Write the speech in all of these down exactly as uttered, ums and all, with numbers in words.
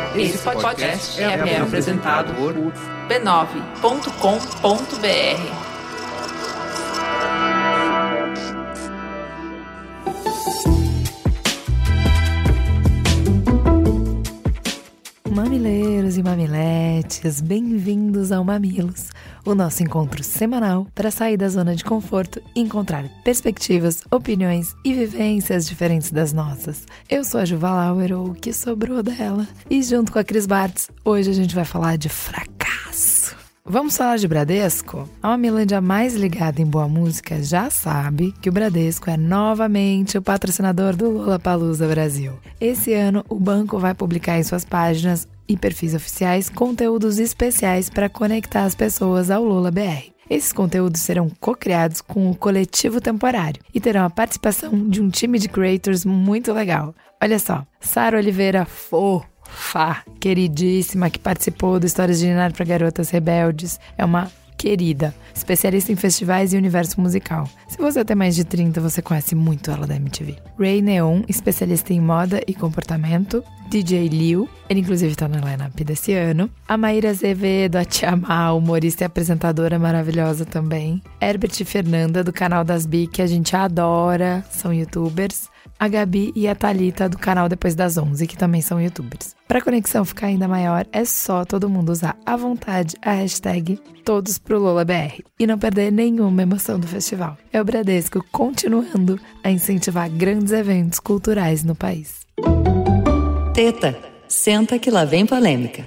Esse podcast é, é apresentado por b nove ponto com ponto b r. Mamileiros e mamiletes, bem-vindos ao Mamilos, o nosso encontro semanal para sair da zona de conforto e encontrar perspectivas, opiniões e vivências diferentes das nossas. Eu sou a Juva Lauer, ou o que sobrou dela, e junto com a Cris Bartz, hoje a gente vai falar de fracasso. Vamos falar de Bradesco? A Mamilândia mais ligada em boa música já sabe que o Bradesco é novamente o patrocinador do Lollapalooza Brasil. Esse ano, o banco vai publicar em suas páginas e perfis oficiais conteúdos especiais para conectar as pessoas ao Lola B R. Esses conteúdos serão co-criados com o Coletivo Temporário e terão a participação de um time de creators muito legal. Olha só, Sara Oliveira Fô, Fá, queridíssima, que participou do Histórias de Ninar para Garotas Rebeldes, é uma querida, especialista em festivais e universo musical. Se você tem mais de trinta, você conhece muito ela da M T V. Ray Neon, especialista em moda e comportamento. D J Liu, ele inclusive tá na line-up desse ano. A Maíra Azevedo, a Tia Má, humorista e apresentadora maravilhosa também. Herbert e Fernanda, do canal das Bi, que a gente adora, são youtubers. A Gabi e a Thalita, do canal Depois das onze, que também são youtubers. Para a conexão ficar ainda maior, é só todo mundo usar à vontade a hashtag Todos pro Lola B R e não perder nenhuma emoção do festival. É o Bradesco continuando a incentivar grandes eventos culturais no país. Teta, senta que lá vem polêmica.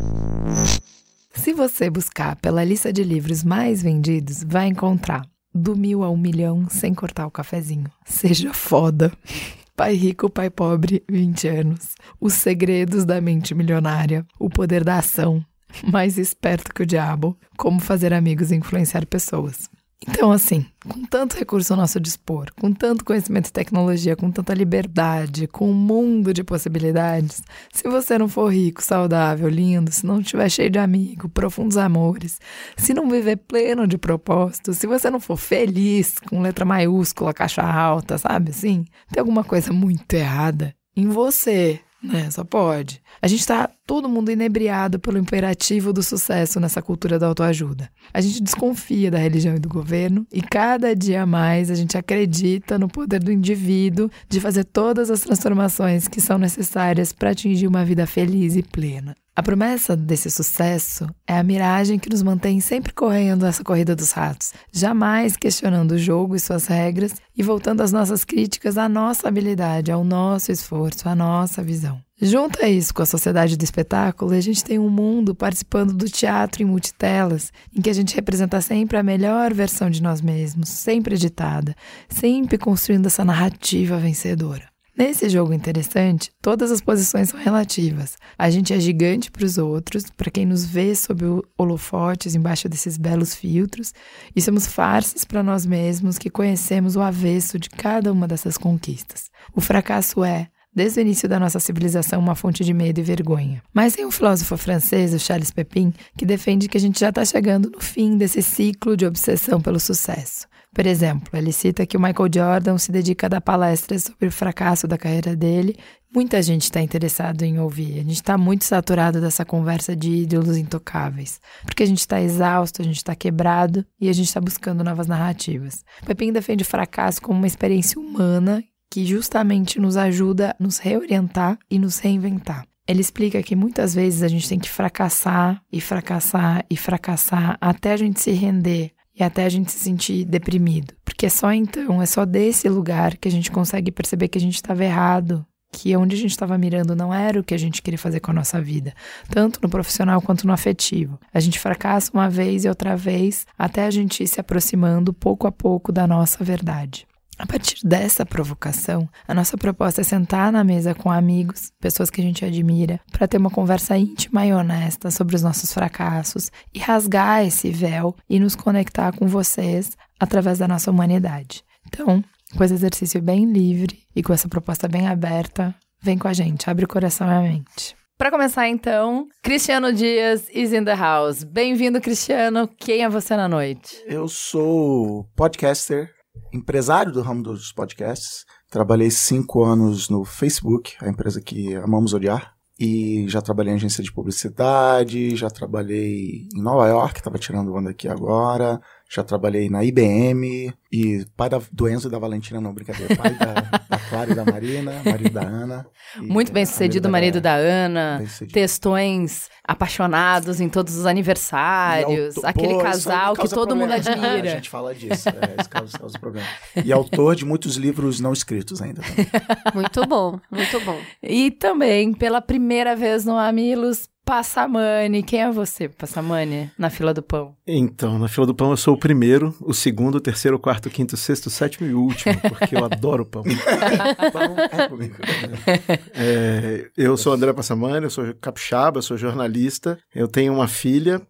Se você buscar pela lista de livros mais vendidos, vai encontrar Do Mil ao Milhão Sem Cortar o Cafezinho. Seja foda. Pai Rico, Pai Pobre, vinte anos. Os Segredos da Mente Milionária. O Poder da Ação. Mais Esperto que o Diabo. Como Fazer Amigos e Influenciar Pessoas. Então, assim, com tanto recurso ao nosso dispor, com tanto conhecimento e tecnologia, com tanta liberdade, com um mundo de possibilidades, se você não for rico, saudável, lindo, se não estiver cheio de amigos, profundos amores, se não viver pleno de propósito, se você não for feliz, com letra maiúscula, caixa alta, sabe assim? Tem alguma coisa muito errada em você, né? Só pode. A gente tá todo mundo inebriado pelo imperativo do sucesso nessa cultura da autoajuda. A gente desconfia da religião e do governo e cada dia mais a gente acredita no poder do indivíduo de fazer todas as transformações que são necessárias para atingir uma vida feliz e plena. A promessa desse sucesso é a miragem que nos mantém sempre correndo essa corrida dos ratos, jamais questionando o jogo e suas regras e voltando as nossas críticas à nossa habilidade, ao nosso esforço, à nossa visão. Junta isso com a sociedade do espetáculo, a gente tem um mundo participando do teatro em multitelas, em que a gente representa sempre a melhor versão de nós mesmos, sempre editada, sempre construindo essa narrativa vencedora. Nesse jogo interessante, todas as posições são relativas. A gente é gigante para os outros, para quem nos vê sob holofotes embaixo desses belos filtros, e somos farsas para nós mesmos que conhecemos o avesso de cada uma dessas conquistas. O fracasso é, desde o início da nossa civilização, uma fonte de medo e vergonha. Mas tem um filósofo francês, o Charles Pepin, que defende que a gente já está chegando no fim desse ciclo de obsessão pelo sucesso. Por exemplo, ele cita que o Michael Jordan se dedica a dar palestras sobre o fracasso da carreira dele. Muita gente está interessada em ouvir. A gente está muito saturado dessa conversa de ídolos intocáveis. Porque a gente está exausto, a gente está quebrado e a gente está buscando novas narrativas. Pepin defende o fracasso como uma experiência humana que justamente nos ajuda a nos reorientar e nos reinventar. Ele explica que muitas vezes a gente tem que fracassar e fracassar e fracassar até a gente se render. E até a gente se sentir deprimido. Porque é só então, é só desse lugar que a gente consegue perceber que a gente estava errado. Que onde a gente estava mirando não era o que a gente queria fazer com a nossa vida. Tanto no profissional quanto no afetivo. A gente fracassa uma vez e outra vez até a gente ir se aproximando pouco a pouco da nossa verdade. A partir dessa provocação, a nossa proposta é sentar na mesa com amigos, pessoas que a gente admira, para ter uma conversa íntima e honesta sobre os nossos fracassos e rasgar esse véu e nos conectar com vocês através da nossa humanidade. Então, com esse exercício bem livre e com essa proposta bem aberta, vem com a gente, abre o coração e a mente. Para começar, então, Cristiano Dias is in the house. Bem-vindo, Cristiano. Quem é você na noite? Eu sou podcaster, empresário do ramo dos podcasts. Trabalhei cinco anos no Facebook, a empresa que amamos odiar. E já trabalhei em agência de publicidade, já trabalhei em Nova York, estava tirando onda aqui agora, já trabalhei na I B M, e pai da, do Enzo e da Valentina, não, brincadeira, pai da, da Clara e da Marina, marido da Ana. Muito bem sucedido o marido da, da Ana, textões apaixonados em todos os aniversários, autor, pô, aquele casal que todo problema. mundo admira. A gente fala disso, é, isso causa, causa problema. E autor de muitos livros não escritos ainda. Também. Muito bom, muito bom. E também, pela primeira vez no Mamilos, Passamani. Quem é você, Passamani, na fila do pão? Então, na fila do pão eu sou o primeiro, o segundo, o terceiro, o quarto, o quinto, o sexto, o sétimo e o último, porque eu adoro pão. Pão é comigo. É, eu sou André Passamani, eu sou capixaba, eu sou jornalista, eu tenho uma filha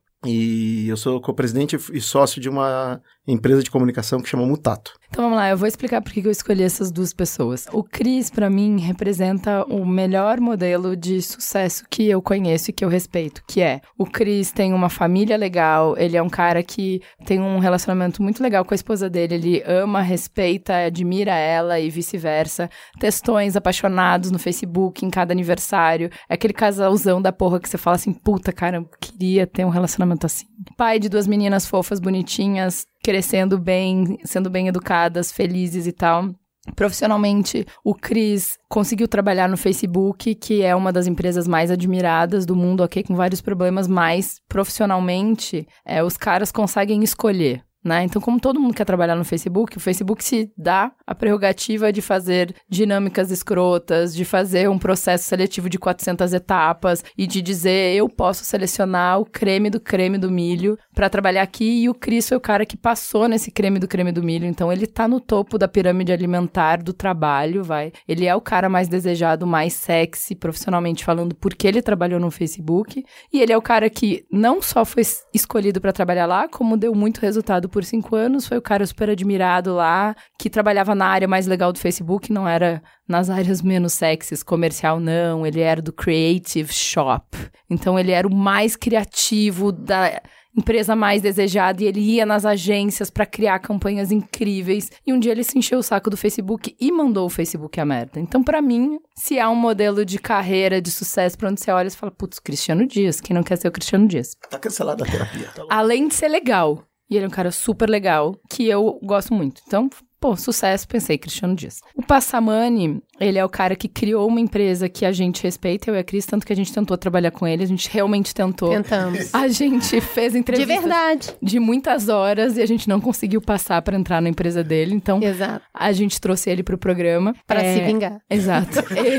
e eu sou co-presidente e sócio de uma empresa de comunicação que chama Mutato. Então vamos lá, eu vou explicar por que eu escolhi essas duas pessoas. O Cris, pra mim, representa o melhor modelo de sucesso que eu conheço e que eu respeito, que é, o Cris tem uma família legal, ele é um cara que tem um relacionamento muito legal com a esposa dele, ele ama, respeita, admira ela e vice-versa. Textões apaixonados no Facebook em cada aniversário, é aquele casalzão da porra que você fala assim, puta, cara, eu queria ter um relacionamento assim. Pai de duas meninas fofas, bonitinhas, crescendo bem, sendo bem educadas, felizes e tal. Profissionalmente, o Cris conseguiu trabalhar no Facebook, que é uma das empresas mais admiradas do mundo, ok, com vários problemas, mas profissionalmente, é, os caras conseguem escolher. Né? Então, como todo mundo quer trabalhar no Facebook, o Facebook se dá a prerrogativa de fazer dinâmicas escrotas, de fazer um processo seletivo de quatrocentas etapas e de dizer, eu posso selecionar o creme do creme do milho para trabalhar aqui, e o Cris foi o cara que passou nesse creme do creme do milho, então ele tá no topo da pirâmide alimentar do trabalho, vai. Ele é o cara mais desejado, mais sexy, profissionalmente falando, porque ele trabalhou no Facebook, e ele é o cara que não só foi escolhido para trabalhar lá, como deu muito resultado por cinco anos, foi o cara super admirado lá, que trabalhava na área mais legal do Facebook, não era nas áreas menos sexys, comercial não, ele era do Creative Shop. Então ele era o mais criativo da empresa mais desejada e ele ia nas agências para criar campanhas incríveis. E um dia ele se encheu o saco do Facebook e mandou o Facebook à merda. Então, para mim, se há um modelo de carreira, de sucesso, pra onde você olha e fala, putz, Cristiano Dias, quem não quer ser o Cristiano Dias? Tá cancelado a terapia. Tá Além de ser legal. E ele é um cara super legal, que eu gosto muito. Então, pô, sucesso, pensei, Cristiano Dias. O Passamani, ele é o cara que criou uma empresa que a gente respeita, eu e a Cris, tanto que a gente tentou trabalhar com ele, a gente realmente tentou. Tentamos. A gente fez entrevistas de verdade, de muitas horas e a gente não conseguiu passar pra entrar na empresa dele, então exato. A gente trouxe ele pro programa. Pra é... se vingar. Exato.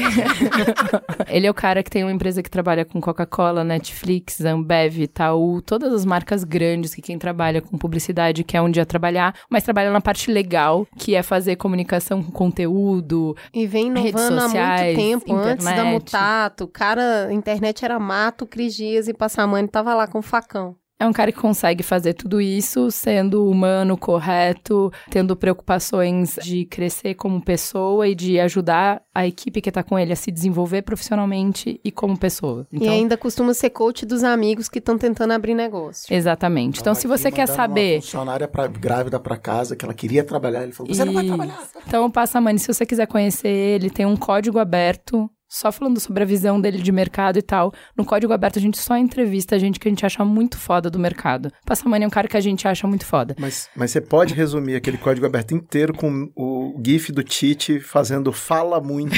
Ele é o cara que tem uma empresa que trabalha com Coca-Cola, Netflix, Ambev, Itaú, todas as marcas grandes que quem trabalha com publicidade quer um dia trabalhar, mas trabalha na parte legal, que é fazer comunicação com conteúdo, e vem inovando há muito tempo, internet. Antes da Mutato, cara, a internet era mato, Cris Dias e Passamani tava lá com o facão. É um cara que consegue fazer tudo isso sendo humano, correto, tendo preocupações de crescer como pessoa e de ajudar a equipe que tá com ele a se desenvolver profissionalmente e como pessoa. Então, e ainda costuma ser coach dos amigos que estão tentando abrir negócio. Exatamente. Então, se você quer saber... Uma funcionária pra, grávida para casa, que ela queria trabalhar, ele falou, você e... não vai trabalhar. Então, Passamani, se você quiser conhecer ele, tem um código aberto... Só falando sobre a visão dele de mercado e tal. No Código Aberto, a gente só entrevista a gente que a gente acha muito foda do mercado. Passamani é um cara que a gente acha muito foda. Mas, mas você pode resumir aquele Código Aberto inteiro com o gif do Tite fazendo fala muito.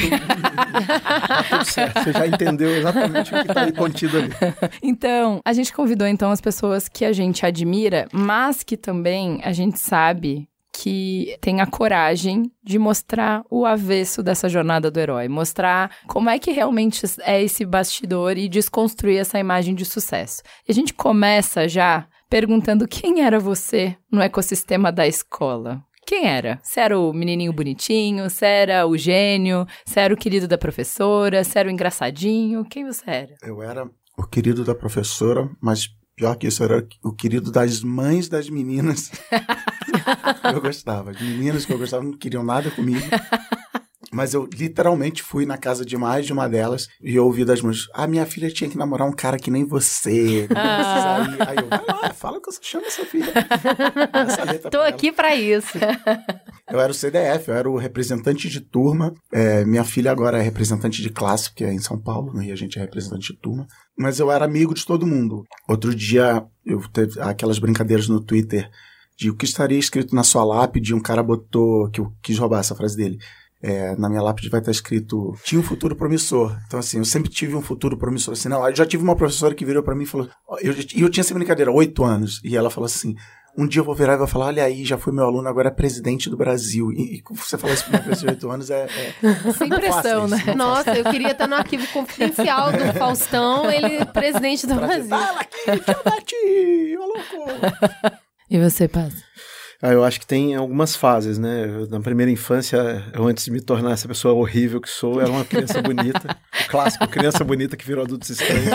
Tá tudo certo. Você já entendeu exatamente o que está aí contido ali. Então, a gente convidou então as pessoas que a gente admira, mas que também a gente sabe... que tem a coragem de mostrar o avesso dessa jornada do herói. Mostrar como é que realmente é esse bastidor e desconstruir essa imagem de sucesso. E a gente começa já perguntando quem era você no ecossistema da escola. Quem era? Você era o menininho bonitinho? Você era o gênio? Você era o querido da professora? Você era o engraçadinho? Quem você era? Eu era o querido da professora, mas... pior que isso, era o querido das mães das meninas que eu gostava. De meninas que eu gostava não queriam nada comigo. Mas eu literalmente fui na casa de mais de uma delas e eu ouvi das mães, ah, minha filha tinha que namorar um cara que nem você. Ah. Aí, aí eu, vai lá, fala que eu chamo essa filha. Tô aqui pra isso. Eu era o C D F, eu era o representante de turma. É, minha filha agora é representante de classe, porque é em São Paulo, no Rio a gente é representante de turma. Mas eu era amigo de todo mundo. Outro dia, eu teve aquelas brincadeiras no Twitter de o que estaria escrito na sua lápide, um cara botou, que eu quis roubar essa frase dele. É, na minha lápide vai estar escrito, tinha um futuro promissor. Então, assim, eu sempre tive um futuro promissor. Assim, não, eu já tive uma professora que virou pra mim e falou, e eu, eu tinha essa brincadeira, oito anos, e ela falou assim, um dia eu vou virar e vou falar, olha aí, já fui meu aluno, agora é presidente do Brasil. E, e você falar isso pra uma pessoa de oito anos é... é sem pressão, né? Isso, nossa, eu queria estar no arquivo confidencial do Faustão, ele presidente do Brasil. Fala aqui, tchau, Bati, ô louco! E você, Paz? Ah, eu acho que tem algumas fases, né? Eu, na primeira infância, eu, antes de me tornar essa pessoa horrível que sou, era uma criança bonita. O clássico, criança bonita que virou adulto estranho.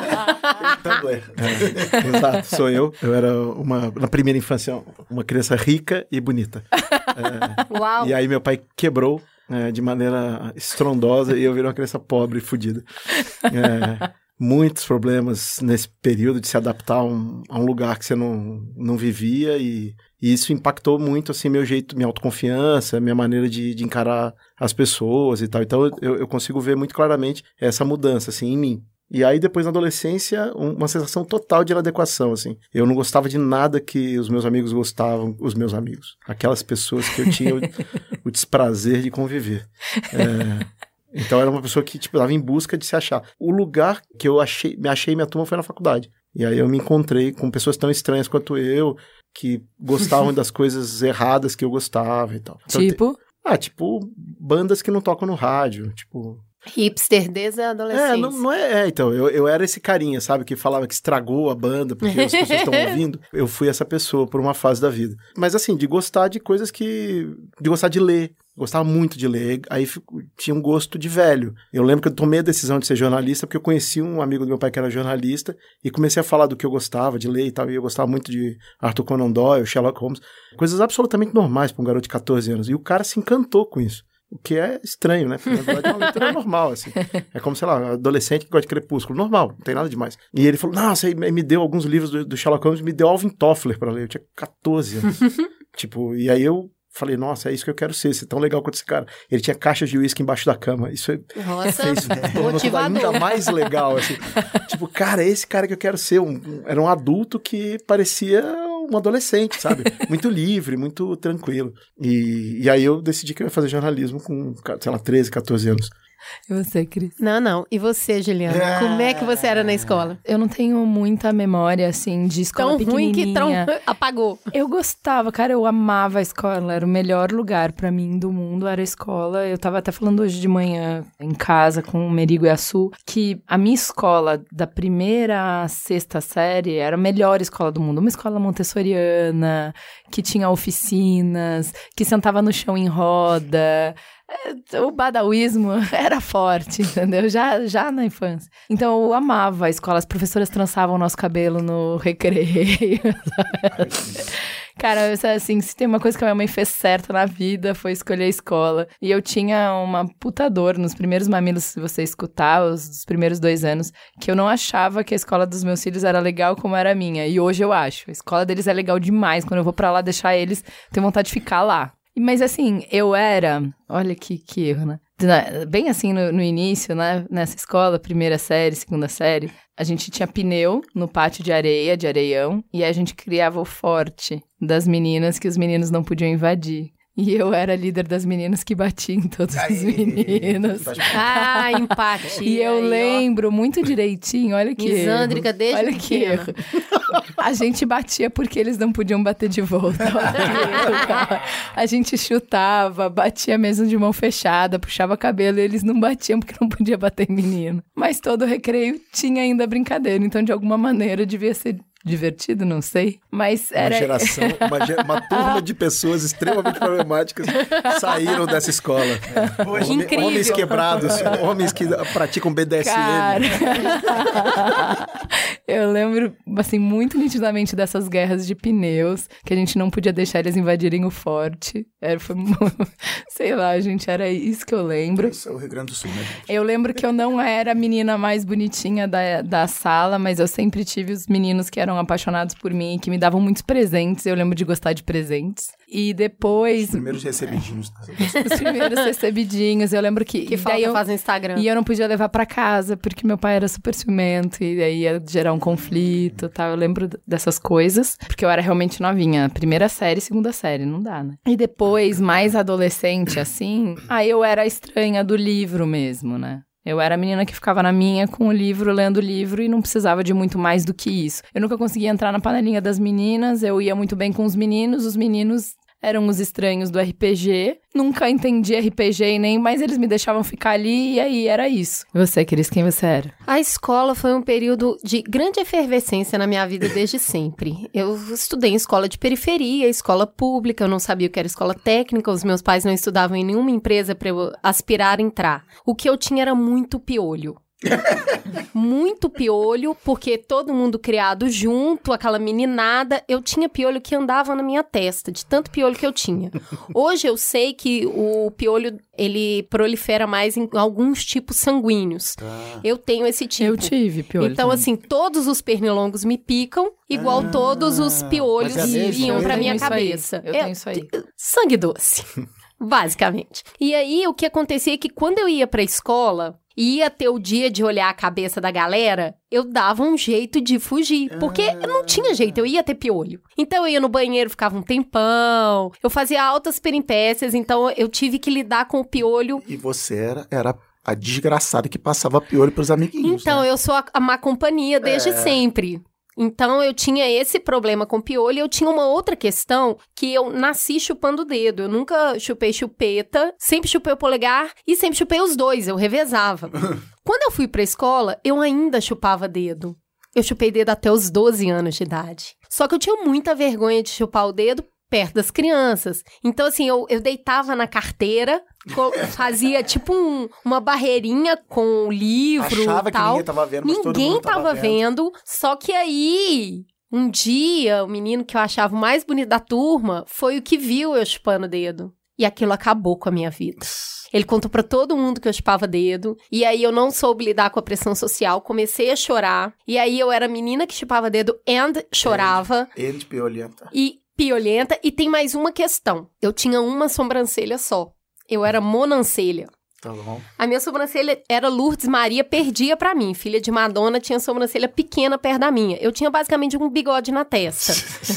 é, exato, sou eu. Eu era, uma, na primeira infância, uma criança rica e bonita. É, Uau! E aí meu pai quebrou é, de maneira estrondosa e eu virei uma criança pobre e fodida. É, muitos problemas nesse período de se adaptar a um, a um lugar que você não, não vivia e... E isso impactou muito, assim, meu jeito, minha autoconfiança, minha maneira de, de encarar as pessoas e tal. Então, eu, eu consigo ver muito claramente essa mudança, assim, em mim. E aí, depois, na adolescência, um, uma sensação total de inadequação, assim. Eu não gostava de nada que os meus amigos gostavam, os meus amigos. Aquelas pessoas que eu tinha o, o desprazer de conviver. É... Então, eu era uma pessoa que, tipo, estava em busca de se achar. O lugar que eu achei, me achei minha turma foi na faculdade. E aí, eu me encontrei com pessoas tão estranhas quanto eu, que gostavam das coisas erradas que eu gostava e tal. Então, tipo? Te... Ah, tipo, bandas que não tocam no rádio, tipo... Hipster desde a adolescência. É, não, não é, é, então, eu, eu era esse carinha, sabe, que falava que estragou a banda porque as pessoas estão ouvindo. Eu fui essa pessoa por uma fase da vida. Mas assim, de gostar de coisas que... De gostar de ler. Gostava muito de ler, aí fico, tinha um gosto de velho. Eu lembro que eu tomei a decisão de ser jornalista porque eu conheci um amigo do meu pai que era jornalista e comecei a falar do que eu gostava de ler e tal, e eu gostava muito de Arthur Conan Doyle, Sherlock Holmes, coisas absolutamente normais para um garoto de catorze anos, e o cara se encantou com isso. O que é estranho, né? Porque, na verdade, é uma leitura normal, assim. É como, sei lá, um adolescente que gosta de Crepúsculo. Normal, não tem nada demais. E ele falou, nossa, aí me deu alguns livros do, do Sherlock Holmes, me deu Alvin Toffler pra ler. Eu tinha catorze anos. Tipo, e aí eu falei, nossa, é isso que eu quero ser, ser tão legal quanto esse cara. Ele tinha caixas de uísque embaixo da cama. Isso é, nossa, fez tudo ainda mais legal, assim. Tipo, cara, é esse cara que eu quero ser. Um, um, era um adulto que parecia um adolescente, sabe? Muito livre, muito tranquilo. E, e aí eu decidi que eu ia fazer jornalismo com, sei lá, treze, catorze anos. E você, Cris? Não, não. E você, Juliana? É... Como é que você era na escola? Eu não tenho muita memória, assim, de escola tão pequenininha. Tão ruim que tão apagou. Eu gostava, cara, eu amava a escola. Era o melhor lugar pra mim do mundo, era a escola. Eu tava até falando hoje de manhã em casa com o Merigo e a Su, que a minha escola da primeira à sexta série era a melhor escola do mundo. Uma escola montessoriana, que tinha oficinas, que sentava no chão em roda... O badawismo era forte, entendeu? Já, já na infância. Então eu amava a escola, as professoras trançavam o nosso cabelo no recreio. Cara, assim, se tem uma coisa que a minha mãe fez certo na vida foi escolher a escola. E eu tinha uma puta dor nos primeiros mamilos, se você escutar, os, os primeiros dois anos, que eu não achava que a escola dos meus filhos era legal como era a minha. E hoje eu acho. A escola deles é legal demais. Quando eu vou pra lá deixar eles, tenho vontade de ficar lá. Mas assim, eu era... Olha que, que erro, né? Bem assim, no, no início, né? Nessa escola, primeira série, segunda série, a gente tinha pneu no pátio de areia, de areião, e a gente criava o forte das meninas que os meninos não podiam invadir. E eu era líder das meninas que batia em todos Aí, os meninos. Ah, empatia. E eu aí, lembro ó. muito direitinho, olha que Misândrica erro. desde Olha que erro. A gente batia porque eles não podiam bater de volta. A gente chutava, batia mesmo de mão fechada, puxava cabelo e eles não batiam porque não podia bater em menino. Mas todo recreio tinha ainda brincadeira, então de alguma maneira devia ser... divertido, não sei, mas era... Uma geração, uma, uma turma de pessoas extremamente problemáticas saíram dessa escola. É. Homem, incrível. Homens quebrados, homens que praticam B D S M. Cara... Eu lembro, assim, muito nitidamente dessas guerras de pneus, que a gente não podia deixar eles invadirem o forte. Era, foi, sei lá, gente, era isso que eu lembro. Isso é o Rio Grande do Sul, né? Eu lembro que eu não era a menina mais bonitinha da, da sala, mas eu sempre tive os meninos que eram apaixonados por mim e que me davam muitos presentes. Eu lembro de gostar de presentes. E depois... Os primeiros recebidinhos. Os primeiros recebidinhos. Eu lembro que... Que falta eu, faz no Instagram. E eu não podia levar pra casa, porque meu pai era super ciumento. E aí ia gerar um conflito e tal. Eu lembro dessas coisas. Porque eu era realmente novinha. Primeira série, segunda série. Não dá, né? E depois, mais adolescente, assim... Aí eu era a estranha do livro mesmo, né? Eu era a menina que ficava na minha com o livro, lendo o livro e não precisava de muito mais do que isso. Eu nunca conseguia entrar na panelinha das meninas, eu ia muito bem com os meninos, os meninos eram os estranhos do R P G. Nunca entendi R P G nem, mas eles me deixavam ficar ali e aí era isso. E você, Cris, quem você era? A escola foi um período de grande efervescência na minha vida desde sempre. Eu estudei em escola de periferia, escola pública, eu não sabia o que era escola técnica, os meus pais não estudavam em nenhuma empresa para eu aspirar a entrar. O que eu tinha era muito piolho. Muito piolho, porque todo mundo criado junto, aquela meninada. Eu tinha piolho que andava na minha testa, de tanto piolho que eu tinha. Hoje eu sei que o piolho, ele prolifera mais em alguns tipos sanguíneos. Ah. Eu tenho esse tipo. Eu tive piolho. Então, também. assim, todos os pernilongos me picam, igual ah, todos os piolhos é iam pra minha cabeça. Eu tenho isso aí. Sangue doce. Basicamente. E aí, o que acontecia é que quando eu ia pra escola, ia ter o dia de olhar a cabeça da galera, eu dava um jeito de fugir. Porque eu não tinha jeito, eu ia ter piolho. Então, eu ia no banheiro, ficava um tempão. Eu fazia altas peripécias, então eu tive que lidar com o piolho. E você era... era... a desgraçada que passava piolho pros amiguinhos, Então, né? eu sou a, a má companhia desde é. sempre. Então, eu tinha esse problema com piolho e eu tinha uma outra questão que eu nasci chupando o dedo. Eu nunca chupei chupeta, sempre chupei o polegar e sempre chupei os dois, eu revezava. Quando eu fui pra escola, eu ainda chupava dedo. Eu chupei dedo até os doze anos de idade. Só que eu tinha muita vergonha de chupar o dedo perto das crianças. Então, assim, eu, eu deitava na carteira, fazia tipo um, uma barreirinha com o livro e tal. Achava que ninguém tava vendo, mas todo mundo tava, tava vendo. vendo. Só que aí, um dia, o menino que eu achava o mais bonito da turma foi o que viu eu chupando o dedo. E aquilo acabou com a minha vida. Ele contou pra todo mundo que eu chupava dedo. E aí eu não soube lidar com a pressão social. Comecei a chorar. E aí eu era menina que chupava dedo and chorava. And, and piolenta. E piolenta. E tem mais uma questão. Eu tinha uma sobrancelha só. Eu era monancelha. Tá bom. A minha sobrancelha era Lourdes Maria, perdia pra mim. Filha de Madonna, tinha sobrancelha pequena perto da minha. Eu tinha basicamente um bigode na testa.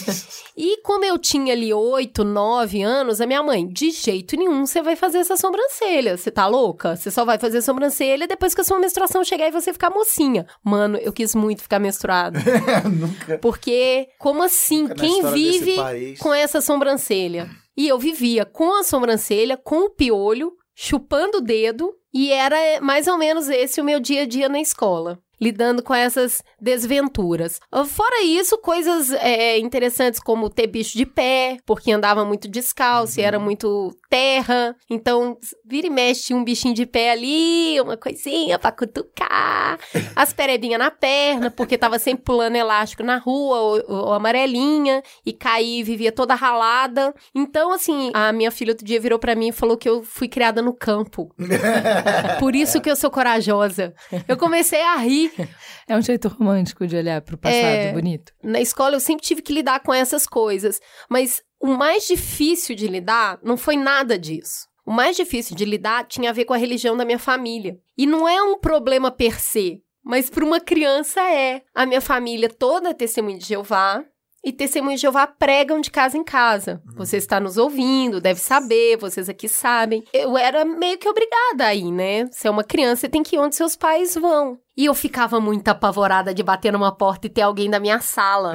E como eu tinha ali oito, nove anos, a minha mãe, de jeito nenhum você vai fazer essa sobrancelha. Você tá louca? Você só vai fazer sobrancelha depois que a sua menstruação chegar e você ficar mocinha. Mano, eu quis muito ficar menstruada. Nunca. Porque, como assim? Nunca Quem vive com essa sobrancelha? E eu vivia com a sobrancelha, com o piolho, chupando o dedo, e era mais ou menos esse o meu dia a dia na escola, lidando com essas desventuras. Fora isso, coisas é, interessantes como ter bicho de pé, porque andava muito descalço, uhum. e era muito terra, então vira e mexe tinha um bichinho de pé ali, uma coisinha pra cutucar, as perebinhas na perna, porque tava sempre pulando elástico na rua, ou, ou amarelinha, e caí, vivia toda ralada. Então, assim, a minha filha outro dia virou pra mim e falou que eu fui criada no campo. Por isso que eu sou corajosa. Eu comecei a rir. É um jeito romântico de olhar pro passado, é, bonito. Na escola eu sempre tive que lidar com essas coisas, mas o mais difícil de lidar não foi nada disso. O mais difícil de lidar tinha a ver com a religião da minha família. E não é um problema per se, mas para uma criança é. A minha família toda é testemunha de Jeová. E testemunhas de Jeová pregam de casa em casa. Uhum. Você está nos ouvindo, deve saber, vocês aqui sabem. Eu era meio que obrigada aí, né? Você é uma criança, você tem que ir onde seus pais vão. E eu ficava muito apavorada de bater numa porta e ter alguém da minha sala.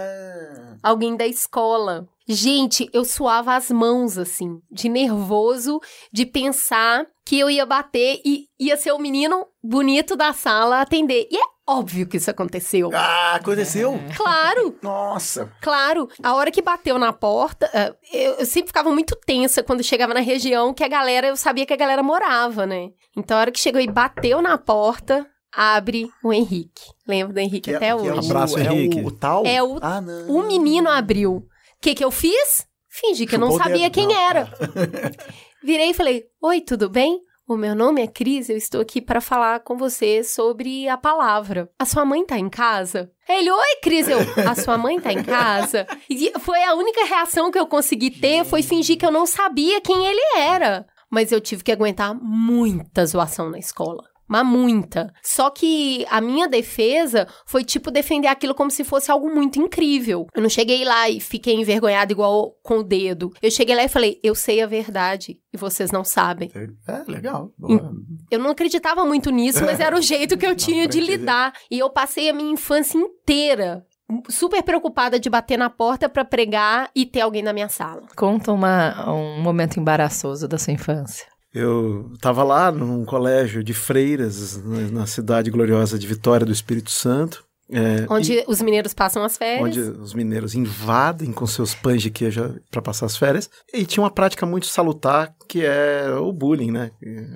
Ah. Alguém da escola. Gente, eu suava as mãos, assim, de nervoso, de pensar que eu ia bater e ia ser o menino bonito da sala a atender. E é óbvio que isso aconteceu. Ah, aconteceu? É. Claro. Nossa. Claro. A hora que bateu na porta, eu, eu sempre ficava muito tensa quando chegava na região que a galera, eu sabia que a galera morava, né? Então, a hora que chegou e bateu na porta, abre o Henrique. Lembro do Henrique que até é, hoje. É o, Abraço, Henrique. É o, o tal? É o, ah, não. o menino abriu. O que que eu fiz? Fingi que Chupou eu não sabia quem não. era. Virei e falei, oi, tudo bem? o meu nome é Cris, eu estou aqui para falar com você sobre a palavra. A sua mãe tá em casa? Ele, oi, Cris, eu, a sua mãe tá em casa? E foi a única reação que eu consegui ter, foi fingir que eu não sabia quem ele era. Mas eu tive que aguentar muita zoação na escola. Mas muita. Só que a minha defesa foi, tipo, defender aquilo como se fosse algo muito incrível. Eu não cheguei lá e fiquei envergonhada igual com o dedo. Eu cheguei lá e falei, eu sei a verdade e vocês não sabem. É, legal. Boa. Eu não acreditava muito nisso, mas era o jeito que eu tinha de lidar. E eu passei a minha infância inteira super preocupada de bater na porta pra pregar e ter alguém na minha sala. Conta uma, um momento embaraçoso da sua infância. Eu estava lá num colégio de freiras na cidade gloriosa de Vitória do Espírito Santo. É, onde e, os mineiros passam as férias. Onde os mineiros invadem com seus pães de queijo para passar as férias. E tinha uma prática muito salutar, que é o bullying, né?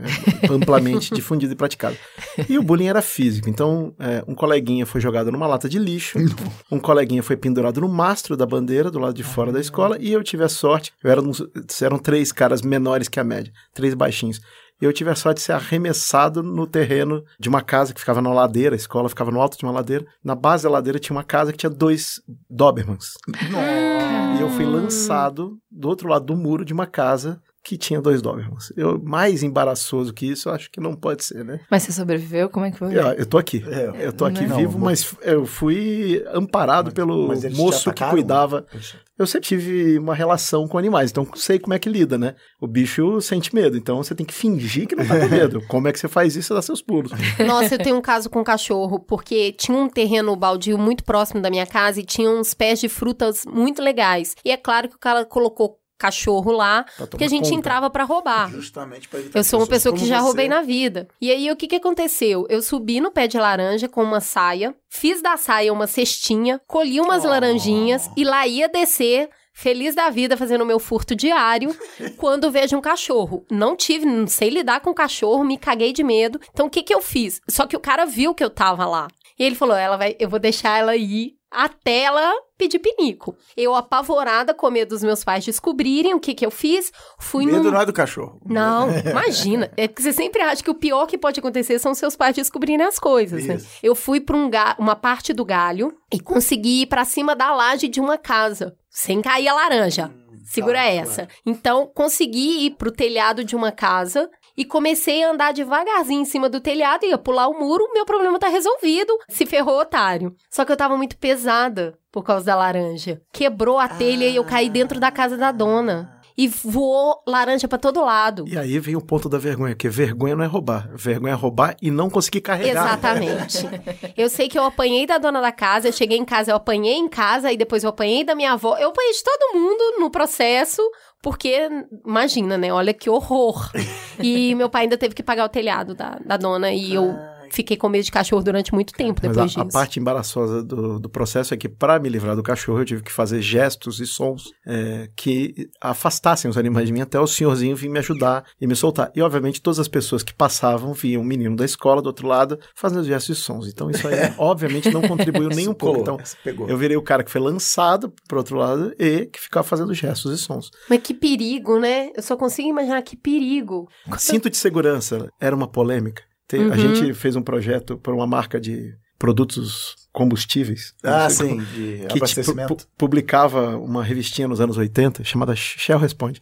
É amplamente difundido e praticado. E o bullying era físico. Então, é, um coleguinha foi jogado numa lata de lixo, um coleguinha foi pendurado no mastro da bandeira do lado de fora da escola, e eu tive a sorte, eu era, eram três caras menores que a média, três baixinhos. E eu tive a sorte de ser arremessado no terreno de uma casa que ficava na ladeira, a escola ficava no alto de uma ladeira. Na base da ladeira tinha uma casa que tinha dois Dobermans. Nossa. E eu fui lançado do outro lado do muro de uma casa que tinha dois Dobermans. Eu, mais embaraçoso que isso, eu acho que não pode ser, né? Mas você sobreviveu? Como é que foi? Eu, eu tô aqui. É, eu tô aqui não, vivo, não, mas eu fui amparado mas, pelo mas moço que cuidava. Eu sempre tive uma relação com animais, então sei como é que lida, né? O bicho sente medo, então você tem que fingir que não tá com medo. Como é que você faz isso? Você dá seus pulos. Nossa, eu tenho um caso com cachorro, porque tinha um terreno baldio muito próximo da minha casa e tinha uns pés de frutas muito legais. E é claro que o cara colocou cachorro lá, porque a gente conta. Entrava pra roubar. Justamente pra evitar. Eu sou uma pessoa que já você. roubei na vida. E aí, o que que aconteceu? Eu subi no pé de laranja com uma saia, fiz da saia uma cestinha, colhi umas oh. laranjinhas e lá ia descer, feliz da vida, fazendo o meu furto diário, quando vejo um cachorro. Não tive, não sei lidar com cachorro, me caguei de medo. Então, o que que eu fiz? Só que o cara viu que eu tava lá. E ele falou, ela vai, eu vou deixar ela ir até ela pedir pinico. Eu, apavorada, com medo dos meus pais descobrirem o que que eu fiz, fui Medo num... não é do cachorro. Não, imagina. É porque você sempre acha que o pior que pode acontecer são seus pais descobrirem as coisas, Isso. né? Eu fui pra um ga... uma parte do galho e consegui ir pra cima da laje de uma casa, sem cair a laranja. Hum, Segura tá, essa. Claro. Então, consegui ir pro telhado de uma casa e comecei a andar devagarzinho em cima do telhado, ia pular o muro, meu problema tá resolvido. Se ferrou, otário. Só que eu tava muito pesada por causa da laranja. Quebrou a telha ah. e eu caí dentro da casa da dona. E voou laranja pra todo lado. E aí vem o ponto da vergonha, que vergonha não é roubar. Vergonha é roubar e não conseguir carregar. Exatamente. Eu sei que eu apanhei da dona da casa, eu cheguei em casa, eu apanhei em casa, e depois eu apanhei da minha avó. Eu apanhei de todo mundo no processo, porque, imagina, né? Olha que horror. E meu pai ainda teve que pagar o telhado da, da dona, e eu... Fiquei com medo de cachorro durante muito tempo depois Mas a, disso. A parte embaraçosa do, do processo é que, para me livrar do cachorro, eu tive que fazer gestos e sons é, que afastassem os animais de mim até o senhorzinho vir me ajudar e me soltar. E, obviamente, todas as pessoas que passavam viam um menino da escola do outro lado fazendo gestos e sons. Então, isso aí, obviamente, não contribuiu nem um pouco. Então, eu virei o cara que foi lançado para o outro lado e que ficava fazendo gestos e sons. Mas que perigo, né? Eu só consigo imaginar que perigo. Cinto de segurança era uma polêmica. Tem, uhum. A gente fez um projeto para uma marca de produtos combustíveis. Ah, sim, como, de que abastecimento. Que pu- publicava uma revistinha nos anos oitenta chamada Shell Responde.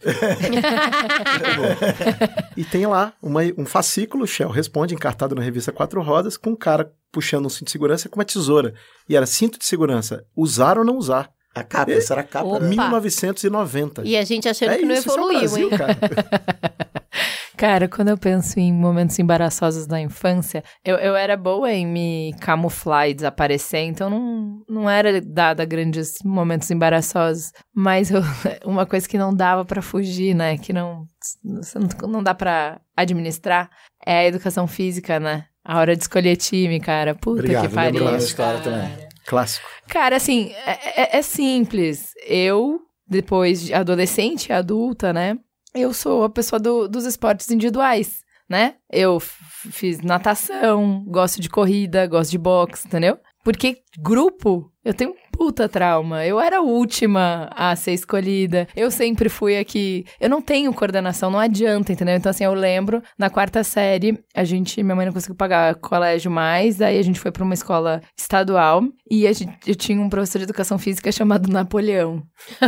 E tem lá uma, um fascículo, Shell Responde, encartado na revista Quatro Rodas, com um cara puxando um cinto de segurança com uma tesoura. E era cinto de segurança, usar ou não usar. A capa, essa era a capa. Opa. mil novecentos e noventa. E a gente achando é que não isso, evoluiu, esse é o Brasil, hein? Cara. Cara, quando eu penso em momentos embaraçosos da infância, eu, eu era boa em me camuflar e desaparecer, então não, não era dada a grandes momentos embaraçosos. Mas eu, uma coisa que não dava pra fugir, né, que não, não, não dá pra administrar, é a educação física, né? A hora de escolher time, cara. Puta Obrigado, que pariu. Obrigado, cara, também. Clássico. Cara, assim, é, é, é simples. Eu, depois de adolescente, adulta, né? Eu sou a pessoa do, dos esportes individuais, né? Eu f- fiz natação, gosto de corrida, gosto de boxe, entendeu? Porque grupo, eu tenho puta trauma. Eu era a última a ser escolhida. Eu sempre fui aqui. Eu não tenho coordenação, não adianta, entendeu? Então, assim, eu lembro, na quarta série, a gente, minha mãe não conseguiu pagar colégio mais, daí a gente foi pra uma escola estadual e a gente, eu tinha um professor de educação física chamado Napoleão.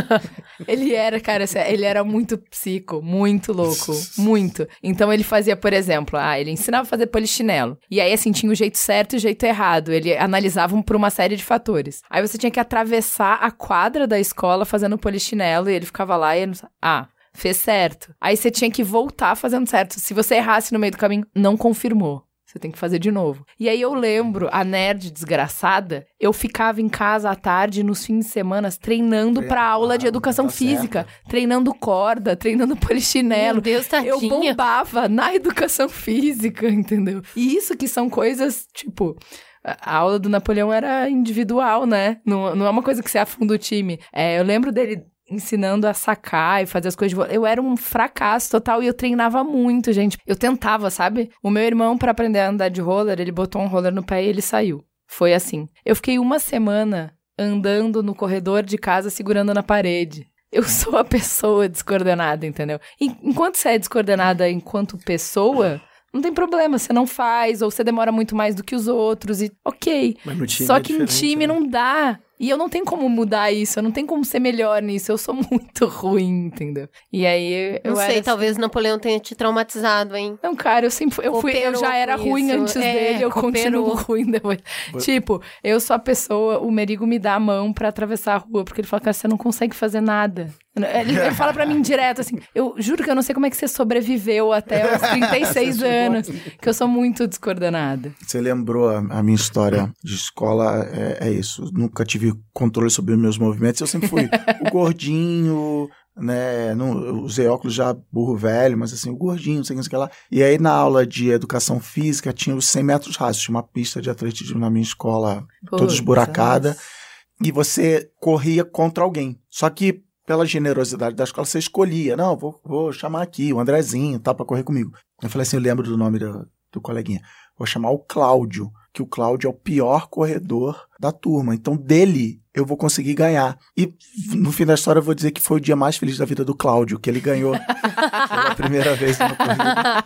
Ele era, cara, ele era muito psico, muito louco, muito. Então, ele fazia, por exemplo, ah, ele ensinava a fazer polichinelo. E aí, assim, tinha o jeito certo e o jeito errado. Ele analisava por uma série de fatores. Aí você tinha que atravessar a quadra da escola fazendo polichinelo e ele ficava lá e ele... Ah, fez certo. Aí você tinha que voltar fazendo certo. Se você errasse no meio do caminho, não confirmou. Você tem que fazer de novo. E aí eu lembro, a nerd desgraçada, eu ficava em casa à tarde, nos fins de semana, treinando pra aula de educação tá física. certo. Treinando corda, treinando polichinelo. Meu Deus, tadinha. Eu bombava na educação física, entendeu? E isso que são coisas, tipo... A aula do Napoleão era individual, né? Não, não é uma coisa que você afunda o time. É, eu lembro dele ensinando a sacar e fazer as coisas de vôlei. Eu era um fracasso total e eu treinava muito, gente. Eu tentava, sabe? O meu irmão, pra aprender a andar de roller, ele botou um roller no pé e ele saiu. Foi assim. Eu fiquei uma semana andando no corredor de casa, segurando na parede. Eu sou a pessoa descoordenada, entendeu? E enquanto você é descoordenada enquanto pessoa... Não tem problema, você não faz, ou você demora muito mais do que os outros, e ok. Mas no time Só é que em time né? não dá. E eu não tenho como mudar isso, eu não tenho como ser melhor nisso, eu sou muito ruim, entendeu? E aí eu Não era sei, assim... talvez o Napoleão tenha te traumatizado, hein? Não, cara, eu sempre fui, eu, fui, eu já era ruim isso. antes É, dele, eu cooperou. continuo ruim depois. Tipo, eu sou a pessoa, o Merigo me dá a mão pra atravessar a rua, porque ele fala, cara, você não consegue fazer nada. Ele, ele fala pra mim direto, assim, eu juro que eu não sei como é que você sobreviveu até os trinta e seis anos, que eu sou muito descoordenada. Você lembrou a, a minha história de escola, é, é isso. Eu nunca tive controle sobre os meus movimentos. Eu sempre fui o gordinho, né? Não, usei óculos já burro velho, mas assim, o gordinho, não sei o que, não sei o que lá. E aí na aula de educação física tinha os cem metros rasos. Tinha uma pista de atletismo na minha escola, toda esburacada. E você corria contra alguém. Só que pela generosidade da escola, você escolhia. Não, vou, vou chamar aqui o Andrezinho, tá, pra correr comigo. Eu falei assim, eu lembro do nome do, do coleguinha. Vou chamar o Cláudio, que o Cláudio é o pior corredor da turma. Então, dele, eu vou conseguir ganhar. E, no fim da história, eu vou dizer que foi o dia mais feliz da vida do Cláudio, que ele ganhou pela primeira vez na corrida.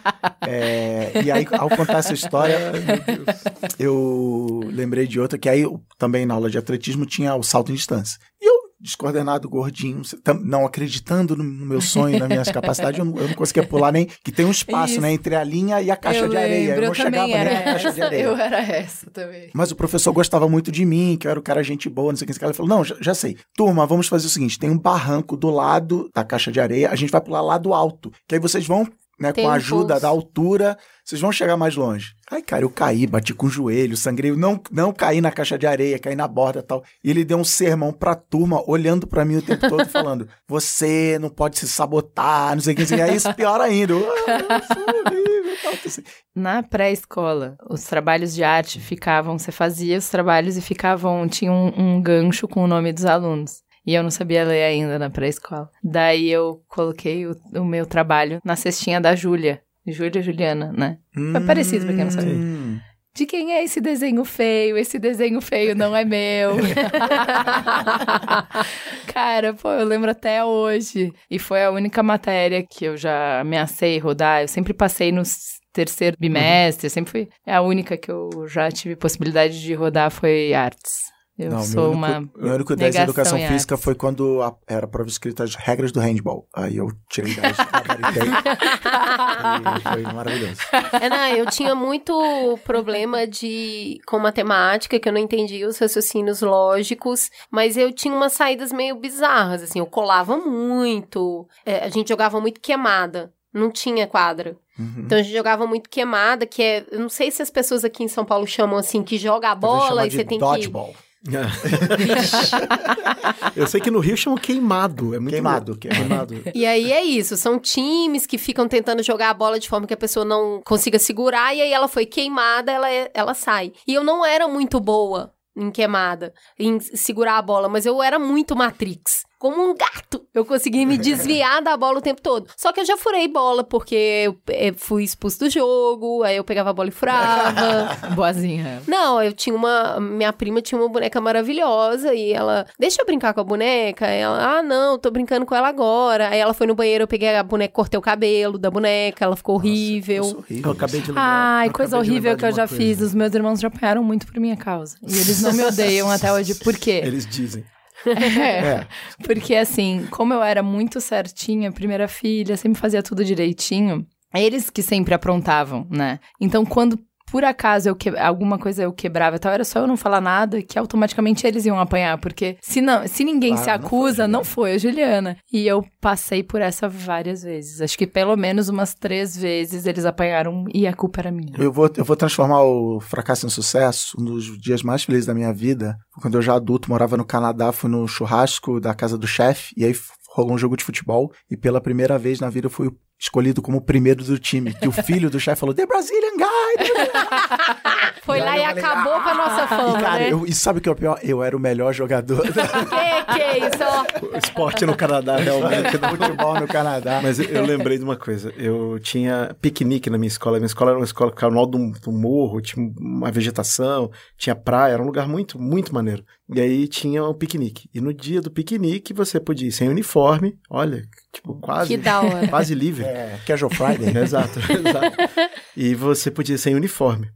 É, e aí, ao contar essa história, eu lembrei de outra, que aí, também na aula de atletismo, tinha o salto em distância. E eu, descoordenado, gordinho, não acreditando no meu sonho, nas minhas capacidades, eu não, eu não conseguia pular nem... Que tem um espaço, né, entre a linha e a caixa eu de areia. Lembro, eu não eu chegava também era nem na caixa essa, de areia. Eu era essa também. Mas o professor gostava muito de mim, que eu era o cara gente boa, não sei o que. Esse cara falou, não, já, já sei. Turma, vamos fazer o seguinte, tem um barranco do lado da caixa de areia, a gente vai pular lá do alto, que aí vocês vão... Né, com a ajuda da altura, vocês vão chegar mais longe. Ai, cara, eu caí, bati com o joelho, sangrei, não, não caí na caixa de areia, caí na borda e tal. E ele deu um sermão pra turma, olhando pra mim o tempo todo, falando, você não pode se sabotar, não sei o que, e aí isso pior ainda. Eu, ah, eu sou horrível, tal, assim. Na pré-escola, os trabalhos de arte ficavam, você fazia os trabalhos e ficavam, tinha um, um gancho com o nome dos alunos. E eu não sabia ler ainda na pré-escola. Daí eu coloquei o, o meu trabalho na cestinha da Júlia. Júlia Juliana, né? Foi Hum, parecido, pra quem não sabe. hum. De quem é esse desenho feio? Esse desenho feio não é meu. Cara, pô, eu lembro até hoje. E foi a única matéria que eu já ameacei rodar. Eu sempre passei no terceiro bimestre. Uhum. Sempre fui... A única que eu já tive possibilidade de rodar foi artes. Eu não, sou meu único, uma meu único dez em educação em física artes. Foi quando a, era prova escrita as regras do handball. Aí eu tirei dez, gabaritei. E foi maravilhoso. É, não, eu tinha muito problema de com matemática, que eu não entendia os raciocínios lógicos, mas eu tinha umas saídas meio bizarras, assim, eu colava muito, é, a gente jogava muito queimada. Não tinha quadra. Uhum. Então a gente jogava muito queimada, que é... Eu não sei se as pessoas aqui em São Paulo chamam assim, que joga a bola e você tem dodgeball. que... Eu sei que no Rio chamam queimado. É muito Queimado, queimado. E aí é isso, são times que ficam tentando jogar a bola de forma que a pessoa não consiga segurar, e aí ela foi queimada, ela, ela sai. E eu não era muito boa em queimada, em segurar a bola, mas eu era muito Matrix. como um gato. Eu consegui me desviar da bola o tempo todo. Só que eu já furei bola, porque eu, eu fui expulso do jogo, aí eu pegava a bola e furava. Boazinha. Não, eu tinha uma... Minha prima tinha uma boneca maravilhosa e ela... Deixa eu brincar com a boneca? Ela, ah, não, tô brincando com ela agora. Aí ela foi no banheiro, eu peguei a boneca, cortei o cabelo da boneca, ela ficou horrível. Nossa, eu, horrível. Eu acabei de lembrar. Ai, eu coisa acabei de horrível lembrar que eu de já uma coisa. fiz. Os meus irmãos já apanharam muito por minha causa. E eles não me odeiam até hoje. Por quê? Eles dizem. É, É. porque assim, como eu era muito certinha, primeira filha, sempre fazia tudo direitinho, eles que sempre aprontavam, né? Então, quando por acaso eu que... alguma coisa eu quebrava e tal, era só eu não falar nada que automaticamente eles iam apanhar, porque se, não, se ninguém Claro, se acusa, não foi, não foi a Juliana. E eu passei por essa várias vezes. Acho que pelo menos umas três vezes eles apanharam e a culpa era minha. Eu vou, eu vou transformar o fracasso em sucesso. Um dos dias mais felizes da minha vida, quando eu já adulto, morava no Canadá, fui no churrasco da casa do chefe, e aí rolou um jogo de futebol, e pela primeira vez na vida eu fui escolhido como o primeiro do time, que o filho do chefe falou, The Brazilian Guy! Foi lá e acabou com a nossa fama, E, cara, né? eu, e sabe o que é o pior? Eu era o melhor jogador do Que que é isso? Ó? O esporte no Canadá, realmente. futebol no Canadá. Mas eu, eu lembrei de uma coisa. Eu tinha piquenique na minha escola. A minha escola era uma escola que ficava no alto do, do morro, tinha uma vegetação, tinha praia, era um lugar muito, muito maneiro. E aí tinha um piquenique. E no dia do piquenique você podia ir sem uniforme, olha, tipo, quase, Que da hora. quase livre. É, Casual Friday. Exato, exato. E você podia ir sem uniforme.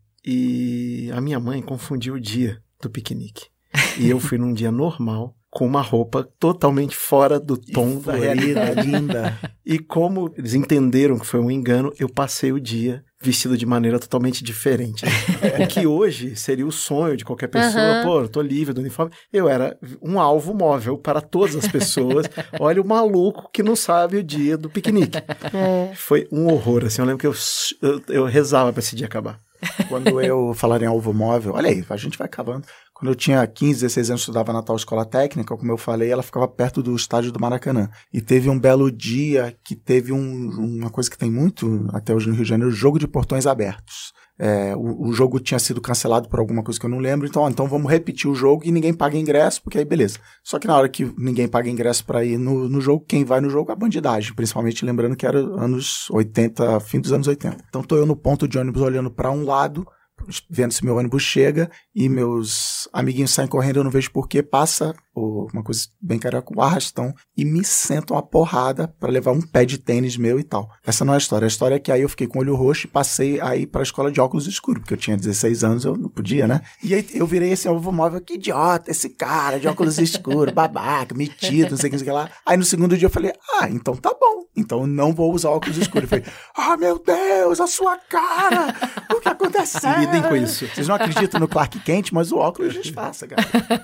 E a minha mãe confundiu o dia do piquenique. E eu fui num dia normal, com uma roupa totalmente fora do tom da Florida, realidade. linda. E como eles entenderam que foi um engano, eu passei o dia vestido de maneira totalmente diferente. O que hoje seria o sonho de qualquer pessoa. Uhum. Pô, eu tô livre do uniforme. Eu era um alvo móvel para todas as pessoas. Olha o maluco que não sabe o dia do piquenique. É. Foi um horror, assim. Eu lembro que eu, eu, eu rezava para esse dia acabar. Quando eu falar em alvo móvel, olha aí, a gente vai cavando. Quando eu tinha quinze, dezesseis anos, estudava na tal escola técnica, como eu falei, ela ficava perto do estádio do Maracanã. E teve um belo dia que teve um, uma coisa que tem muito até hoje no Rio de Janeiro, jogo de portões abertos. É, o, o jogo tinha sido cancelado por alguma coisa que eu não lembro, então, ó, então vamos repetir o jogo e ninguém paga ingresso, porque aí beleza. Só que na hora que ninguém paga ingresso para ir no, no jogo, quem vai no jogo é a bandidagem, principalmente lembrando que era anos oitenta, fim dos anos oitenta. Então tô eu no ponto de ônibus olhando para um lado, vendo se meu ônibus chega e meus amiguinhos saem correndo, eu não vejo por quê, passa ou uma coisa bem carioca, um arrastão e me sentam a porrada pra levar um pé de tênis meu e tal. Essa não é a história. A história é que aí eu fiquei com o olho roxo e passei aí pra escola de óculos escuros, porque eu tinha dezesseis anos, eu não podia, né? E aí eu virei esse alvo móvel, que idiota esse cara de óculos escuros, babaca, metido, não sei o que, não sei o que lá. Aí no segundo dia eu falei, ah, então tá bom, então eu não vou usar óculos escuros. Eu falei, ah, meu Deus, a sua cara, o que aconteceu? Lidem com isso. Vocês não acreditam no Clark Kent, mas o óculos disfarça, cara.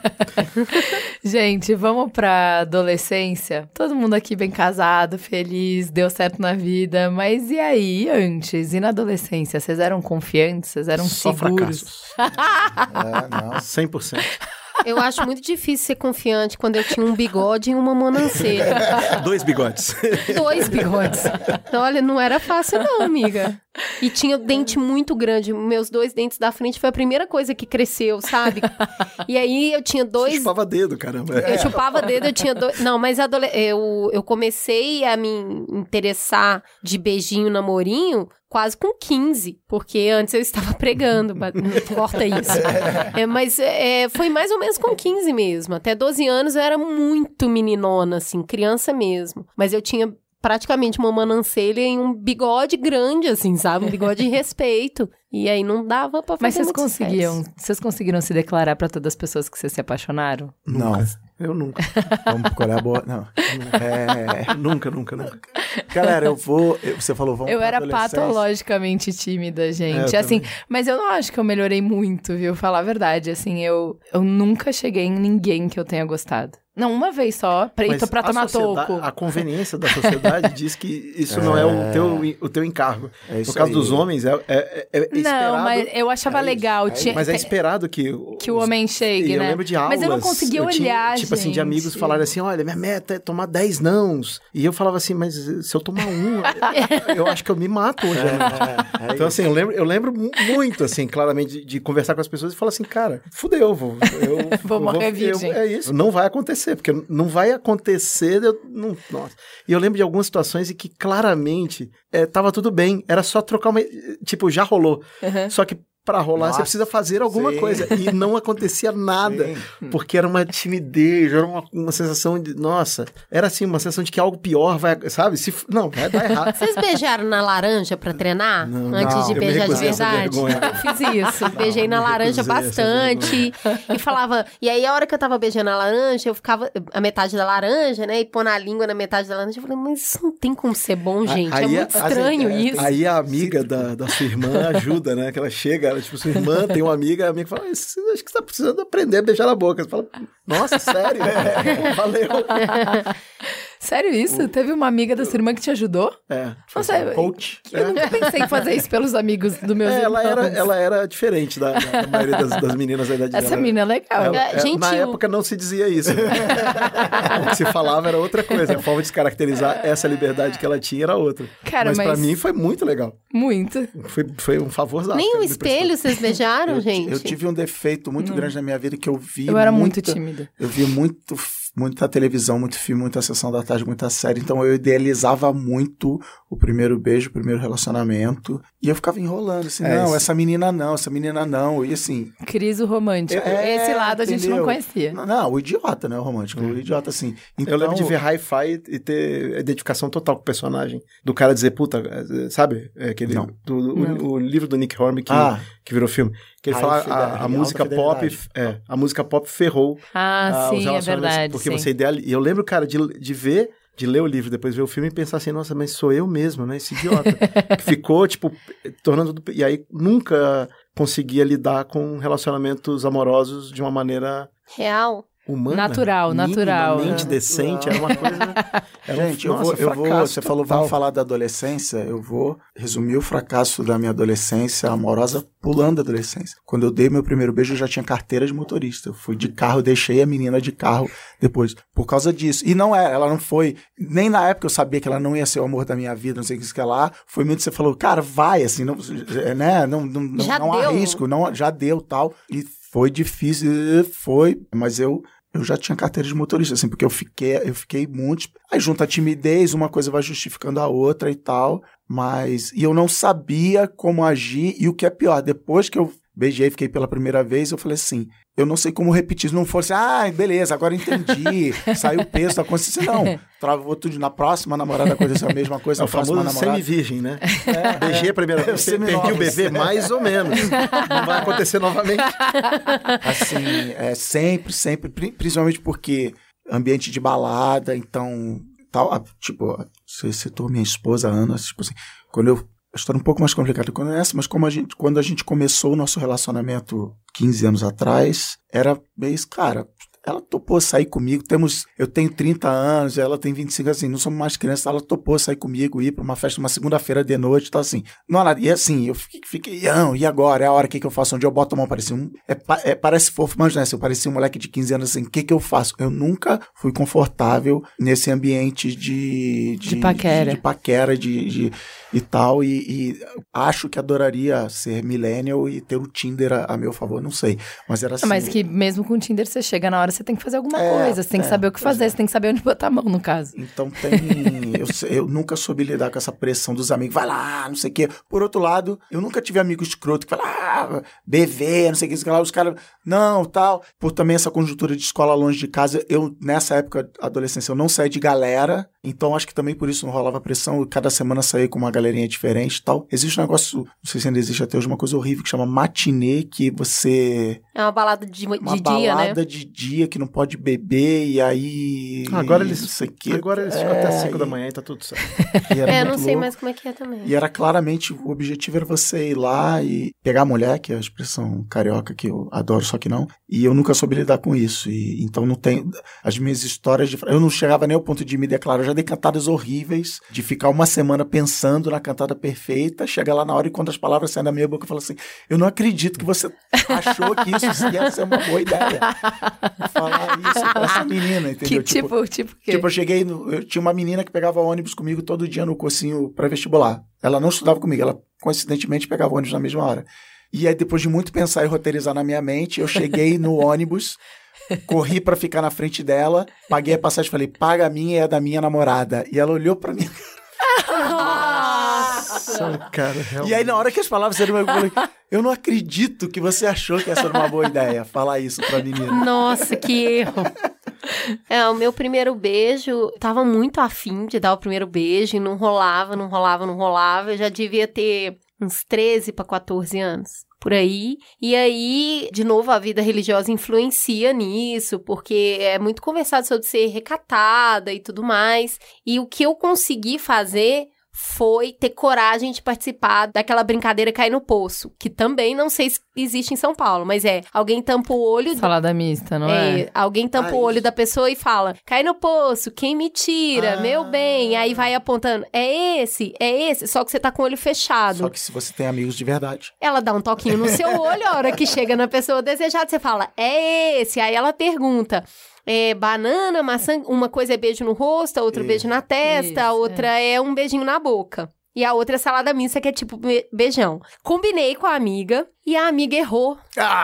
Gente, vamos pra adolescência? Todo mundo aqui bem casado, feliz, deu certo na vida, mas e aí, antes? E na adolescência? Vocês eram confiantes? Vocês eram Só seguros? fracassos. É, não. cem por cento. Eu acho muito difícil ser confiante quando eu tinha um bigode e uma monanceira. Dois bigodes. Dois bigodes. Então, olha, não era fácil não, amiga. E tinha dente muito grande. Meus dois dentes da frente foi a primeira coisa que cresceu, sabe? E aí eu tinha dois... Você chupava dedo, caramba. Eu chupava dedo, eu tinha dois... Não, mas adole... eu, eu comecei a me interessar de beijinho, namorinho, quase com quinze, porque antes eu estava pregando, mas não corta isso. É, mas é, foi mais ou menos com quinze mesmo. Até doze anos eu era muito meninona, assim, criança mesmo. Mas eu tinha praticamente uma manancelha e um bigode grande, assim, sabe? Um bigode de respeito. E aí não dava pra fazer Mas vocês muito conseguiam, sucesso. vocês conseguiram se declarar pra todas as pessoas que vocês se apaixonaram? Não. Eu nunca. Vamos procurar boa. Não. É... Nunca, nunca, nunca. Galera, eu vou. eu- Você falou, vamos Eu pra era adolescência. patologicamente tímida, gente. É, eu assim, também. mas eu não acho que eu melhorei muito, viu? Falar a verdade. Assim, eu, eu nunca cheguei em ninguém que eu tenha gostado. Não, uma vez só, pra, Mas pra a tomar sociedade- toco. A conveniência da sociedade diz que isso não é o teu, o teu encargo. É isso no caso aí. dos homens, é, é, é esperado... Não, mas eu achava É isso, legal. é tinha- Mas é tem- esperado que... que o os- homem chegue, e né? eu lembro de aulas. Mas eu não conseguia eu tinha, olhar, Tipo assim, de gente. amigos falarem assim, olha, minha meta é tomar dez nãos. E eu falava assim, mas se eu tomar um, eu acho que eu me mato hoje. né? É, é Então, isso. assim, eu lembro, eu lembro mu- muito, assim, claramente, de, de conversar com as pessoas e falar assim, cara, fudeu, vou, eu, Vou morrer eu- virgem. É isso, não vai acontecer. acontecer, porque não vai acontecer. Eu, não, nossa. E eu lembro de algumas situações em que claramente é, tava tudo bem, era só trocar uma. Tipo, já rolou. Uhum. Só que pra rolar, nossa, você precisa fazer alguma sim. coisa. E não acontecia nada. Sim. Porque era uma timidez, era uma, uma sensação de... Nossa, era assim, uma sensação de que algo pior vai... Sabe? Se, não, vai dar errado. Vocês beijaram na laranja pra treinar? Não, antes não, de beijar de verdade? Eu fiz isso. Não, beijei na laranja bastante. E falava... E aí, a hora que eu tava beijando a laranja, eu ficava... A metade da laranja, né? E pôr na língua na metade da laranja. Eu falei, mas isso não tem como ser bom, gente. Aí, é muito a, estranho assim, isso. Aí a amiga da, da sua irmã ajuda, né? Que ela chega... Tipo, sua irmã tem uma amiga, a amiga fala, acho que você tá precisando aprender a beijar na boca. Você fala, nossa, sério? É, valeu. Sério isso? O... Teve uma amiga da sua irmã que te ajudou? É. Nossa, um coach. Eu é. nunca pensei em fazer isso pelos amigos do meu é, ela era, ela era diferente da, da maioria das, das meninas da idade dela. Essa menina é legal. Ela, é, Gentil. Na época não se dizia isso. O que se falava era outra coisa. A forma de descaracterizar essa liberdade que ela tinha era outra. Cara, mas, mas pra mim foi muito legal. Muito. Foi, foi um favorzão. Nem um espelho vocês beijaram, eu, gente? Eu tive um defeito muito hum. grande na minha vida que eu vi Eu era muita, muito tímida. Eu vi muito... muita televisão, muito filme, muita sessão da tarde, muita série. Então eu idealizava muito o primeiro beijo, o primeiro relacionamento. E eu ficava enrolando, assim, é, não, isso. essa menina não, essa menina não. E assim... Criso romântico. É, Esse lado entendeu? A gente não conhecia. Não, não, o idiota, né, o romântico. É. O idiota, assim. Então, eu lembro de ver Hi-Fi e ter identificação total com o personagem. Do cara dizer, puta, sabe? É aquele, do, do, o, o livro do Nick Hornby que, ah. que virou filme. Que ele fala, a, a música pop, é, a música pop ferrou. Ah, sim, é verdade. Porque sim. você idealiza. E eu lembro, cara, de, de ver, de ler o livro, depois ver o filme e pensar assim, nossa, mas sou eu mesmo, né? Esse idiota. Que ficou, tipo, tornando tudo... E aí nunca conseguia lidar com relacionamentos amorosos de uma maneira... real. Humana, natural, natural. Minimamente decente, era uma coisa... Era Gente, um, eu, nossa, vou, eu vou... Você total. falou, vamos falar da adolescência, eu vou resumir o fracasso da minha adolescência amorosa pulando a adolescência. Quando eu dei meu primeiro beijo, eu já tinha carteira de motorista. Eu fui de carro, eu deixei a menina de carro depois, por causa disso. E não é, ela não foi... Nem na época eu sabia que ela não ia ser o amor da minha vida, não sei o que isso que é lá. Foi muito que você falou, cara, vai, assim, não, né? Não, não, não, não há risco, não, já deu, tal. E foi difícil, foi, mas eu... Eu já tinha carteira de motorista, assim, porque eu fiquei, eu fiquei muito... Aí junto a timidez, uma coisa vai justificando a outra e tal, mas... E eu não sabia como agir, e o que é pior, depois que eu beijei, fiquei pela primeira vez, eu falei assim, eu não sei como repetir, se não fosse, ah, beleza, agora entendi, saiu o peso da consciência, não, travou tudo, na próxima namorada aconteceu a mesma coisa, é na próxima namorada... semi-virgem, né? É, beijei a primeira vez, perdi o bebê, mais ou menos, não vai acontecer novamente. Assim, é sempre, sempre, principalmente porque ambiente de balada, então, tal, tipo, você citou minha esposa, Ana, tipo assim, quando eu... A história é um pouco mais complicada quando é essa, mas como a gente, quando a gente começou o nosso relacionamento quinze anos atrás, era bem isso, cara, ela topou sair comigo, temos, eu tenho trinta anos, ela tem vinte e cinco, assim, não somos mais crianças, ela topou sair comigo, ir pra uma festa, uma segunda-feira de noite, tá assim, não há nada, e assim, eu fiquei, fiquei não, e agora, é a hora, o que que eu faço, onde eu boto a mão, parecia um, é, é, parece fofo, mas não é, eu parecia um moleque de quinze anos, assim, o que que eu faço? Eu nunca fui confortável nesse ambiente de... De, de paquera. De, de paquera, de... de e tal, e, e acho que adoraria ser millennial e ter o Tinder a, a meu favor, não sei, mas era assim... Mas que mesmo com o Tinder, você chega na hora, você tem que fazer alguma é, coisa, você tem é, que saber o que fazer, é. Você tem que saber onde botar a mão, no caso. Então tem... eu, eu nunca soube lidar com essa pressão dos amigos, vai lá, não sei o quê. Por outro lado, eu nunca tive amigo escroto que fala, ah, B V, não sei o que, isso que lá, os caras, não, tal. Por também essa conjuntura de escola longe de casa, eu, nessa época, adolescência, eu não saí de galera, então acho que também por isso não rolava pressão, cada semana saía com uma galerinha diferente e tal. Existe um negócio, não sei se ainda existe até hoje, uma coisa horrível que chama matinê, que você... É uma balada de, de uma dia, né? Uma balada de dia que não pode beber, e aí... Agora eles, não sei que, agora eles ficam é, até cinco e... da manhã e tá tudo certo. É, não sei louco. Mais como é que é também. E era claramente, o objetivo era você ir lá e pegar a mulher, que é a expressão carioca que eu adoro, só que não, e eu nunca soube lidar com isso, e então não tem... As minhas histórias de... Eu não chegava nem ao ponto de me declarar, eu já dei cantadas horríveis, de ficar uma semana pensando na cantada perfeita, chega lá na hora e quando as palavras saem da minha boca, eu falo assim, eu não acredito que você achou que isso ia ser uma boa ideia. Falar isso pra essa menina, entendeu? Que tipo, tipo, tipo quê? Tipo, eu cheguei, no, eu tinha uma menina que pegava ônibus comigo todo dia no cursinho pré-vestibular. Ela não estudava comigo, ela coincidentemente pegava ônibus na mesma hora. E aí, depois de muito pensar e roteirizar na minha mente, eu cheguei no ônibus Corri pra ficar na frente dela, paguei a passagem, falei, paga a minha e a da minha namorada. E ela olhou pra mim. Nossa, cara, realmente. E aí, na hora que as palavras saíram, eu falei, eu não acredito que você achou que essa era uma boa ideia, falar isso pra menina. Nossa, que erro. É, o meu primeiro beijo, tava muito afim de dar o primeiro beijo e não rolava, não rolava, não rolava. Eu já devia ter uns treze para quatorze anos. Por aí, e aí, de novo, a vida religiosa influencia nisso, porque é muito conversado sobre ser recatada e tudo mais, e o que eu consegui fazer foi ter coragem de participar daquela brincadeira cair no poço, que também não sei se existe em São Paulo, mas é, alguém tampa o olho... Salada mista, não é? É, alguém tampa Ah, o olho isso. da pessoa e fala, cai no poço, quem me tira, Ah. meu bem, aí vai apontando, é esse, é esse, só que você tá com o olho fechado. Só que se você tem amigos de verdade. Ela dá um toquinho no seu olho, a hora que chega na pessoa desejada, você fala, é esse. Aí ela pergunta, é, banana, maçã, uma coisa é beijo no rosto, a outra Isso. beijo na testa, a Isso, outra é. um beijinho na boca. E a outra é salada mista, que é tipo be- beijão. Combinei com a amiga e a amiga errou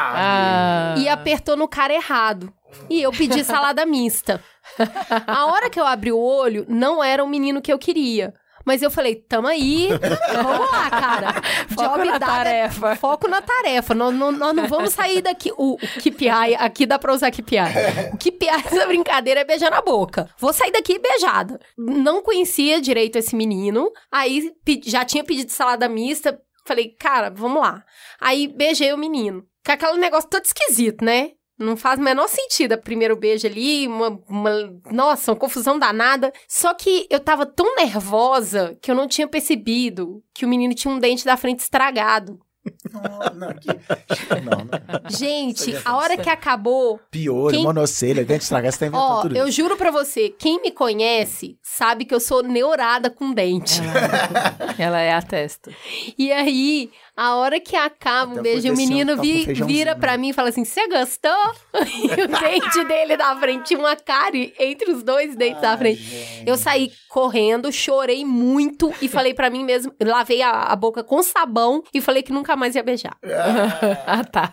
Ah. e apertou no cara errado. E eu pedi salada mista. A hora que eu abri o olho, não era o menino que eu queria. Mas eu falei, tamo aí, vamos lá, cara. Foco Job na dado é- tarefa. Foco na tarefa. Nós, nós, nós não vamos sair daqui. O, o K P I, aqui dá pra usar K P I. O K P I dessa brincadeira é beijar na boca. Vou sair daqui beijada. Não conhecia direito esse menino. Aí pe- já tinha pedido salada mista. Falei, cara, vamos lá. Aí beijei o menino. Com aquele negócio todo esquisito, né? Não faz o menor sentido. O primeiro beijo ali, uma, uma... Nossa, uma confusão danada. Só que eu tava tão nervosa que eu não tinha percebido que o menino tinha um dente da frente estragado. Não, não, que... não, não. Gente, a hora que acabou... Piolho, Quem- monocelha, dente estragado, você tá inventando Ó, tudo eu isso. juro pra você, quem me conhece sabe que eu sou neurada com dente. Ela é a testa. E aí, a hora que acaba o Até beijo, foi o menino descendo, tá com vi- feijãozinho, vira pra né? mim e fala assim, você gostou? E o dente dele da frente tinha uma cárie entre os dois dentes da frente. Eu saí correndo, chorei muito e falei pra mim mesmo, lavei a, a boca com sabão e falei que nunca mais ia beijar. Ah, tá.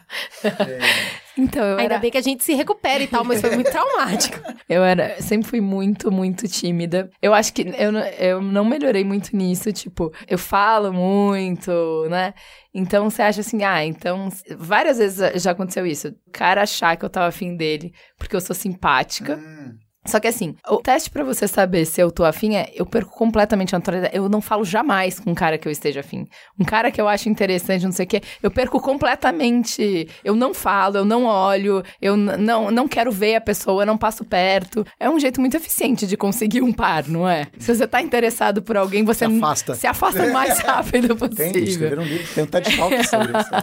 Então, eu Ainda era... bem que a gente se recupera e tal, mas foi muito traumático. Eu era, sempre fui muito, muito tímida. Eu acho que eu, não- eu não melhorei muito nisso, tipo, eu falo muito, né? Então você acha assim, ah, então. Várias vezes já aconteceu isso. O cara achar que eu tava afim dele porque eu sou simpática. Hum. Só que assim, o teste pra você saber se eu tô afim é, eu perco completamente a naturalidade. Eu não falo jamais com um cara que eu esteja afim. Um cara que eu acho interessante, não sei o quê, eu perco completamente. Eu não falo, eu não olho, eu n- não, não quero ver a pessoa, eu não passo perto. É um jeito muito eficiente de conseguir um par, não é? Se você tá interessado por alguém, você Se n- afasta. se afasta o mais rápido Tem, possível. escreveram um livro, tem um TED Talk sobre isso.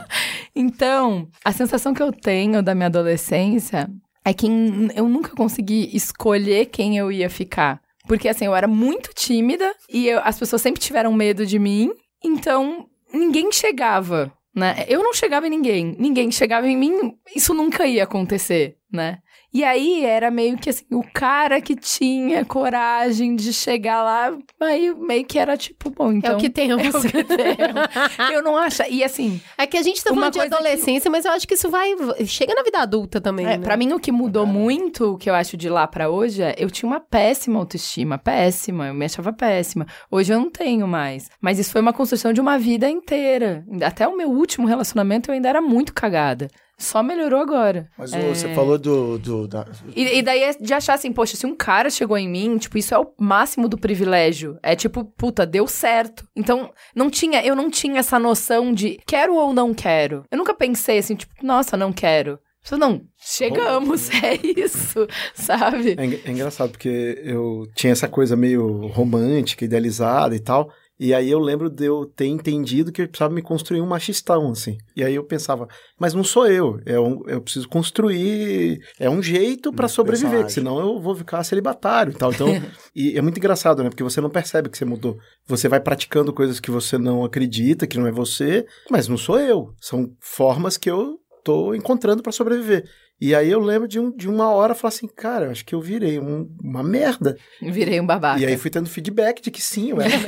Então, a sensação que eu tenho da minha adolescência é que n- eu nunca consegui escolher quem eu ia ficar. Porque, assim, eu era muito tímida e eu- as pessoas sempre tiveram medo de mim, então ninguém chegava, né? Eu não chegava em ninguém, ninguém chegava em mim, isso nunca ia acontecer, né? E aí era meio que assim, o cara que tinha coragem de chegar lá, aí meio que era tipo, bom, então... É o que temos. É o que temos. Eu não acho... E assim... É que a gente tá Uma falando de coisa que- adolescência, mas eu acho que isso vai... Chega na vida adulta também, É, né? pra mim, o que mudou muito, o que eu acho de lá pra hoje, é eu tinha uma péssima autoestima, péssima, eu me achava péssima. Hoje eu não tenho mais. Mas isso foi uma construção de uma vida inteira. Até o meu último relacionamento eu ainda era muito cagada. Só melhorou agora. Mas É. o- você falou do... do da... E, e daí é de achar assim, poxa, se um cara chegou em mim, tipo, isso é o máximo do privilégio. É tipo, puta, deu certo. Então, não tinha, eu não tinha essa noção de quero ou não quero. Eu nunca pensei assim, tipo, nossa, não quero. Eu, não, chegamos, é isso, sabe? É, engra- é engraçado, porque eu tinha essa coisa meio romântica, idealizada e tal. E aí eu lembro de eu ter entendido que eu precisava me construir um machistão, assim. E aí eu pensava, mas não sou eu, é um, eu preciso construir, é um jeito pra Um sobreviver, que personagem. senão eu vou ficar celibatário e tal. Então, e é muito engraçado, né? Porque você não percebe que você mudou. Você vai praticando coisas que você não acredita, que não é você, mas não sou eu. São formas que eu tô encontrando pra sobreviver. E aí eu lembro de, um, de uma hora falar assim, cara, eu acho que eu virei um, uma merda. Virei um babaca. E aí fui tendo feedback de que sim, eu era. é,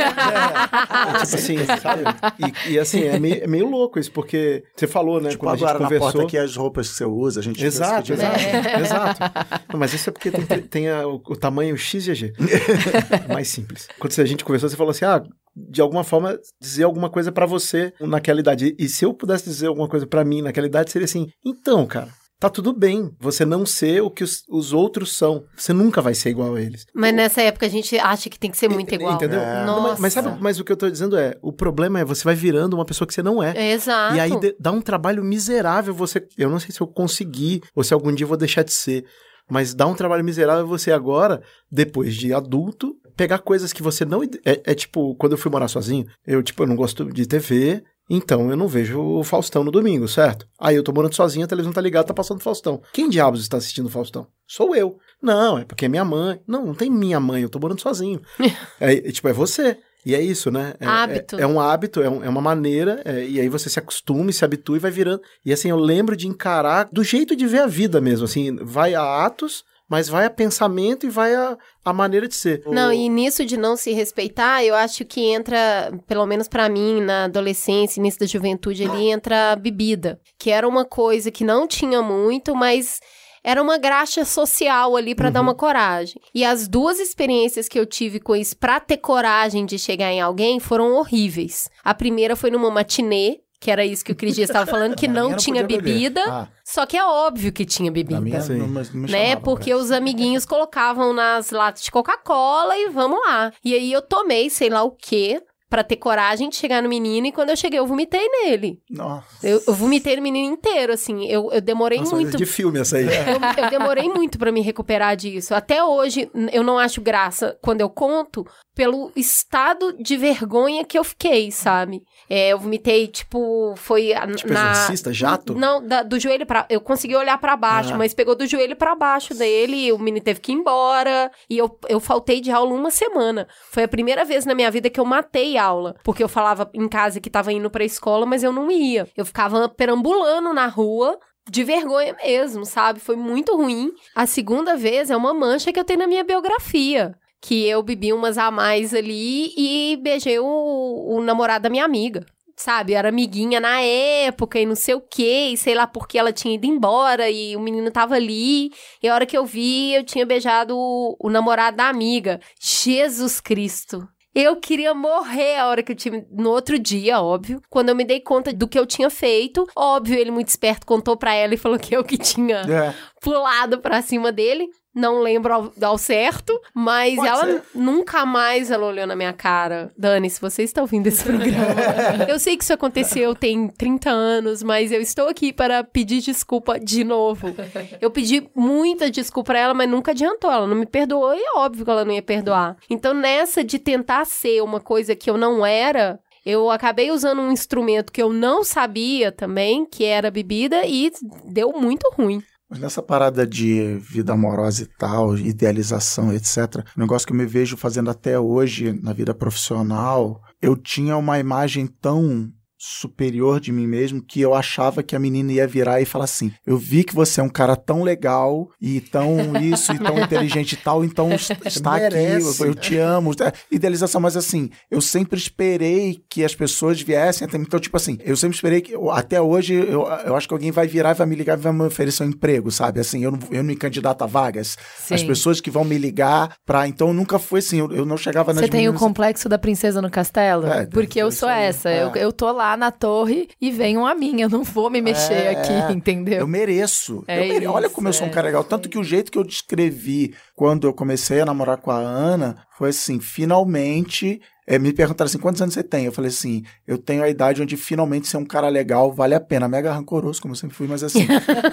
é, tipo assim, sabe? E, e assim, é meio, é meio louco isso, porque você falou, né, tipo, quando a gente agora conversou... na porta aqui as roupas que você usa, a gente... Exato, exato, É. exato. Não, mas isso é porque tem, tem a, o, o tamanho X G G. Mais simples. Quando a gente conversou, você falou assim, ah... de alguma forma, dizer alguma coisa pra você naquela idade. E se eu pudesse dizer alguma coisa pra mim naquela idade, seria assim, então, cara, tá tudo bem você não ser o que os, os outros são. Você nunca vai ser igual a eles. Mas nessa época a gente acha que tem que ser muito igual. Entendeu? É. Não, mas, Nossa. mas sabe, mas o que eu tô dizendo é, o problema é você vai virando uma pessoa que você não é. É, exato. E aí de- dá um trabalho miserável você... Eu não sei se eu consegui, ou se algum dia eu vou deixar de ser, mas dá um trabalho miserável você agora, depois de adulto, pegar coisas que você não... É, é tipo, quando eu fui morar sozinho, eu tipo, eu não gosto de T V, então eu não vejo o Faustão no domingo, certo? Aí eu tô morando sozinho, a televisão tá ligada, tá passando Faustão. Quem diabos está assistindo Faustão? Sou eu. Não, é porque é minha mãe. Não, não tem minha mãe, eu tô morando sozinho. é, tipo, é você. E é isso, né? É, Hábito. É, é um hábito, é, um, é uma maneira, é, e aí você se acostuma e se habitua e vai virando. E assim, eu lembro de encarar do jeito de ver a vida mesmo, assim, vai a atos, mas vai a pensamento e vai a, a maneira de ser. Não, e nisso de não se respeitar, eu acho que entra, pelo menos pra mim, na adolescência, início da juventude, ali entra a bebida, que era uma coisa que não tinha muito, mas era uma graxa social ali pra Uhum. dar uma coragem. E as duas experiências que eu tive com isso pra ter coragem de chegar em alguém foram horríveis. A primeira foi numa matinê, que era isso que o Cris Dias estava falando, que Na não minha tinha podia beber. bebida, Ah, só que é óbvio que tinha bebida. na minha Sim. não, mas não me Né? chamava Porque pra os amiguinhos colocavam nas latas de Coca-Cola e vamos lá. E aí eu tomei sei lá o quê pra ter coragem de chegar no menino e quando eu cheguei eu vomitei nele. isso. Nossa. Eu, eu vomitei no menino inteiro, assim. Eu, eu demorei Nossa, muito. de filme essa aí. Eu, eu demorei muito pra me recuperar disso. Até hoje, n- eu não acho graça quando eu conto pelo estado de vergonha que eu fiquei, sabe? É, eu vomitei, tipo, foi a- Tipo na... exorcista, jato? Não, da- do joelho pra... Eu consegui olhar pra baixo, Ah. mas pegou do joelho pra baixo dele, o menino teve que ir embora, e eu, eu faltei de aula uma semana. Foi a primeira vez na minha vida que eu matei aula, porque eu falava em casa que tava indo pra escola, mas eu não ia. Eu ficava perambulando na rua, de vergonha mesmo, sabe? Foi muito ruim. A segunda vez é uma mancha que eu tenho na minha biografia. Que eu bebi umas a mais ali e beijei o, o namorado da minha amiga. Sabe, eu era amiguinha na época e não sei o quê, e sei lá porque ela tinha ido embora e o menino tava ali. E a hora que eu vi, eu tinha beijado o, o namorado da amiga. Jesus Cristo! Eu queria morrer a hora que eu tive... No outro dia, óbvio. Quando eu me dei conta do que eu tinha feito. Óbvio, ele muito esperto contou pra ela e falou que eu que tinha É. pulado pra cima dele. Não lembro ao, ao certo, mas Pode ela ser. nunca mais ela olhou na minha cara. Dani, se você está ouvindo esse programa, eu sei que isso aconteceu tem trinta anos, mas eu estou aqui para pedir desculpa de novo. Eu pedi muita desculpa pra ela, mas nunca adiantou. Ela não me perdoou e é óbvio que ela não ia perdoar. Então, nessa de tentar ser uma coisa que eu não era, eu acabei usando um instrumento que eu não sabia também, que era bebida, e deu muito ruim. Mas nessa parada de vida amorosa e tal, idealização, etcétera, um negócio que eu me vejo fazendo até hoje na vida profissional, eu tinha uma imagem tão superior de mim mesmo que eu achava que a menina ia virar e falar assim, eu vi que você é um cara tão legal e tão isso e tão inteligente e tal, então est- está Merece. aqui, eu, eu te amo. É, idealização, mas assim, eu sempre esperei que as pessoas viessem até mim. Então, tipo assim, eu sempre esperei que, eu- até hoje, eu, eu acho que alguém vai virar e vai me ligar e vai me oferecer um emprego, sabe? Assim, eu não, eu não me candidato a vagas. Sim. As pessoas que vão me ligar pra... Então, nunca foi assim, eu, eu não chegava nas Você tem o meninas- complexo da princesa no castelo? É, Porque eu isso sou aí. essa. É. Eu, eu tô lá na torre e vem um a mim. Eu não vou me mexer É, aqui, entendeu? Eu mereço. É Eu mere- Olha isso, como eu sou um é. cara legal. Tanto que o jeito que eu descrevi quando eu comecei a namorar com a Ana foi assim, finalmente... é, me perguntaram assim, quantos anos você tem? Eu falei assim, eu tenho a idade onde finalmente ser um cara legal vale a pena. Mega rancoroso, como eu sempre fui, mas assim...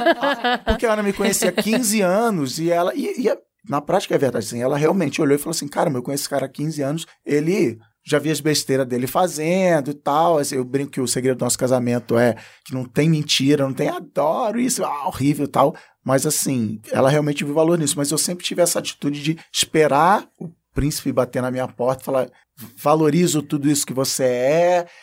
a- porque a Ana me conhecia há quinze anos e ela... E, e a- na prática é verdade, assim, ela realmente olhou e falou assim, cara, eu conheço esse cara há quinze anos, ele... já vi as besteiras dele fazendo e tal. Assim, eu brinco que o segredo do nosso casamento é que não tem mentira, não tem adoro isso, ah, horrível e tal. Mas assim, ela realmente viu valor nisso. Mas eu sempre tive essa atitude de esperar o príncipe bater na minha porta e falar, valorizo tudo isso que você é,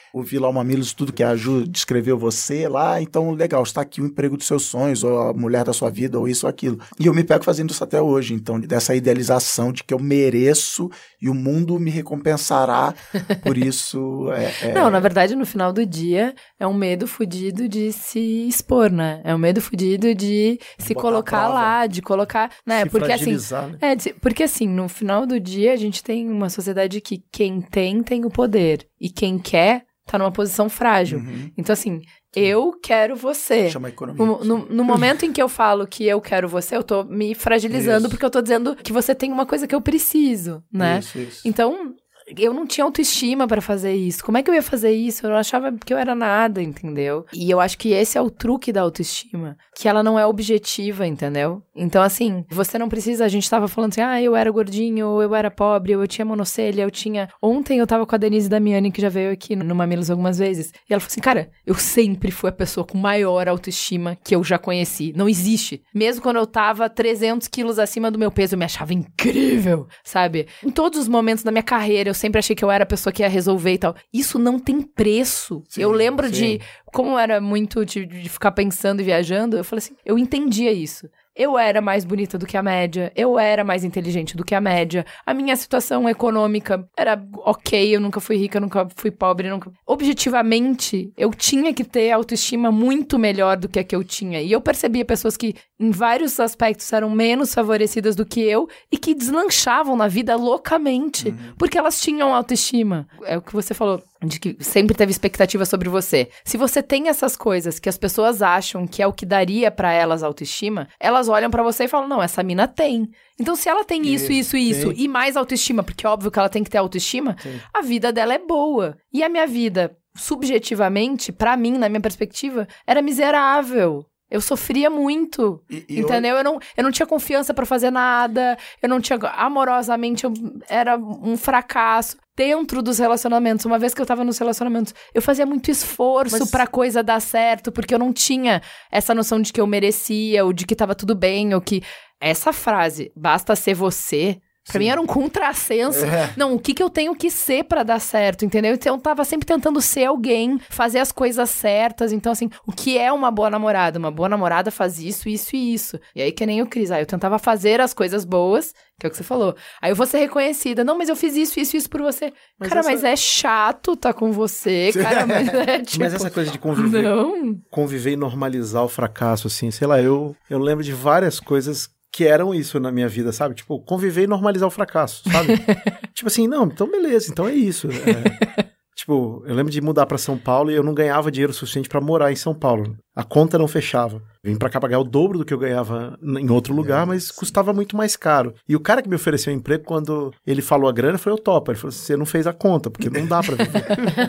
ouvi lá o Mamilos, tudo que a Ju descreveu você lá, então legal, está aqui o emprego dos seus sonhos, ou a mulher da sua vida, ou isso ou aquilo. E eu me pego fazendo isso até hoje, então, dessa idealização de que eu mereço e o mundo me recompensará por isso. É, é... Não, na verdade, no final do dia, é um medo fudido de se expor, né? É um medo fudido de se Botar colocar lá, de colocar, né? Se porque assim, né? é, de, porque assim, no final do dia, a gente tem uma sociedade que quem tem, tem o poder. E quem quer, tá numa posição frágil. Uhum. Então, assim, eu quero você. Chama a economia. No, no, no momento em que eu falo que eu quero você, eu tô me fragilizando, Isso. porque eu tô dizendo que você tem uma coisa que eu preciso, né? Isso, isso. Então, eu não tinha autoestima pra fazer isso. Como é que eu ia fazer isso? Eu não achava que eu era nada, entendeu? E eu acho que esse é o truque da autoestima, que ela não é objetiva, entendeu? Então, assim, você não precisa... A gente tava falando assim, ah, eu era gordinho, ou eu era pobre, ou eu tinha monocelha, eu tinha... Ontem eu tava com a Denise Damiani, que já veio aqui no Mamilos algumas vezes, e ela falou assim, cara, eu sempre fui a pessoa com maior autoestima que eu já conheci. Não existe. Mesmo quando eu tava trezentos quilos acima do meu peso, eu me achava incrível, sabe? Em todos os momentos da minha carreira, eu sempre achei que eu era a pessoa que ia resolver e tal. Isso não tem preço. Sim, eu lembro sim. de... Como era muito de, de ficar pensando e viajando, eu falei assim, eu entendia isso. Eu era mais bonita do que a média, eu era mais inteligente do que a média, a minha situação econômica era ok, eu nunca fui rica, nunca fui pobre, nunca... Objetivamente, eu tinha que ter autoestima muito melhor do que a que eu tinha. E eu percebia pessoas que, em vários aspectos, eram menos favorecidas do que eu e que deslanchavam na vida loucamente, uhum. porque elas tinham autoestima. É o que você falou, de que sempre teve expectativa sobre você. Se você tem essas coisas que as pessoas acham que é o que daria pra elas autoestima, elas olham pra você e falam, não, essa mina tem. Então, se ela tem isso, isso, isso, Sim. e mais autoestima, porque é óbvio que ela tem que ter autoestima, Sim. a vida dela é boa. E a minha vida, subjetivamente, pra mim, na minha perspectiva, era miserável. Eu sofria muito, E- e entendeu? Eu não, eu não tinha confiança pra fazer nada, eu não tinha... Amorosamente, eu era um fracasso. Dentro dos relacionamentos, uma vez que eu tava nos relacionamentos, eu fazia muito esforço Mas- pra coisa dar certo, porque eu não tinha essa noção de que eu merecia, ou de que tava tudo bem, ou que... Essa frase, basta ser você... Pra mim era um contrassenso. É. Não, o que que eu tenho que ser pra dar certo, entendeu? Então eu tava sempre tentando ser alguém, fazer as coisas certas. Então, assim, o que é uma boa namorada? Uma boa namorada faz isso, isso e isso. E aí, que nem o Cris, aí eu tentava fazer as coisas boas, que é o que você falou. Aí eu vou ser reconhecida. Não, mas eu fiz isso, isso, isso por você. Mas cara, essa- mas é chato tá com você, cara, mas é tipo... Mas essa coisa de conviver, Não. conviver e normalizar o fracasso, assim, sei lá, eu, eu lembro de várias coisas que eram isso na minha vida, sabe? Tipo, conviver e normalizar o fracasso, sabe? Tipo assim, não, então beleza, então é isso. É, tipo, eu lembro de mudar pra São Paulo e eu não ganhava dinheiro suficiente pra morar em São Paulo. A conta não fechava. Vim pra cá pra ganhar o dobro do que eu ganhava em outro lugar, mas custava muito mais caro. E o cara que me ofereceu o emprego, quando ele falou a grana, foi eu topo. Ele falou assim, você não fez a conta, porque não dá pra viver.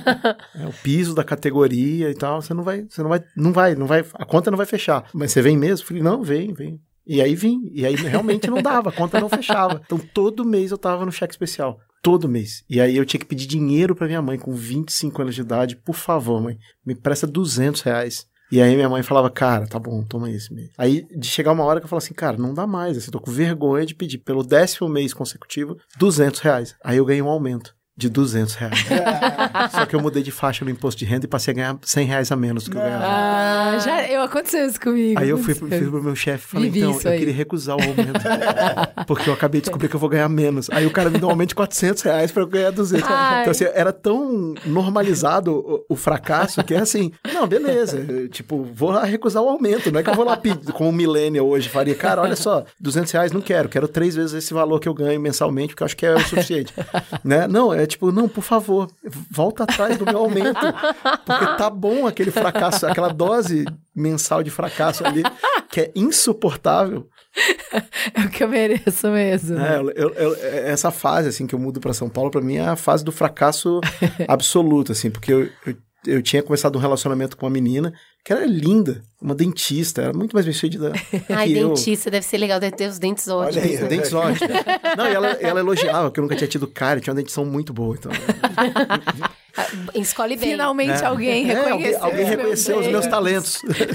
É o piso da categoria e tal, você não vai, você não vai, não vai, não vai, a conta não vai fechar. Mas você vem mesmo? Eu falei, não, vem, vem. E aí vim, e aí realmente não dava, a conta não fechava. Então todo mês eu tava no cheque especial, todo mês. E aí eu tinha que pedir dinheiro pra minha mãe com vinte e cinco anos de idade, por favor, mãe, me presta duzentos reais. E aí minha mãe falava, cara, tá bom, toma esse mês. Aí de chegar uma hora que eu falava assim, cara, não dá mais, assim, tô com vergonha de pedir pelo décimo mês consecutivo duzentos reais. Aí eu ganhei um aumento de duzentos reais. Só que eu mudei de faixa no imposto de renda e passei a ganhar cem reais a menos do que eu ganhava. Ah, já eu, aconteceu isso comigo. Aí eu fui, aconteceu. fui pro meu chefe e falei, Vivi então, isso eu aí. queria recusar o aumento. Porque eu acabei de descobrir que eu vou ganhar menos. Aí o cara me deu um aumento de quatrocentos reais pra eu ganhar duzentos. Ai. Então, assim, era tão normalizado o, o fracasso que é assim, não, beleza, eu, tipo, vou lá recusar o aumento. Não é que eu vou lá pedir, como o millennial hoje faria, cara, olha só, duzentos reais não quero, quero três vezes esse valor que eu ganho mensalmente, porque eu acho que é o suficiente. Né? Não, é tipo, não, por favor, volta atrás do meu aumento, porque tá bom aquele fracasso, aquela dose mensal de fracasso ali, que é insuportável. É o que eu mereço mesmo. É, eu- eu- eu- essa fase, assim, que eu mudo pra São Paulo, pra mim é a fase do fracasso absoluto, assim, porque eu, eu, eu tinha começado um relacionamento com uma menina que era linda, uma dentista, era muito mais vestida Ai, que eu. dentista, deve ser legal, deve ter os dentes ótimos. Olha aí, né? dentes ótimos. Não, e ela, ela elogiava que eu nunca tinha tido cárie, tinha uma dentição muito boa, então... Escolhe bem. Finalmente É. alguém É, reconheceu. alguém, alguém reconheceu os meus talentos.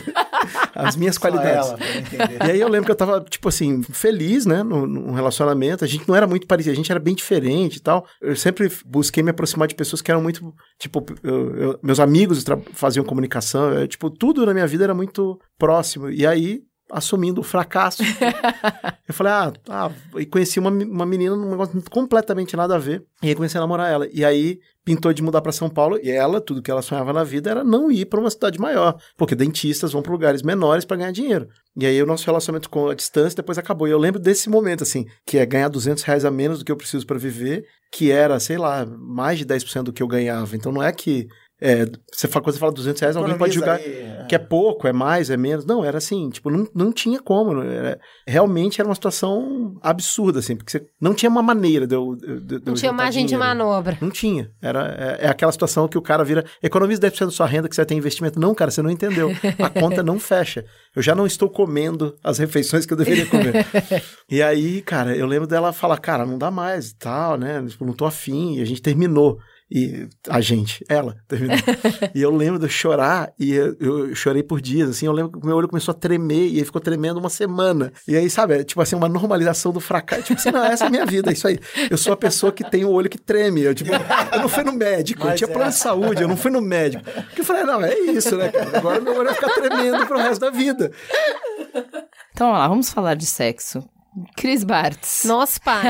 As minhas qualidades. Ela, pra entender. E aí eu lembro que eu tava, tipo assim, feliz, né, no, no relacionamento. A gente não era muito parecido, a gente era bem diferente e tal. Eu sempre busquei me aproximar de pessoas que eram muito, tipo, eu, eu, meus amigos tra- faziam comunicação, eu, tipo, tudo na minha vida era muito próximo. E aí, assumindo o fracasso, eu falei, ah, ah, e conheci uma, uma menina num negócio completamente nada a ver. E aí comecei a namorar ela. E aí pintou de mudar pra São Paulo, e ela, tudo que ela sonhava na vida era não ir pra uma cidade maior, porque dentistas vão pra lugares menores pra ganhar dinheiro. E aí o nosso relacionamento com a distância depois acabou. E eu lembro desse momento, assim, que é ganhar duzentos reais a menos do que eu preciso pra viver, que era, sei lá, mais de dez por cento do que eu ganhava. Então não é que... É, você fala, quando você fala duzentos reais, alguém pode julgar Aí, é. que é pouco, é mais, é menos. Não, era assim, tipo, não, não tinha como. Não era, realmente era uma situação absurda, assim, porque você, não tinha uma maneira de eu. De, de Não eu tinha juntar margem de dinheiro. manobra. Não tinha. Era, é, é aquela situação que o cara vira, economiza dez por cento da sua renda que você vai ter investimento. Não, cara, você não entendeu. A conta não fecha. Eu já não estou comendo as refeições que eu deveria comer. E aí, cara, eu lembro dela falar, cara, não dá mais e tal, né? Tipo, não tô afim. E a gente terminou. E a gente, ela, terminou. E eu lembro de eu chorar, e eu, eu chorei por dias, assim, eu lembro que meu olho começou a tremer, e aí ficou tremendo uma semana. E aí, sabe, é, tipo assim, uma normalização do fracasso. Tipo assim, não, essa é a minha vida, é isso aí. Eu sou a pessoa que tem o olho que treme. Eu, tipo, eu não fui no médico, Mas eu tinha é. plano de saúde, eu não fui no médico. Porque eu falei, não, é isso, né, cara? Agora meu olho vai ficar tremendo pro resto da vida. Então, vamos lá, vamos falar de sexo. Cris Bartz. Nossa, pai.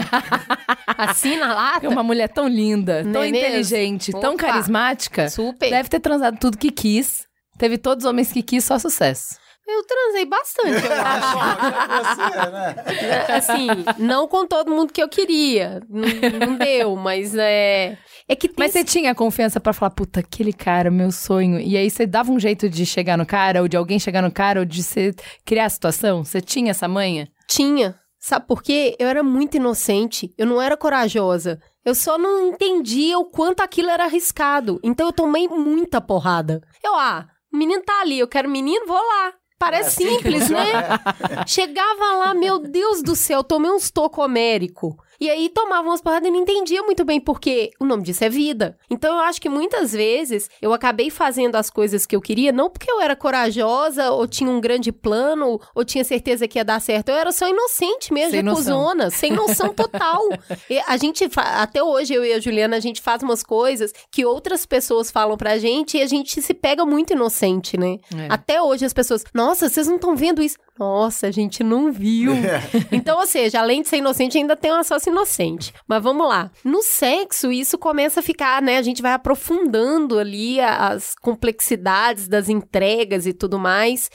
Assina lá. É uma mulher tão linda, Não tão é mesmo? inteligente, tão Opa. carismática. Super. Deve ter transado tudo que quis. Teve todos os homens que quis, só sucesso. Eu transei bastante, eu acho. Você, né? Assim, não com todo mundo que eu queria. Não, não deu, mas é... É que tem... Mas você tinha confiança pra falar, puta, aquele cara, meu sonho. E aí você dava um jeito de chegar no cara, ou de alguém chegar no cara, ou de você criar a situação? Você tinha essa manha? Tinha. Sabe por quê? Eu era muito inocente. Eu não era corajosa. Eu só não entendia o quanto aquilo era arriscado. Então eu tomei muita porrada. Eu, ah, o menino tá ali, eu quero menino, vou lá. Parece É assim que simples, funciona, né? Chegava lá, meu Deus do céu, tomei uns toco homérico. E aí tomava umas porradas e não entendia muito bem porque o nome disso é vida. Então eu acho que muitas vezes eu acabei fazendo as coisas que eu queria, não porque eu era corajosa ou tinha um grande plano ou tinha certeza que ia dar certo. Eu era só inocente mesmo, Sem recusona, sem noção total. E a gente, fa- até hoje, eu e a Juliana, a gente faz umas coisas que outras pessoas falam pra gente e a gente se pega muito inocente, né? É. Até hoje as pessoas, nossa, vocês não estão vendo isso? Nossa, a gente não viu. Então, ou seja, além de ser inocente, ainda tem uma sócia inocente. Mas vamos lá. No sexo, isso começa a ficar, né? A gente vai aprofundando ali a- as complexidades das entregas e tudo mais.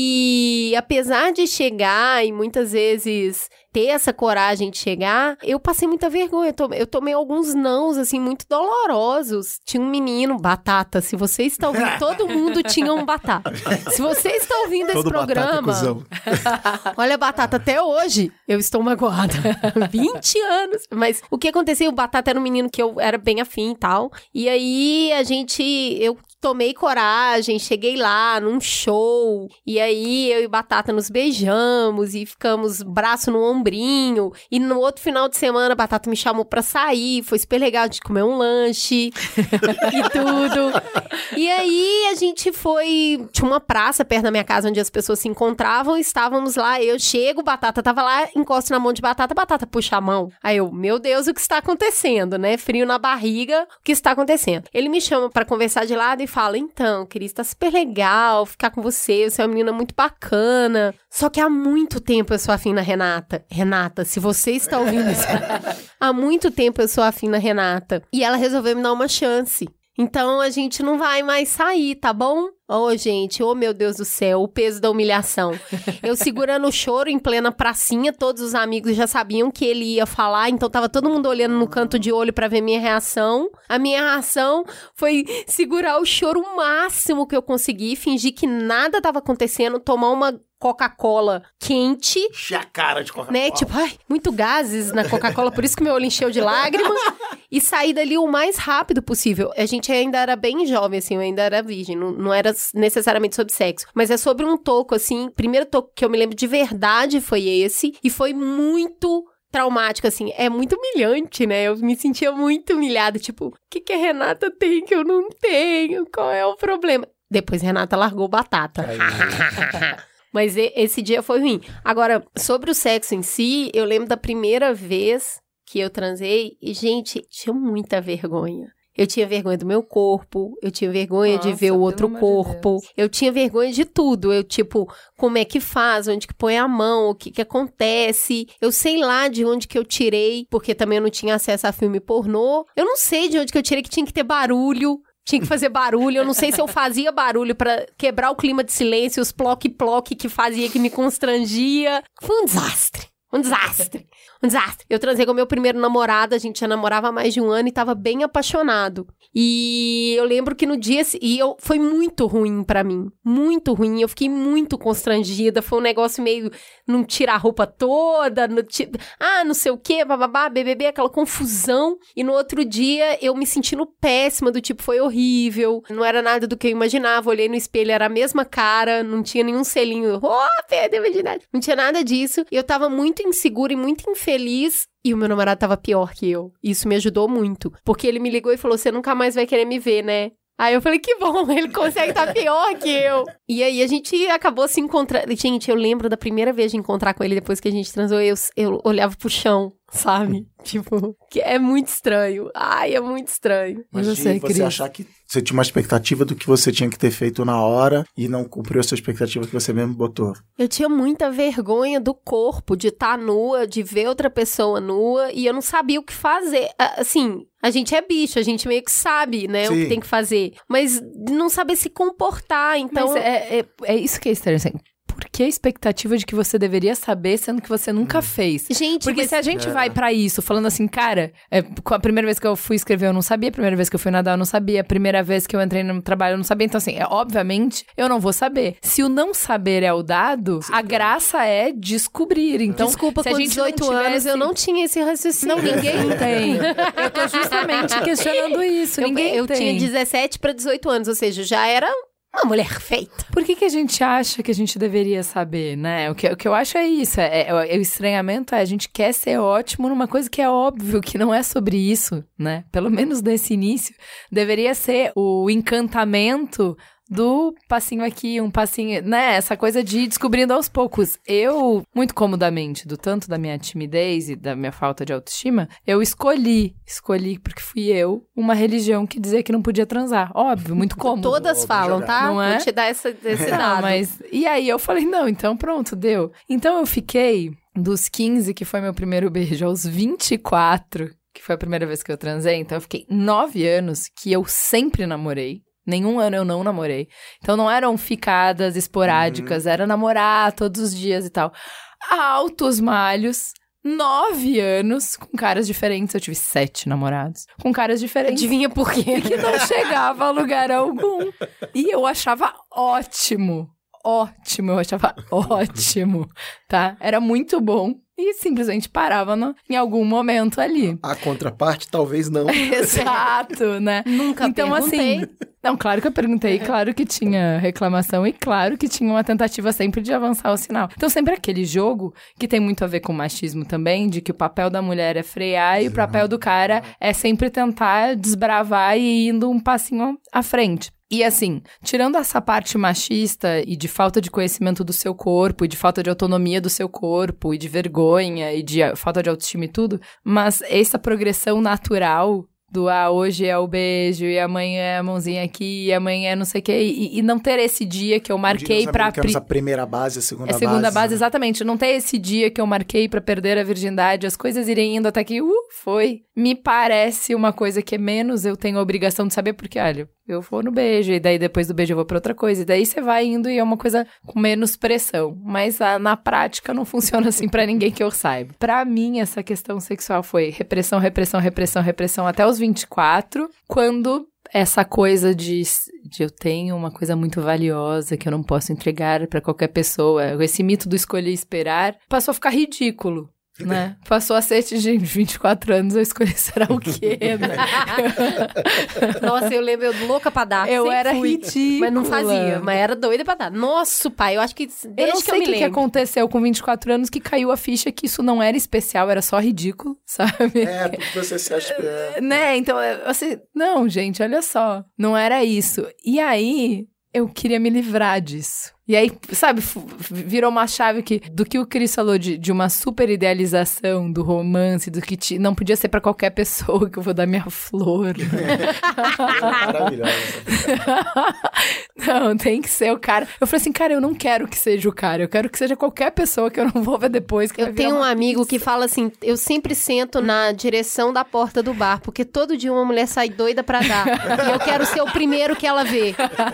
E apesar de chegar e muitas vezes ter essa coragem de chegar, eu passei muita vergonha. Eu tomei, eu tomei alguns nãos, assim, muito dolorosos. Tinha um menino, Batata, se você está ouvindo, todo mundo tinha um Batata. Se você está ouvindo esse Todo batata, programa... cuzão. Olha, Batata, até hoje eu estou magoada. vinte anos. Mas o que aconteceu? O Batata era um menino que eu era bem afim e tal. E aí a gente... Eu tomei coragem, cheguei lá num show. E aí eu e Batata nos beijamos e ficamos braço no ombrinho. E no outro final de semana, a Batata me chamou pra sair. Foi super legal de comer um lanche e tudo. E aí a gente foi... Tinha uma praça perto da minha casa onde as pessoas se encontravam. Estávamos lá, eu chego, Batata tava lá, encosto na mão de Batata, Batata puxa a mão. Aí eu, meu Deus, o que está acontecendo, né? Frio na barriga, o que está acontecendo? Ele me chama pra conversar de lado e fala, então, Cris, tá super legal ficar com você, você é uma menina muito bacana. Só que há muito tempo eu sou afim na Renata. Renata, se você está ouvindo isso... há muito tempo eu sou afim na Renata. E ela resolveu me dar uma chance. Então, a gente não vai mais sair, tá bom? Ô, oh, gente, ô, oh, meu Deus do céu, o peso da humilhação. Eu segurando o choro em plena pracinha, todos os amigos já sabiam que ele ia falar, então tava todo mundo olhando no canto de olho pra ver minha reação. A minha reação foi segurar o choro o máximo que eu consegui, fingir que nada tava acontecendo, tomar uma Coca-Cola quente, Enche a cara de Coca-Cola. né? Tipo, ai, muito gases na Coca-Cola, por isso que meu olho encheu de lágrima. E sair dali o mais rápido possível. A gente ainda era bem jovem, assim, eu ainda era virgem. Não, não era necessariamente sobre sexo. Mas é sobre um toco, assim. Primeiro toco que eu me lembro de verdade foi esse. E foi muito traumático, assim. É muito humilhante, né? Eu me sentia muito humilhada. Tipo, o que, que a Renata tem que eu não tenho? Qual é o problema? Depois a Renata largou batata. Mas e, esse dia foi ruim. Agora, sobre o sexo em si, eu lembro da primeira vez que eu transei e, gente, tinha muita vergonha. Eu tinha vergonha do meu corpo, eu tinha vergonha Nossa, de ver o outro pelo amor de corpo, Deus. eu tinha vergonha de tudo. Eu, tipo, como é que faz, onde que põe a mão, o que que acontece. Eu sei lá de onde que eu tirei, porque também eu não tinha acesso a filme pornô. Eu não sei de onde que eu tirei que tinha que ter barulho. Tinha que fazer barulho, eu não sei se eu fazia barulho pra quebrar o clima de silêncio, os ploque-ploque que fazia, que me constrangia. Foi um desastre, um desastre, um desastre. Eu transei com o meu primeiro namorado, a gente já namorava há mais de um ano e tava bem apaixonado. E eu lembro que no dia... E eu, foi muito ruim pra mim, muito ruim. Eu fiquei muito constrangida, foi um negócio meio... Não tira a roupa toda, não tira, ah, não sei o quê, bababá, B B B, aquela confusão. E no outro dia, eu me sentindo péssima, do tipo, foi horrível. Não era nada do que eu imaginava. Olhei no espelho, era a mesma cara, não tinha nenhum selinho. Oh, perdeu a virgindade. Não tinha nada disso. E eu tava muito insegura e muito infeliz. E o meu namorado tava pior que eu. Isso me ajudou muito. Porque ele me ligou e falou, você nunca mais vai querer me ver, né? Aí eu falei, que bom, ele consegue estar pior que eu. E aí a gente acabou se encontrando. Gente, eu lembro da primeira vez de encontrar com ele depois que a gente transou, eu, eu olhava pro chão, sabe? Tipo, que é muito estranho. Ai, é muito estranho. Mas E você, você Cris? achar que você tinha uma expectativa do que você tinha que ter feito na hora e não cumpriu a sua expectativa que você mesmo botou. Eu tinha muita vergonha do corpo, de estar nua, de ver outra pessoa nua, e eu não sabia o que fazer. Assim, a gente é bicho, a gente meio que sabe, né, Sim. o que tem que fazer. Mas não saber se comportar, então... Mas é, é, é isso que é estranho, assim. Por que a expectativa de que você deveria saber, sendo que você nunca fez? Gente, Porque mas... se a gente É. vai pra isso, falando assim, cara, é, com a primeira vez que eu fui escrever eu não sabia, a primeira vez que eu fui nadar eu não sabia, a primeira vez que eu entrei no trabalho eu não sabia, então assim, é, obviamente, eu não vou saber. Se o não saber é o dado, a graça é descobrir, então... Desculpa, se a com gente não dezoito anos tivesse- eu não tinha esse raciocínio. Não, ninguém tem. Eu tô justamente questionando isso, Eu, ninguém eu tem. tinha dezessete para dezoito anos, ou seja, já era uma mulher feita. Por que que a gente acha que a gente deveria saber, né? O que, o que eu acho é isso, é, é- é- o estranhamento é a gente quer ser ótimo numa coisa que é óbvio que não é sobre isso, né? Pelo menos nesse início, deveria ser o encantamento do passinho aqui, um passinho, né? Essa coisa de ir descobrindo aos poucos. Eu, muito comodamente, do tanto da minha timidez e da minha falta de autoestima, eu escolhi, escolhi porque fui eu, uma religião que dizia que não podia transar. Óbvio, muito cômodo. Todas vou falam, jogar. tá? Não é? Vou te dar essa, esse Ah, dado. mas... E aí eu falei, não, então pronto, deu. Então eu fiquei dos quinze, que foi meu primeiro beijo, aos vinte e quatro, que foi a primeira vez que eu transei. Então eu fiquei nove anos que eu sempre namorei. Nenhum ano eu não namorei. Então não eram ficadas esporádicas, era namorar todos os dias e tal. Altos malhos, nove anos, com caras diferentes. Eu tive sete namorados, com caras diferentes. Adivinha por quê? E que não chegava a lugar algum. E eu achava ótimo. Ótimo, eu achava ótimo, tá? Era muito bom. E simplesmente parava no, em algum momento ali. A contraparte, talvez não. Exato, né? Nunca Então, perguntei. assim... Não, claro que eu perguntei, claro que tinha reclamação e claro que tinha uma tentativa sempre de avançar o sinal. Então, sempre aquele jogo que tem muito a ver com machismo também, de que o papel da mulher é frear e o papel do cara é sempre tentar desbravar e ir indo um passinho à frente. E assim, tirando essa parte machista e de falta de conhecimento do seu corpo, e de falta de autonomia do seu corpo, e de vergonha, e de falta de autoestima e tudo, mas essa progressão natural do, ah, hoje é o beijo, e amanhã é a mãozinha aqui, e amanhã é não sei o quê, e, e não ter esse dia que eu marquei Os pra... americanos, pri- a primeira base, a segunda É base. segunda base, né? exatamente. Não ter esse dia que eu marquei pra perder a virgindade, as coisas irem indo até que, uh, foi. Me parece uma coisa que é menos eu tenho a obrigação de saber, porque, olha, eu vou no beijo, e daí depois do beijo eu vou pra outra coisa, e daí você vai indo e é uma coisa com menos pressão. Mas ah, na prática não funciona assim pra ninguém que eu saiba. Pra mim, essa questão sexual foi repressão, repressão, repressão, repressão até os vinte e quatro, quando... essa coisa de, de eu tenho uma coisa muito valiosa que eu não posso entregar pra qualquer pessoa, esse mito do escolher esperar, passou a ficar ridículo. né? Passou a ser, gente, vinte e quatro anos, eu escolhi será o quê, né? Nossa, eu lembro, eu louca pra dar. Eu sempre era fui, ridícula. Mas não fazia, mas era doida pra dar. Nossa, pai, eu acho que desde Eu não que sei eu o me que, que lembro. aconteceu com vinte e quatro anos que caiu a ficha que isso não era especial, era só ridículo, sabe? É, porque você se acha... É. Né? Então, assim, não, gente, olha só. Não era isso. E aí, eu queria me livrar disso. E aí, sabe, virou uma chave que, do que o Cris falou de, de uma super idealização do romance, do que te, não podia ser pra qualquer pessoa que eu vou dar minha flor. É maravilhosa. Não, tem que ser o cara. Eu falei assim, cara, eu não quero que seja o cara, eu quero que seja qualquer pessoa que eu não vou ver depois. Que Eu vai virar tenho um uma amigo pizza. que fala assim, eu sempre sento na direção da porta do bar, porque todo dia uma mulher sai doida pra dar. E eu quero ser o primeiro que ela vê.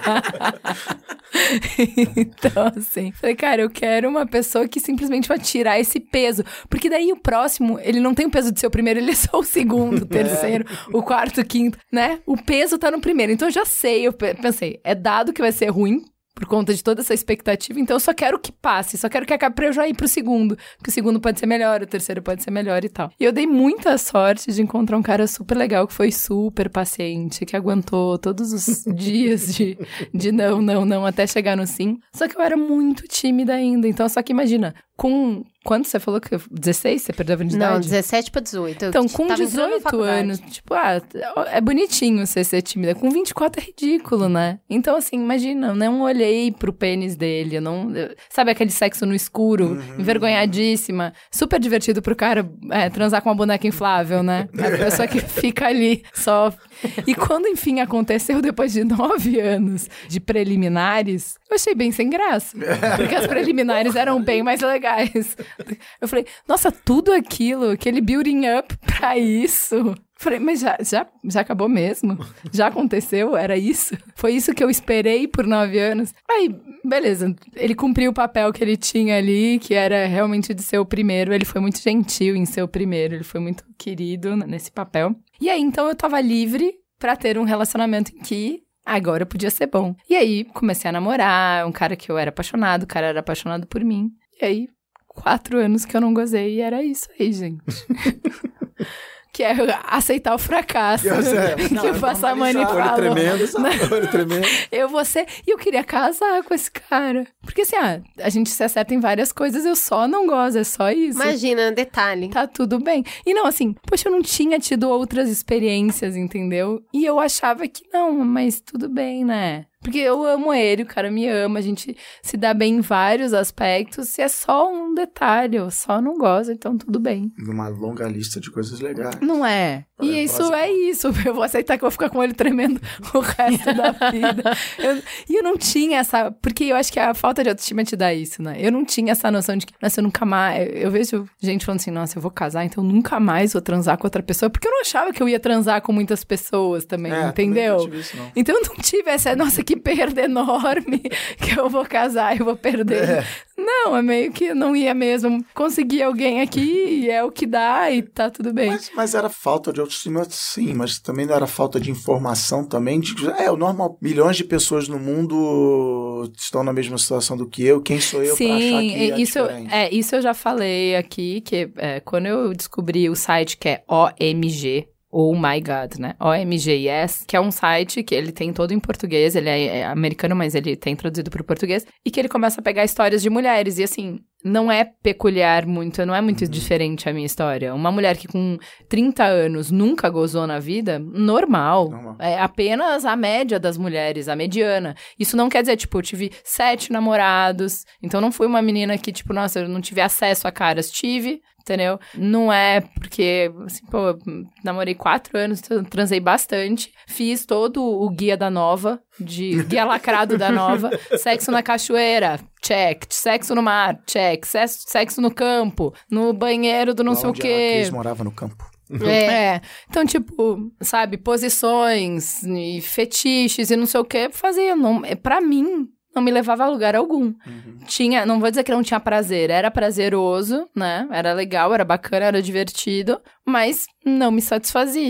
Então, assim, falei, cara, eu quero uma pessoa que simplesmente vai tirar esse peso. Porque daí o próximo, ele não tem o peso de ser o primeiro, ele é só o segundo, o terceiro, o quarto, o quinto, né? O peso tá no primeiro. Então eu já sei, eu pensei, é dado que vai ser ruim, por conta de toda essa expectativa, então eu só quero que passe, só quero que acabe pra eu já ir pro segundo, porque o segundo pode ser melhor, o terceiro pode ser melhor e tal. E eu dei muita sorte de encontrar um cara super legal, que foi super paciente, que aguentou todos os dias de, de não, não, não, até chegar no sim. Só que eu era muito tímida ainda, então só que imagina, com... Quando você falou que dezesseis, você perdeu a virgindade? Não, dezessete pra dezoito. Eu Então, com tava entrando na dezoito faculdade. anos, tipo, ah, é bonitinho você ser tímida. Com vinte e quatro é ridículo, né? Então, assim, imagina, eu não olhei pro pênis dele, eu não... eu- sabe aquele sexo no escuro, envergonhadíssima, super divertido pro cara é, transar com uma boneca inflável, né? A pessoa que fica ali, só... E quando, enfim, aconteceu, depois de nove anos de preliminares, eu achei bem sem graça. Porque as preliminares eram bem mais legais. Eu falei, nossa, tudo aquilo, aquele building up pra isso. Falei, mas já, já, já acabou mesmo? Já aconteceu? Era isso? Foi isso que eu esperei por nove anos? Aí, beleza. Ele cumpriu o papel que ele tinha ali, que era realmente de ser o primeiro. Ele foi muito gentil em ser o primeiro. Ele foi muito querido nesse papel. E aí, então, eu tava livre pra ter um relacionamento em que agora podia ser bom. E aí, comecei a namorar. Um cara que eu era apaixonado, o cara era apaixonado por mim. E aí, quatro anos que eu não gozei. E era isso aí, gente. Que é aceitar o fracasso. Eu sei. que Não, o Passamani normalizar. falou. Olho tremendo, olho tremendo. Eu vou ser... E eu queria casar com esse cara. Porque assim, ah, a gente se acerta em várias coisas, eu só não gosto, é só isso. Imagina, detalhe. Tá tudo bem. E não, assim, poxa, eu não tinha tido outras experiências, entendeu? E eu achava que não, mas tudo bem, né? Porque eu amo ele, o cara me ama, a gente se dá bem em vários aspectos, e é só um detalhe, eu só não gosto, então tudo bem. Uma longa lista de coisas legais. Não é? E É, isso básico. é isso. Eu vou aceitar que eu vou ficar com o olho tremendo o resto da vida. Eu- E eu não tinha essa... Porque eu acho que a falta de autoestima te dá isso, né? Eu não tinha essa noção de que, nossa, eu nunca mais... Eu vejo gente falando assim, nossa, eu vou casar, então eu nunca mais vou transar com outra pessoa. Porque eu não achava que eu ia transar com muitas pessoas também, É, entendeu? também não tive isso, não. Então eu não tive essa... Nossa, que perda enorme que eu vou casar, eu vou perder. É. Não, é meio que eu não ia mesmo conseguir alguém aqui e é o que dá e tá tudo bem. Mas, mas era falta de autoestima, sim, mas também não era falta de informação também. De, é, o normal, milhões de pessoas no mundo estão na mesma situação do que eu. Quem sou eu pra achar Sim, que é isso, eu- diferente? é, isso eu já falei aqui, que é, quando eu descobri o site que é O M G, ou My God, né? O M G Yes, que é um site que ele tem todo em português, ele é, é americano, mas ele tem traduzido para o português, e que ele começa a pegar histórias de mulheres, e assim, não é peculiar muito, não é muito diferente a minha história. Uma mulher que com trinta anos nunca gozou na vida, normal. Normal. É apenas a média das mulheres, a mediana. Isso não quer dizer, tipo, eu tive sete namorados, então não fui uma menina que, tipo, nossa, eu não tive acesso a caras. Tive, entendeu? Não é porque, assim, pô, eu namorei quatro anos, transei bastante, fiz todo o guia da Nova, de guia lacrado da Nova, sexo na cachoeira, check, sexo no mar, check, sexo, sexo no campo, no banheiro do não Lá sei o onde a quê. Cris morava no campo. É. é, então, tipo, sabe, posições e fetiches e não sei o que, fazia, não, é, pra mim, não me levava a lugar algum. Uhum. Tinha, não vou dizer que não tinha prazer, era prazeroso, né, era legal, era bacana, era divertido, mas não me satisfazia.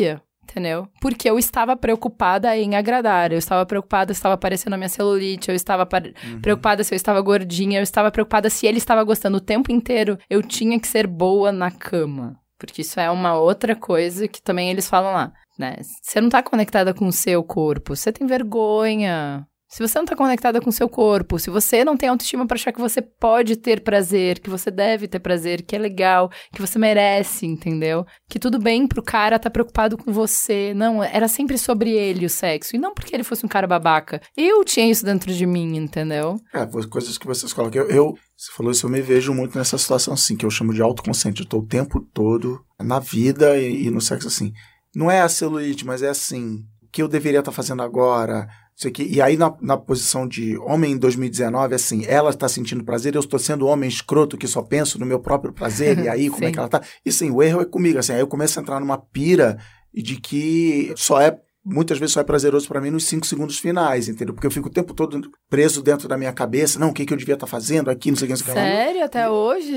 entendeu? Porque eu estava preocupada em agradar, eu estava preocupada se estava aparecendo a minha celulite, eu estava par- uhum. preocupada se eu estava gordinha, eu estava preocupada se ele estava gostando o tempo inteiro, eu tinha que ser boa na cama. Porque isso é uma outra coisa que também eles falam lá, né? Você não tá conectada com o seu corpo, você tem vergonha. Se você não tá conectada com o seu corpo, se você não tem autoestima pra achar que você pode ter prazer, que você deve ter prazer, que é legal, que você merece, entendeu? Que tudo bem pro cara tá preocupado com você. Não, era sempre sobre ele o sexo. E não porque ele fosse um cara babaca. Eu tinha isso dentro de mim, entendeu? É, coisas que vocês colocam. Eu, eu, você falou isso, eu me vejo muito nessa situação assim, que eu chamo de autoconsciente. Eu tô o tempo todo na vida e, e no sexo assim. Não é a celulite, mas é assim, o que eu deveria estar fazendo agora... E aí, na, na posição de homem em dois mil e dezenove, assim, ela está sentindo prazer, eu estou sendo homem escroto que só penso no meu próprio prazer, e aí, como é que ela tá? E sim, o erro é comigo, assim, aí eu começo a entrar numa pira de que só é, muitas vezes só é prazeroso para mim nos cinco segundos finais, entendeu? Porque eu fico o tempo todo preso dentro da minha cabeça, não, o que, que eu devia estar fazendo aqui, não sei o que, não sei o que. Sério? Até hoje?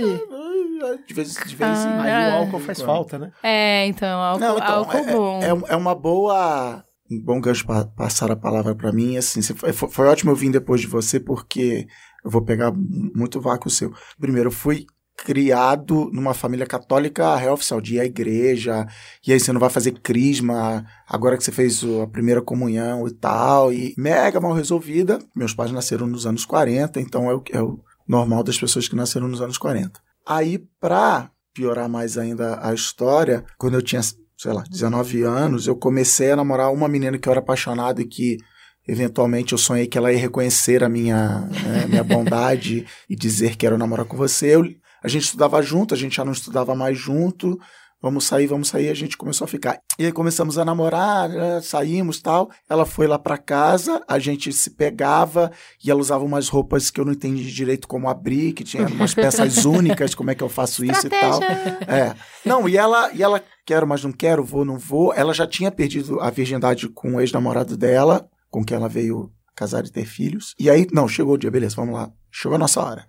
De vez, de vez em quando. Aí o álcool faz falta, né? É, então, álcool, não, então, álcool é, bom. É, é uma boa... Um bom gancho para passar a palavra para mim, assim, foi, foi ótimo eu vir depois de você, porque eu vou pegar muito vácuo seu. Primeiro, eu fui criado numa família católica reoficial, de ir à igreja, e aí você não vai fazer crisma, agora que você fez a primeira comunhão e tal, e mega mal resolvida. Meus pais nasceram nos anos quarenta, então é o, é o normal das pessoas que nasceram nos anos quarenta. Aí, para piorar mais ainda a história, quando eu tinha... sei lá, dezenove anos, eu comecei a namorar uma menina que eu era apaixonado e que, eventualmente, eu sonhei que ela ia reconhecer a minha, né, minha bondade e dizer que era namorar com você. Eu, a gente estudava junto, a gente já não estudava mais junto, vamos sair, vamos sair, a gente começou a ficar. E aí começamos a namorar, né, saímos e tal, ela foi lá pra casa, a gente se pegava e ela usava umas roupas que eu não entendi direito como abrir, que tinha umas peças únicas, como é que eu faço isso e tal. É. Não, e ela... E ela quero, mas não quero, vou, não vou. Ela já tinha perdido a virgindade com o ex-namorado dela, com quem ela veio casar e ter filhos. E aí, não, chegou o dia, beleza, vamos lá. Chegou a nossa hora.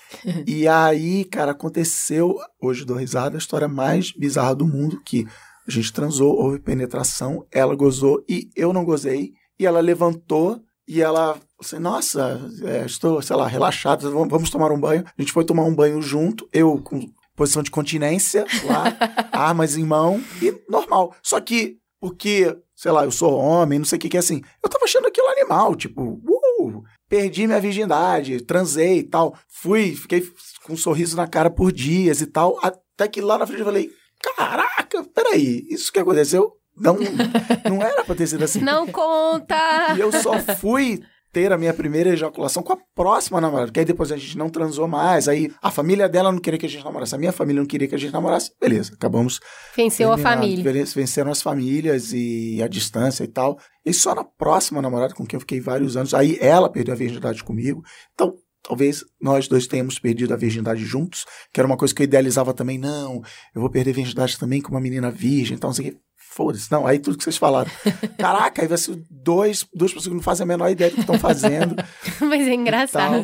E aí, cara, aconteceu, hoje dou risada, a história mais bizarra do mundo, que a gente transou, houve penetração, ela gozou e eu não gozei. E ela levantou e ela, assim, nossa, é, estou, sei lá, relaxada, vamos, vamos tomar um banho. A gente foi tomar um banho junto, eu com... posição de continência lá, armas em mão, e normal. Só que, porque, sei lá, eu sou homem, não sei o que que é assim, eu tava achando aquilo animal, tipo, uh, perdi minha virgindade, transei e tal, fui, fiquei com um sorriso na cara por dias e tal, até que lá na frente eu falei, caraca, peraí, isso que aconteceu não, não era pra ter sido assim. Não conta! E eu só fui... ter a minha primeira ejaculação com a próxima namorada, porque aí depois a gente não transou mais, aí a família dela não queria que a gente namorasse, a minha família não queria que a gente namorasse, beleza, acabamos... Venceu a família. Venceram as famílias e a distância e tal, e só na próxima namorada, com quem eu fiquei vários anos, aí ela perdeu a virgindade comigo, então talvez nós dois tenhamos perdido a virgindade juntos, que era uma coisa que eu idealizava também, não, eu vou perder a virgindade também com uma menina virgem, então não sei o que... Foda-se, não, aí tudo que vocês falaram. Caraca, aí vai ser dois, duas pessoas que não fazem a menor ideia do que estão fazendo. Mas é engraçado.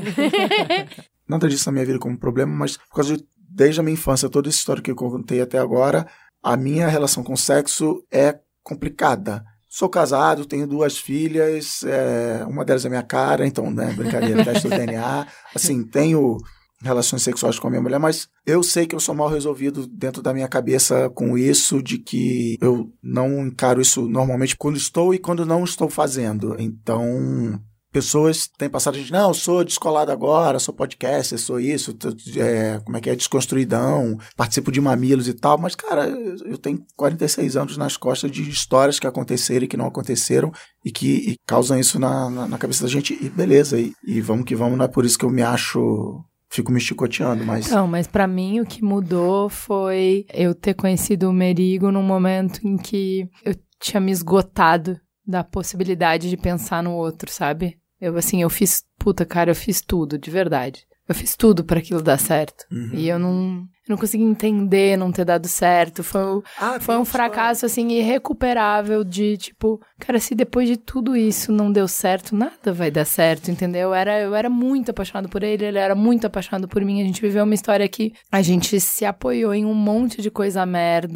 Nada disso na minha vida como problema, mas por causa de, desde a minha infância, toda essa história que eu contei até agora, a minha relação com sexo é complicada. Sou casado, tenho duas filhas, é, uma delas é minha cara, então, né, brincadeira, teste do D N A. Assim, tenho... relações sexuais com a minha mulher, mas eu sei que eu sou mal resolvido dentro da minha cabeça com isso, de que eu não encaro isso normalmente quando estou e quando não estou fazendo. Então, pessoas têm passado a gente, não, eu sou descolado agora, sou podcaster, sou isso, tô, é, como é que é, desconstruidão, participo de mamilos e tal, mas, cara, eu tenho quarenta e seis anos nas costas de histórias que aconteceram e que não aconteceram e que e causam isso na, na, na cabeça da gente, e beleza, e, e vamos que vamos, não é por isso que eu me acho... Fico me chicoteando, mas... Não, mas pra mim o que mudou foi eu ter conhecido o Merigo num momento em que eu tinha me esgotado da possibilidade de pensar no outro, sabe? Eu, assim, eu fiz... Puta, cara, eu fiz tudo, de verdade. Eu fiz tudo pra aquilo dar certo. Uhum. E eu não... Eu não consegui entender não ter dado certo. Foi, ah, foi um fracasso, assim, irrecuperável de, tipo... Cara, se depois de tudo isso não deu certo, nada vai dar certo, entendeu? Eu era, eu era muito apaixonado por ele, ele era muito apaixonado por mim. A gente viveu uma história que a gente se apoiou em um monte de coisa merda,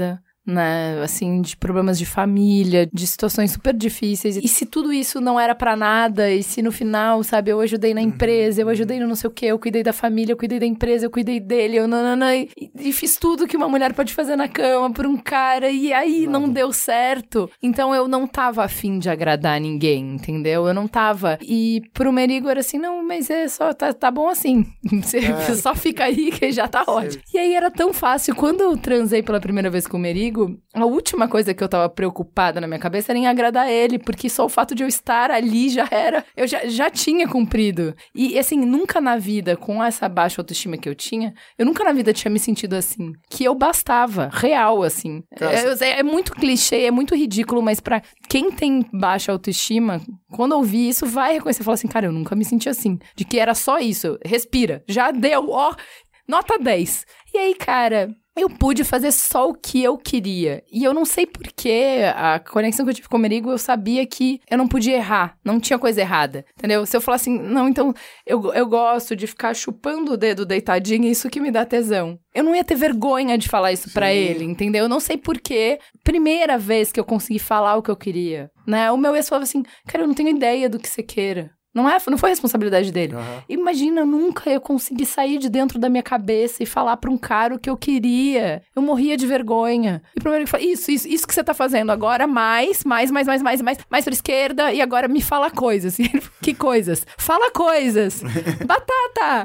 né? Assim, de problemas de família, de situações super difíceis. E se tudo isso não era pra nada, e se no final, sabe, eu ajudei na empresa, eu ajudei no não sei o quê, eu cuidei da família, eu cuidei da empresa, eu cuidei dele, eu nanana, e, e fiz tudo que uma mulher pode fazer na cama por um cara, e aí não deu certo. Então eu não tava afim de agradar ninguém, entendeu? Eu não tava. E pro Merigo era assim, não, mas é só, tá, tá bom assim. Você é. só fica aí que já tá ótimo. E aí era tão fácil. Quando eu transei pela primeira vez com o Merigo, a última coisa que eu tava preocupada na minha cabeça era em agradar ele, porque só o fato de eu estar ali já era, eu já, já tinha cumprido. E assim, nunca na vida, com essa baixa autoestima que eu tinha, eu nunca na vida tinha me sentido assim, que eu bastava, real, assim. É, é, é muito clichê, é muito ridículo, mas pra quem tem baixa autoestima, quando ouvir isso, vai reconhecer, falar assim, cara, eu nunca me senti assim, de que era só isso, respira, já deu, ó, nota dez. E aí, cara, eu pude fazer só o que eu queria. E eu não sei porquê, a conexão que eu tive com o Merigo, eu sabia que eu não podia errar. Não tinha coisa errada, entendeu? Se eu falar assim, não, então eu, eu gosto de ficar chupando o dedo deitadinho, isso que me dá tesão. Eu não ia ter vergonha de falar isso Sim. pra ele, entendeu? Eu não sei porquê. Primeira vez que eu consegui falar o que eu queria, né? O meu ex falava assim, cara, eu não tenho ideia do que você queira. Não, é, não foi responsabilidade dele. Uhum. Imagina, nunca eu consegui sair de dentro da minha cabeça e falar pra um cara o que eu queria. Eu morria de vergonha. E primeiro ele falou, isso, isso, isso que você tá fazendo agora, mais, mais, mais, mais, mais, mais, mais pra esquerda, e agora me fala coisas. Que coisas? Fala coisas! Batata!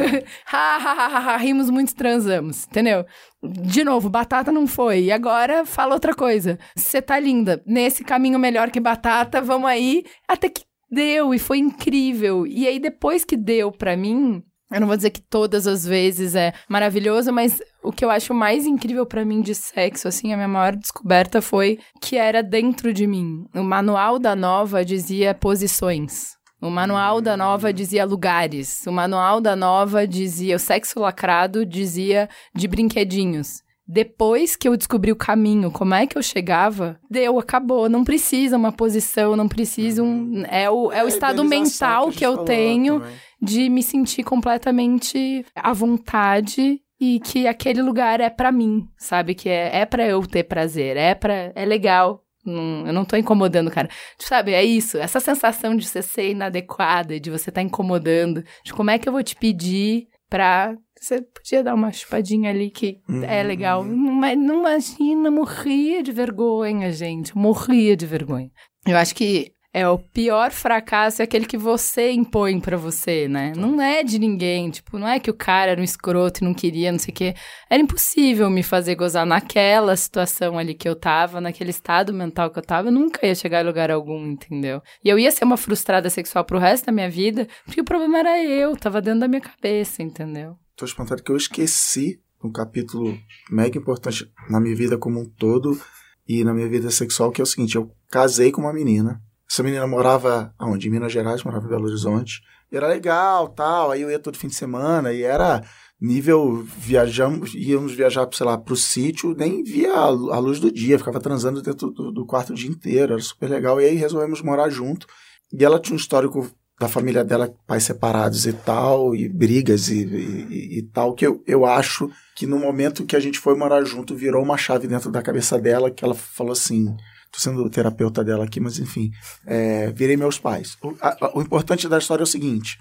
ha, ha, ha, ha, ha, rimos muito, transamos, entendeu? De novo, batata não foi. E agora fala outra coisa. Você tá linda. Nesse caminho melhor que batata, vamos aí. Até que deu, e foi incrível. E aí, depois que deu pra mim, eu não vou dizer que todas as vezes é maravilhoso, mas o que eu acho mais incrível pra mim de sexo, assim, a minha maior descoberta foi que era dentro de mim. O manual da Nova dizia posições. O manual da Nova dizia lugares. O manual da Nova dizia... O sexo lacrado dizia de brinquedinhos. Depois que eu descobri o caminho, como é que eu chegava, deu, acabou. Não precisa uma posição, não precisa um... É o, é o é estado mental que, que eu tenho também. De me sentir completamente à vontade e que aquele lugar é pra mim, sabe? Que é, é pra eu ter prazer, é, pra, é legal. Não, eu não tô incomodando o cara. Sabe, é isso. Essa sensação de você ser inadequada, de você estar tá incomodando, de como é que eu vou te pedir pra... Você podia dar uma chupadinha ali que uhum. é legal. Mas não imagina, morria de vergonha, gente. Morria de vergonha. Eu acho que é o pior fracasso, é aquele que você impõe pra você, né? Não é de ninguém. Tipo, não é que o cara era um escroto e não queria, não sei o quê. Era impossível me fazer gozar naquela situação ali que eu tava, naquele estado mental que eu tava. Eu nunca ia chegar em lugar algum, entendeu? E eu ia ser uma frustrada sexual pro resto da minha vida, porque o problema era eu, tava dentro da minha cabeça, entendeu? Tô espantado que eu esqueci um capítulo mega importante na minha vida como um todo e na minha vida sexual, que é o seguinte, eu casei com uma menina. Essa menina morava aonde? Em Minas Gerais, morava em Belo Horizonte. E era legal, tal, aí eu ia todo fim de semana e era nível, viajamos, íamos viajar, sei lá, pro sítio, nem via a luz do dia, ficava transando dentro do, do quarto o dia inteiro, era super legal. E aí resolvemos morar junto. E ela tinha um histórico da família dela, pais separados e tal, e brigas e, e, e tal, que eu, eu acho que no momento que a gente foi morar junto, virou uma chave dentro da cabeça dela, que ela falou assim, tô sendo o terapeuta dela aqui, mas enfim, é, virei meus pais. O, a, o importante da história é o seguinte,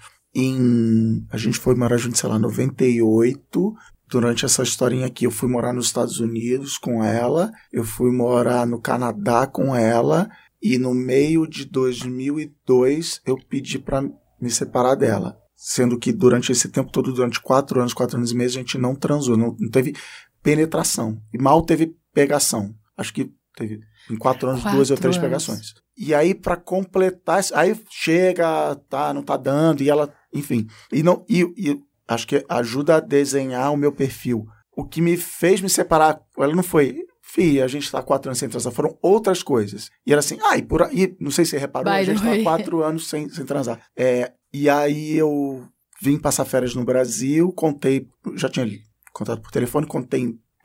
em, a gente foi morar junto, sei lá, em noventa e oito, durante essa historinha aqui, eu fui morar nos Estados Unidos com ela, eu fui morar no Canadá com ela, e no meio de dois mil e dois, eu pedi para me separar dela. Sendo que durante esse tempo todo, durante quatro anos, quatro anos e meio, a gente não transou, não, não teve penetração. E mal teve pegação. Acho que teve, em quatro anos, quatro duas ou três anos. pegações. E aí, para completar, aí chega, tá, não tá dando, e ela, enfim. E, não, e, e acho que ajuda a desenhar o meu perfil. O que me fez me separar, ela não foi... Fih, a gente tá há quatro anos sem transar. Foram outras coisas. E era assim, ah, e por aí, não sei se você reparou, By a gente tá há quatro anos sem, sem transar. É, e aí eu vim passar férias no Brasil, contei, já tinha contado por telefone, contei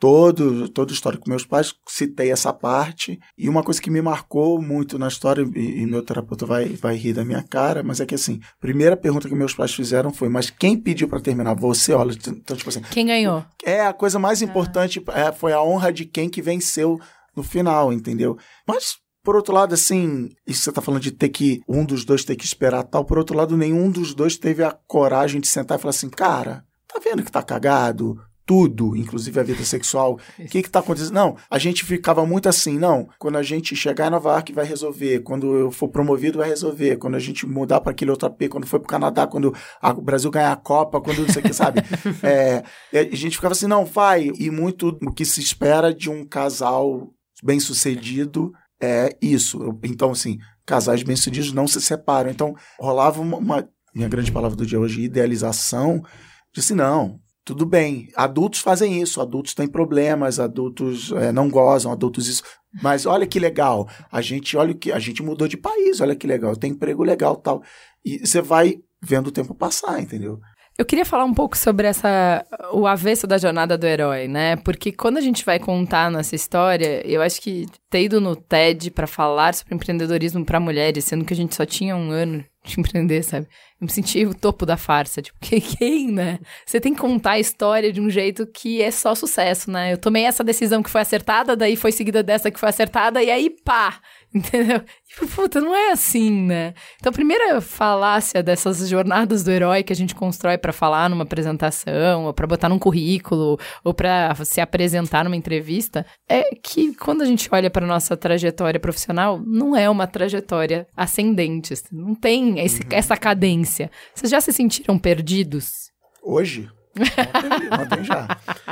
todo, todo o histórico com meus pais, citei essa parte. E uma coisa que me marcou muito na história, e, e meu terapeuta vai, vai rir da minha cara, mas é que assim, a primeira pergunta que meus pais fizeram foi, mas quem pediu pra terminar? Você? Olha, então, tipo assim... Quem ganhou? É, a coisa mais importante ah. é, foi a honra de quem que venceu no final, entendeu? Mas... Por outro lado, assim, isso você tá falando de ter que, um dos dois ter que esperar tal, por outro lado, nenhum dos dois teve a coragem de sentar e falar assim, cara, tá vendo que tá cagado? Tudo, inclusive a vida sexual, o que que tá acontecendo? Não, a gente ficava muito assim, não, quando a gente chegar em Nova York vai resolver, quando eu for promovido vai resolver, quando a gente mudar para aquele outro A P, quando for pro Canadá, quando a, o Brasil ganhar a Copa, quando não sei o que, sabe? É, a gente ficava assim, não, vai, e muito o que se espera de um casal bem-sucedido é isso. Então, assim, casais bem-sucedidos não se separam. Então, rolava uma, uma, minha grande palavra do dia hoje, idealização, disse, não, tudo bem, adultos fazem isso, adultos têm problemas, adultos é, não gozam, adultos isso, mas olha que legal, a gente, olha que a gente mudou de país, olha que legal, tem emprego legal e tal. E você vai vendo o tempo passar, entendeu? Eu queria falar um pouco sobre essa, o avesso da jornada do herói, né? Porque quando a gente vai contar nossa história, eu acho que ter ido no TED para falar sobre empreendedorismo para mulheres, sendo que a gente só tinha um ano de empreender, sabe? Eu me senti o topo da farsa, tipo, quem, né? Você tem que contar a história de um jeito que é só sucesso, né? Eu tomei essa decisão que foi acertada, daí foi seguida dessa que foi acertada, e aí pá! Entendeu? E, puta, não é assim, né? Então, a primeira falácia dessas jornadas do herói que a gente constrói pra falar numa apresentação, ou pra botar num currículo, ou pra se apresentar numa entrevista, é que quando a gente olha pra nossa trajetória profissional, não é uma trajetória ascendente. Não tem esse, uhum. essa cadência. Vocês já se sentiram perdidos? Hoje? Ontem, ontem já.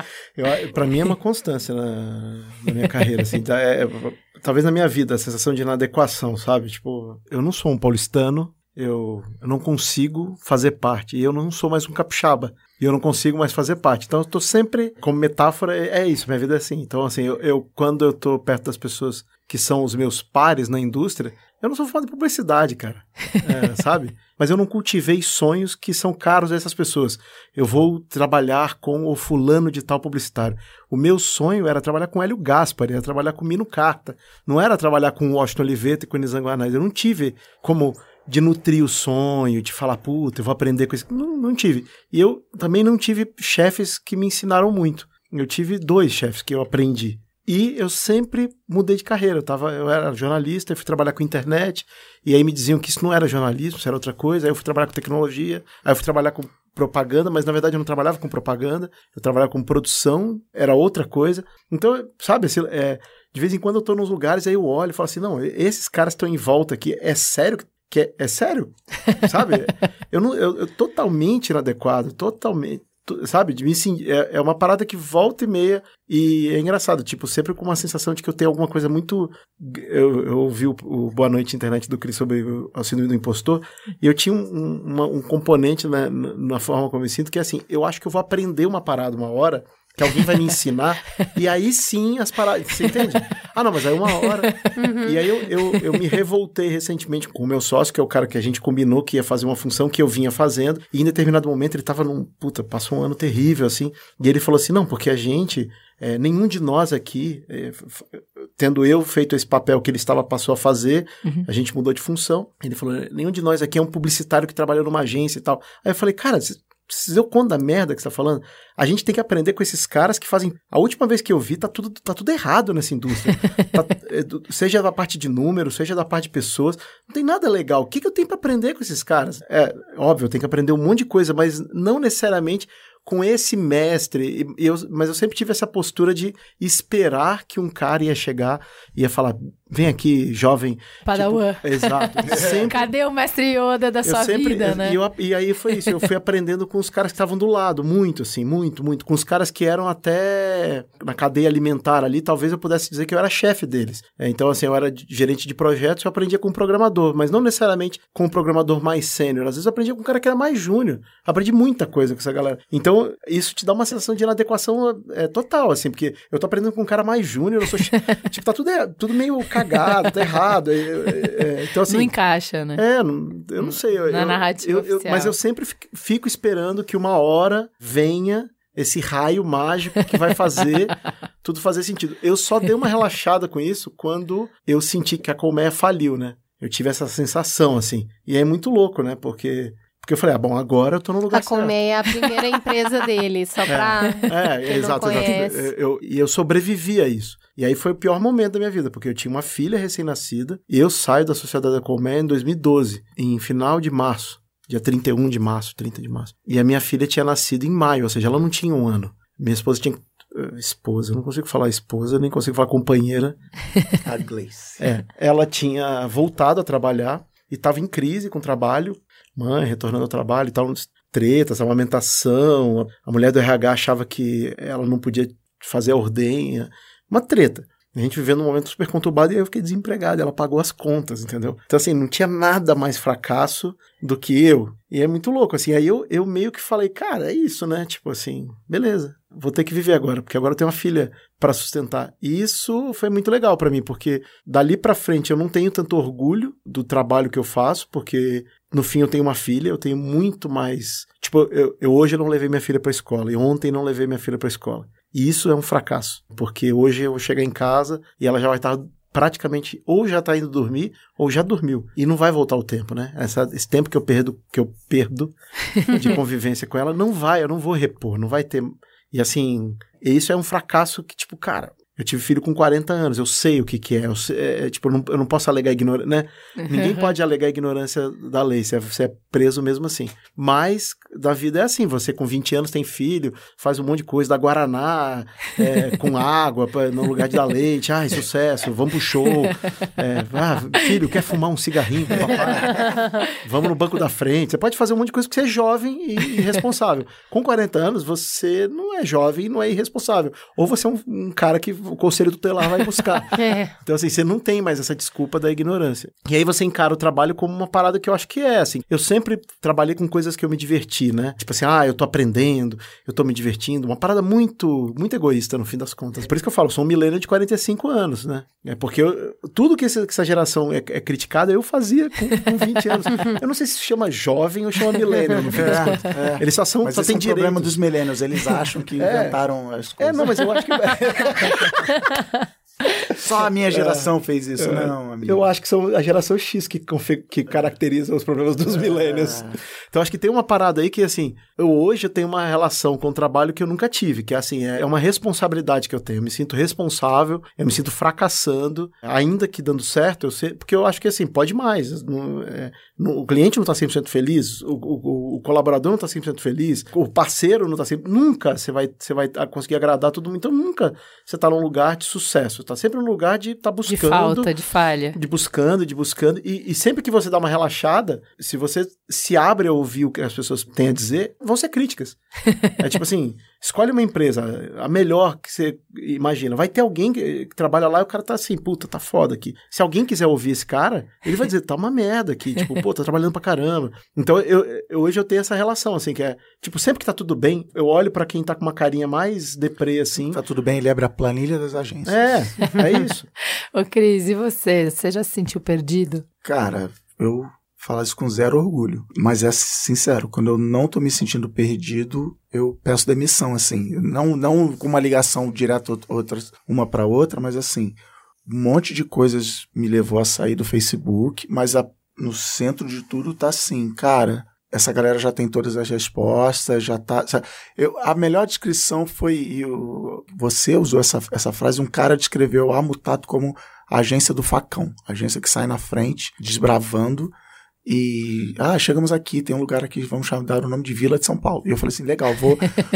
Eu, pra mim é uma constância na, na minha carreira, assim, tá, é, talvez na minha vida, a sensação de inadequação, sabe? Tipo, eu não sou um paulistano, eu, eu não consigo fazer parte, e eu não sou mais um capixaba, e eu não consigo mais fazer parte. Então eu tô sempre, como metáfora, é, é isso, minha vida é assim. Então, assim, eu, eu quando eu tô perto das pessoas que são os meus pares na indústria, eu não sou fã de publicidade, cara, é, sabe? Mas eu não cultivei sonhos que são caros a essas pessoas. Eu vou trabalhar com o fulano de tal publicitário. O meu sonho era trabalhar com Hélio Gaspari, era trabalhar com Mino Carta. Não era trabalhar com Washington Oliveto e com Nizam Guanais. Eu não tive como de nutrir o sonho, de falar, puta, eu vou aprender com isso. Não, não tive. E eu também não tive chefes que me ensinaram muito. Eu tive dois chefes que eu aprendi. E eu sempre mudei de carreira. Eu, tava, eu era jornalista, eu fui trabalhar com internet, e aí me diziam que isso não era jornalismo, isso era outra coisa. Aí eu fui trabalhar com tecnologia, aí eu fui trabalhar com propaganda, mas na verdade eu não trabalhava com propaganda, eu trabalhava com produção, era outra coisa. Então, sabe, assim, é, de vez em quando eu tô nos lugares, aí eu olho e falo assim, não, esses caras estão em volta aqui, é sério que é, é sério? Sabe? Eu, não, eu, eu totalmente inadequado, totalmente... Sabe, de mim, sim, é, é uma parada que volta e meia, e é engraçado, tipo, sempre com uma sensação de que eu tenho alguma coisa muito... Eu, eu ouvi o, o Boa Noite Internet do Cris sobre o síndrome do impostor, e eu tinha um, uma, um componente na, na forma como eu me sinto, que é assim, eu acho que eu vou aprender uma parada uma hora, que alguém vai me ensinar, e aí sim as paradas, você entende? Ah, não, mas aí uma hora... Uhum. E aí eu, eu, eu me revoltei recentemente com o meu sócio, que é o cara que a gente combinou que ia fazer uma função que eu vinha fazendo, e em determinado momento ele tava num... Puta, passou um ano terrível, assim, e ele falou assim, não, porque a gente... É, nenhum de nós aqui, é, tendo eu feito esse papel que ele estava, passou a fazer, uhum. a gente mudou de função, ele falou, nenhum de nós aqui é um publicitário que trabalhou numa agência e tal. Aí eu falei, cara... Você deu conta da merda que você tá falando? A gente tem que aprender com esses caras que fazem... A última vez que eu vi, tá tudo, tá tudo errado nessa indústria. Tá, seja da parte de números, seja da parte de pessoas. Não tem nada legal. O que, que eu tenho pra aprender com esses caras? É, óbvio, eu tenho que aprender um monte de coisa, mas não necessariamente com esse mestre. E eu, mas eu sempre tive essa postura de esperar que um cara ia chegar e ia falar... Vem aqui, jovem. Padawan. Tipo, exato. Sempre, cadê o mestre Yoda da sua sempre, vida, né? E, eu, e aí foi isso, eu fui aprendendo com os caras que estavam do lado, muito assim, muito, muito. Com os caras que eram até na cadeia alimentar ali, talvez eu pudesse dizer que eu era chefe deles. É, então, assim, eu era gerente de projetos, eu aprendia com um programador, mas não necessariamente com um programador mais sênior. Às vezes eu aprendia com um cara que era mais júnior. Aprendi muita coisa com essa galera. Então, isso te dá uma sensação de inadequação é, total, assim, porque eu tô aprendendo com um cara mais júnior, eu sou... tipo, tá tudo, tudo meio... cagado, tá errado. É, é, então, assim, não encaixa, né? É, não, eu não sei. Eu, Na eu, narrativa eu, eu, oficial. Mas eu sempre fico esperando que uma hora venha esse raio mágico que vai fazer tudo fazer sentido. Eu só dei uma relaxada com isso quando eu senti que a Colmeia faliu, né? Eu tive essa sensação, assim. E é muito louco, né? Porque... Porque eu falei, ah, bom, agora eu tô no lugar a certo. A Colmeia é a primeira empresa dele, só pra É, é exato, exato. Eu, e eu sobrevivi a isso. E aí foi o pior momento da minha vida, porque eu tinha uma filha recém-nascida, e eu saio da Sociedade da Colmeia em dois mil e doze, em final de março, dia trinta e um de março, trinta de março. E a minha filha tinha nascido em maio, ou seja, ela não tinha um ano. Minha esposa tinha... Esposa, eu não consigo falar esposa, nem consigo falar companheira. A Gleice. É, ela tinha voltado a trabalhar e estava em crise com o trabalho. Mãe, retornando ao trabalho e tal, tretas, amamentação, a mulher do R H achava que ela não podia fazer a ordenha, uma treta. A gente vivendo um momento super conturbado e eu fiquei desempregado, ela pagou as contas, entendeu? Então, assim, não tinha nada mais fracasso do que eu. E é muito louco, assim, aí eu, eu meio que falei, cara, é isso, né? Tipo assim, beleza, vou ter que viver agora, porque agora eu tenho uma filha para sustentar. E isso foi muito legal para mim, porque dali para frente eu não tenho tanto orgulho do trabalho que eu faço, porque no fim eu tenho uma filha, eu tenho muito mais... Tipo, eu, eu hoje eu não levei minha filha pra escola, e ontem não levei minha filha pra escola. E isso é um fracasso, porque hoje eu vou chegar em casa e ela já vai estar praticamente, ou já está indo dormir, ou já dormiu. E não vai voltar o tempo, né? Essa, esse tempo que eu perdo, que eu perdo de convivência com ela, não vai, eu não vou repor, não vai ter... E assim, isso é um fracasso que, tipo, cara... Eu tive filho com quarenta anos, eu sei o que que é, eu sei, é tipo, eu não, eu não posso alegar ignorância, né? Ninguém pode alegar ignorância da lei, você é, você é preso mesmo assim. Mas da vida é assim, você com vinte anos tem filho, faz um monte de coisa, dá guaraná é, com água pra, no lugar de dar leite, ai, sucesso, vamos pro show, é, ah, filho, quer fumar um cigarrinho com o papai? Vamos no banco da frente, você pode fazer um monte de coisa porque você é jovem e irresponsável. Com quarenta anos, você não é jovem e não é irresponsável. Ou você é um, um cara que o conselho tutelar vai buscar. É. Então, assim, você não tem mais essa desculpa da ignorância. E aí você encara o trabalho como uma parada que eu acho que é, assim. Eu sempre trabalhei com coisas que eu me diverti, né? Tipo assim, ah, eu tô aprendendo, eu tô me divertindo. Uma parada muito, muito egoísta, no fim das contas. Por isso que eu falo, eu sou um milênio de quarenta e cinco anos, né? É porque eu, tudo que essa, que essa geração é, é criticada, eu fazia com, com vinte anos. Eu não sei se chama jovem ou chama milênio, no fim das contas. É. Eles só são, mas só esse tem é o direito. problema dos milênios, eles acham que é. inventaram as coisas. É, não, mas eu acho que... Só a minha geração é, fez isso, é, não, amigo. Eu acho que são a geração X que, que caracteriza os problemas dos é. millennials. Então, acho que tem uma parada aí que, assim, eu hoje eu tenho uma relação com o trabalho que eu nunca tive, que, assim, é uma responsabilidade que eu tenho. Eu me sinto responsável, eu me sinto fracassando, ainda que dando certo, eu sei, porque eu acho que, assim, pode mais. Não, é, não, o cliente não está cem por cento feliz, o, o, o colaborador não está cem por cento feliz, o parceiro não está cem por cento... Nunca você vai, você vai conseguir agradar todo mundo. Então, nunca você está num lugar de sucesso. Tá sempre num lugar de estar tá buscando... De falta, de falha. De buscando, de buscando. E, e sempre que você dá uma relaxada, se você se abre a ouvir o que as pessoas têm a dizer, vão ser críticas. É tipo assim, escolhe uma empresa, a melhor que você imagina. Vai ter alguém que, que trabalha lá e o cara tá assim, puta, tá foda aqui. Se alguém quiser ouvir esse cara, ele vai dizer, tá uma merda aqui. Tipo, pô, tá trabalhando pra caramba. Então, eu, eu, hoje eu tenho essa relação, assim, que é, tipo, sempre que tá tudo bem, eu olho pra quem tá com uma carinha mais deprê, assim. Tá tudo bem, ele abre a planilha das agências. É, é isso. Ô, Cris, e você? Você já se sentiu perdido? Cara, eu falo isso com zero orgulho. Mas é sincero, quando eu não tô me sentindo perdido, eu peço demissão, assim. Não, não com uma ligação direta outras, uma pra outra, mas assim, um monte de coisas me levou a sair do Facebook, mas a, no centro de tudo tá assim, cara... Essa galera já tem todas as respostas, já tá... Eu, a melhor descrição foi... Eu, você usou essa, essa frase, um cara descreveu a Mutato como a agência do facão. A agência que sai na frente, desbravando, e... Ah, chegamos aqui, tem um lugar aqui, vamos chamar, dar o nome de Vila de São Paulo. E eu falei assim, legal, vou,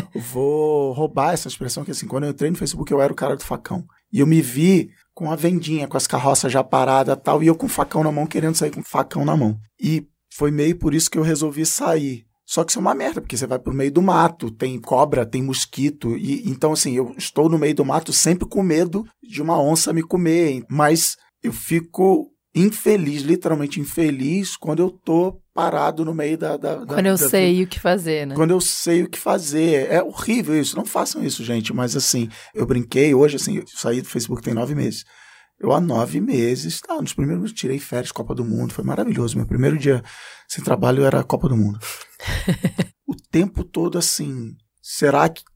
vou roubar essa expressão, que assim, quando eu entrei no Facebook, eu era o cara do facão. E eu me vi com a vendinha, com as carroças já paradas e tal, e eu com o facão na mão, querendo sair com o facão na mão. E... Foi meio por isso que eu resolvi sair. Só que isso é uma merda, porque você vai pro meio do mato, tem cobra, tem mosquito. E, então, assim, eu estou no meio do mato sempre com medo de uma onça me comer. Mas eu fico infeliz, literalmente infeliz, quando eu tô parado no meio da... da quando da, eu da, sei da, o que fazer, né? Quando eu sei o que fazer. É horrível isso, não façam isso, gente. Mas, assim, eu brinquei hoje, assim, eu saí do Facebook tem nove meses. Eu há nove meses, tá, nos primeiros eu tirei férias, Copa do Mundo, foi maravilhoso. Meu primeiro dia sem trabalho era a Copa do Mundo. O tempo todo assim, será que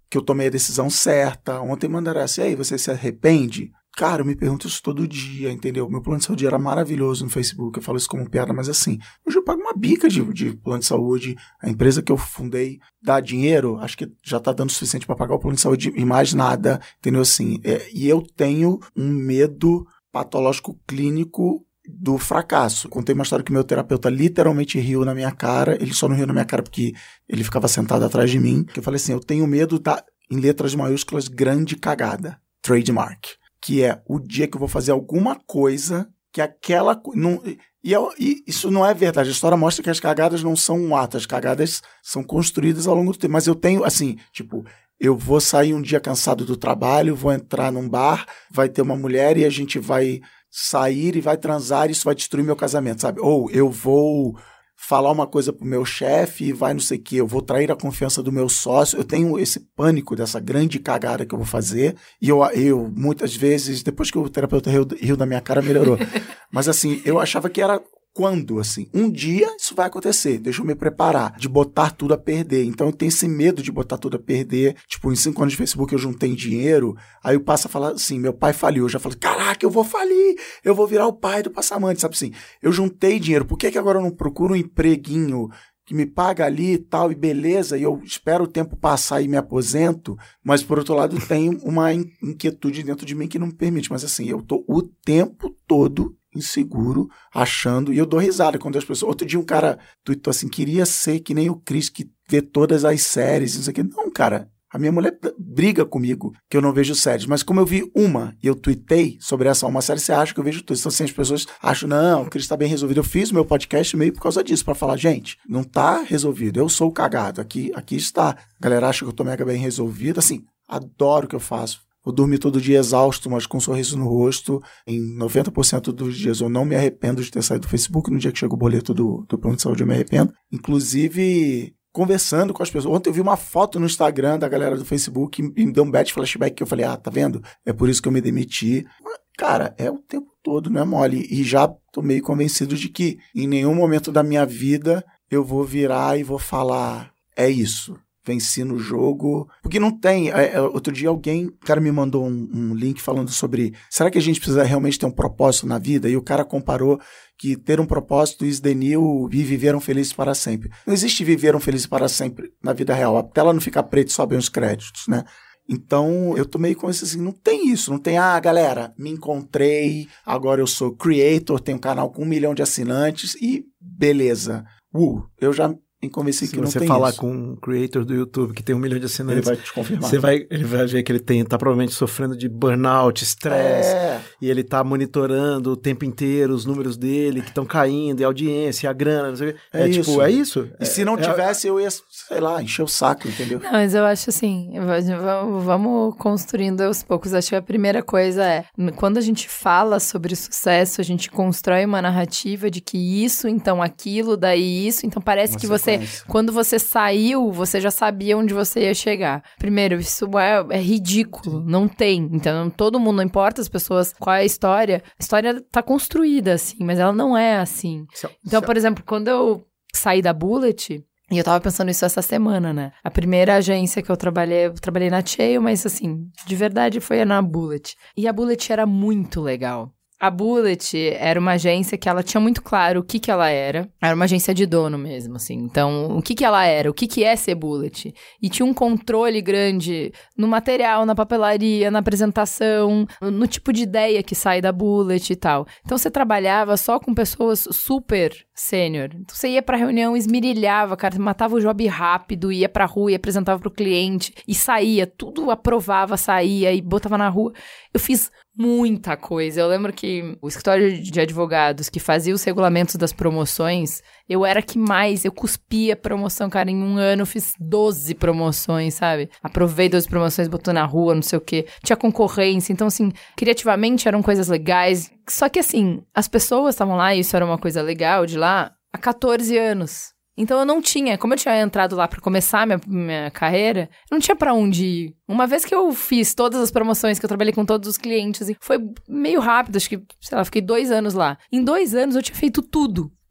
que eu tomei a decisão certa. Ontem mandaram assim, aí, você se arrepende? Cara, eu me pergunto isso todo dia, entendeu? Meu plano de saúde era maravilhoso no Facebook, eu falo isso como piada, mas assim, hoje eu pago uma bica de, de plano de saúde, a empresa que eu fundei dá dinheiro, acho que já tá dando o suficiente para pagar o plano de saúde e mais nada, entendeu? Assim, é, e eu tenho um medo patológico clínico do fracasso. Contei uma história que meu terapeuta literalmente riu na minha cara, ele só não riu na minha cara porque ele ficava sentado atrás de mim, que eu falei assim, eu tenho medo da, em letras maiúsculas, grande cagada, trademark. Que é o dia que eu vou fazer alguma coisa que aquela... Não, e, eu, e isso não é verdade. A história mostra que as cagadas não são um ato. As cagadas são construídas ao longo do tempo. Mas eu tenho, assim, tipo... Eu vou sair um dia cansado do trabalho, vou entrar num bar, vai ter uma mulher e a gente vai sair e vai transar e isso vai destruir meu casamento, sabe? Ou eu vou... falar uma coisa pro meu chefe e vai não sei o que, eu vou trair a confiança do meu sócio, eu tenho esse pânico dessa grande cagada que eu vou fazer, e eu, eu muitas vezes, depois que o terapeuta riu, riu da minha cara, melhorou. Mas assim, eu achava que era quando, assim, um dia isso vai acontecer, deixa eu me preparar, de botar tudo a perder. Então eu tenho esse medo de botar tudo a perder, tipo, em cinco anos de Facebook eu juntei dinheiro, aí eu passo a falar assim, meu pai faliu, eu já falei, caraca, eu vou falir, eu vou virar o pai do Passamante, sabe assim, eu juntei dinheiro, por que que agora eu não procuro um empreguinho que me paga ali e tal, e beleza, e eu espero o tempo passar e me aposento, mas por outro lado tem uma inquietude dentro de mim que não me permite, mas assim, eu tô o tempo todo inseguro, achando, e eu dou risada quando as pessoas... Outro dia um cara tweetou assim, queria ser que nem o Chris, que vê todas as séries, não sei o que. Não, cara, a minha mulher briga comigo que eu não vejo séries, mas como eu vi uma e eu tuitei sobre essa uma série, você acha que eu vejo tudo. Então assim, as pessoas acham, não, o Chris tá bem resolvido. Eu fiz o meu podcast meio por causa disso, pra falar, gente, não tá resolvido, eu sou o cagado, aqui, aqui está. A galera acha que eu tô mega bem resolvido, assim, adoro o que eu faço. Eu dormi todo dia exausto, mas com um sorriso no rosto. Em noventa por cento dos dias eu não me arrependo de ter saído do Facebook. No dia que chega o boleto do, do plano de saúde eu me arrependo. Inclusive, conversando com as pessoas. Ontem eu vi uma foto no Instagram da galera do Facebook e me deu um bad flashback que eu falei, ah, tá vendo? É por isso que eu me demiti. Cara, é o tempo todo, não é mole. E já tô meio convencido de que em nenhum momento da minha vida eu vou virar e vou falar, é isso. Venci no jogo, porque não tem, é, outro dia alguém, o cara me mandou um, um link falando sobre, será que a gente precisa realmente ter um propósito na vida? E o cara comparou que ter um propósito is the new e viveram felizes para sempre. Não existe viveram felizes para sempre na vida real, a tela não fica preta e sobem os créditos, né? Então, eu tô meio com isso assim, não tem isso, não tem, ah, galera, me encontrei, agora eu sou creator, tenho um canal com um milhão de assinantes e beleza. Uh, eu já... em convencer Se que não você tem falar isso. com um creator do YouTube que tem um milhão de assinantes, Ele vai te confirmar. Você vai, ele vai ver que ele tem, tá provavelmente sofrendo de burnout, estresse, É. e ele tá monitorando o tempo inteiro os números dele que estão caindo, e a audiência, e a grana, não sei o quê. É É, isso. tipo, é isso. E se não é, tivesse, eu ia, sei lá, encher o saco, entendeu? Não, mas eu acho assim, vamos, vamos construindo aos poucos. Acho que a primeira coisa é, quando a gente fala sobre sucesso, a gente constrói uma narrativa de que isso, então aquilo, daí isso. Então parece Uma que você, sequência. quando você saiu, você já sabia onde você ia chegar. Primeiro, isso é, é ridículo, não tem. Então todo mundo, não importa as pessoas, qual é a história, a história tá construída assim, mas ela não é assim. Se- Então, se- por exemplo, quando eu saí da Bullet, e eu tava pensando isso essa semana, né? A primeira agência que eu trabalhei, eu trabalhei na Cheio, mas assim, de verdade foi na Bullet. E a Bullet era muito legal. A Bullet era uma agência que ela tinha muito claro o que que ela era. Era uma agência de dono mesmo, assim. Então, o que que ela era? O que que é ser Bullet? E tinha um controle grande no material, na papelaria, na apresentação, no tipo de ideia que sai da Bullet e tal. Então, você trabalhava só com pessoas super sênior. Então, você ia pra reunião, esmirilhava, cara, matava o job rápido, ia pra rua e apresentava pro cliente e saía, tudo aprovava, saía e botava na rua. Eu fiz muita coisa. Eu lembro que o escritório de advogados que fazia os regulamentos das promoções, eu era que mais, eu cuspia promoção, cara, em um ano eu fiz doze promoções, sabe? Aprovei doze promoções, botou na rua, não sei o quê. Tinha concorrência, então assim, criativamente eram coisas legais. Só que assim, as pessoas estavam lá, e isso era uma coisa legal de lá, há catorze anos. Então eu não tinha, como eu tinha entrado lá pra começar minha, minha carreira, eu não tinha pra onde ir. Uma vez que eu fiz todas as promoções, que eu trabalhei com todos os clientes, e foi meio rápido, acho que, sei lá, fiquei dois anos lá. Em dois anos eu tinha feito tudo.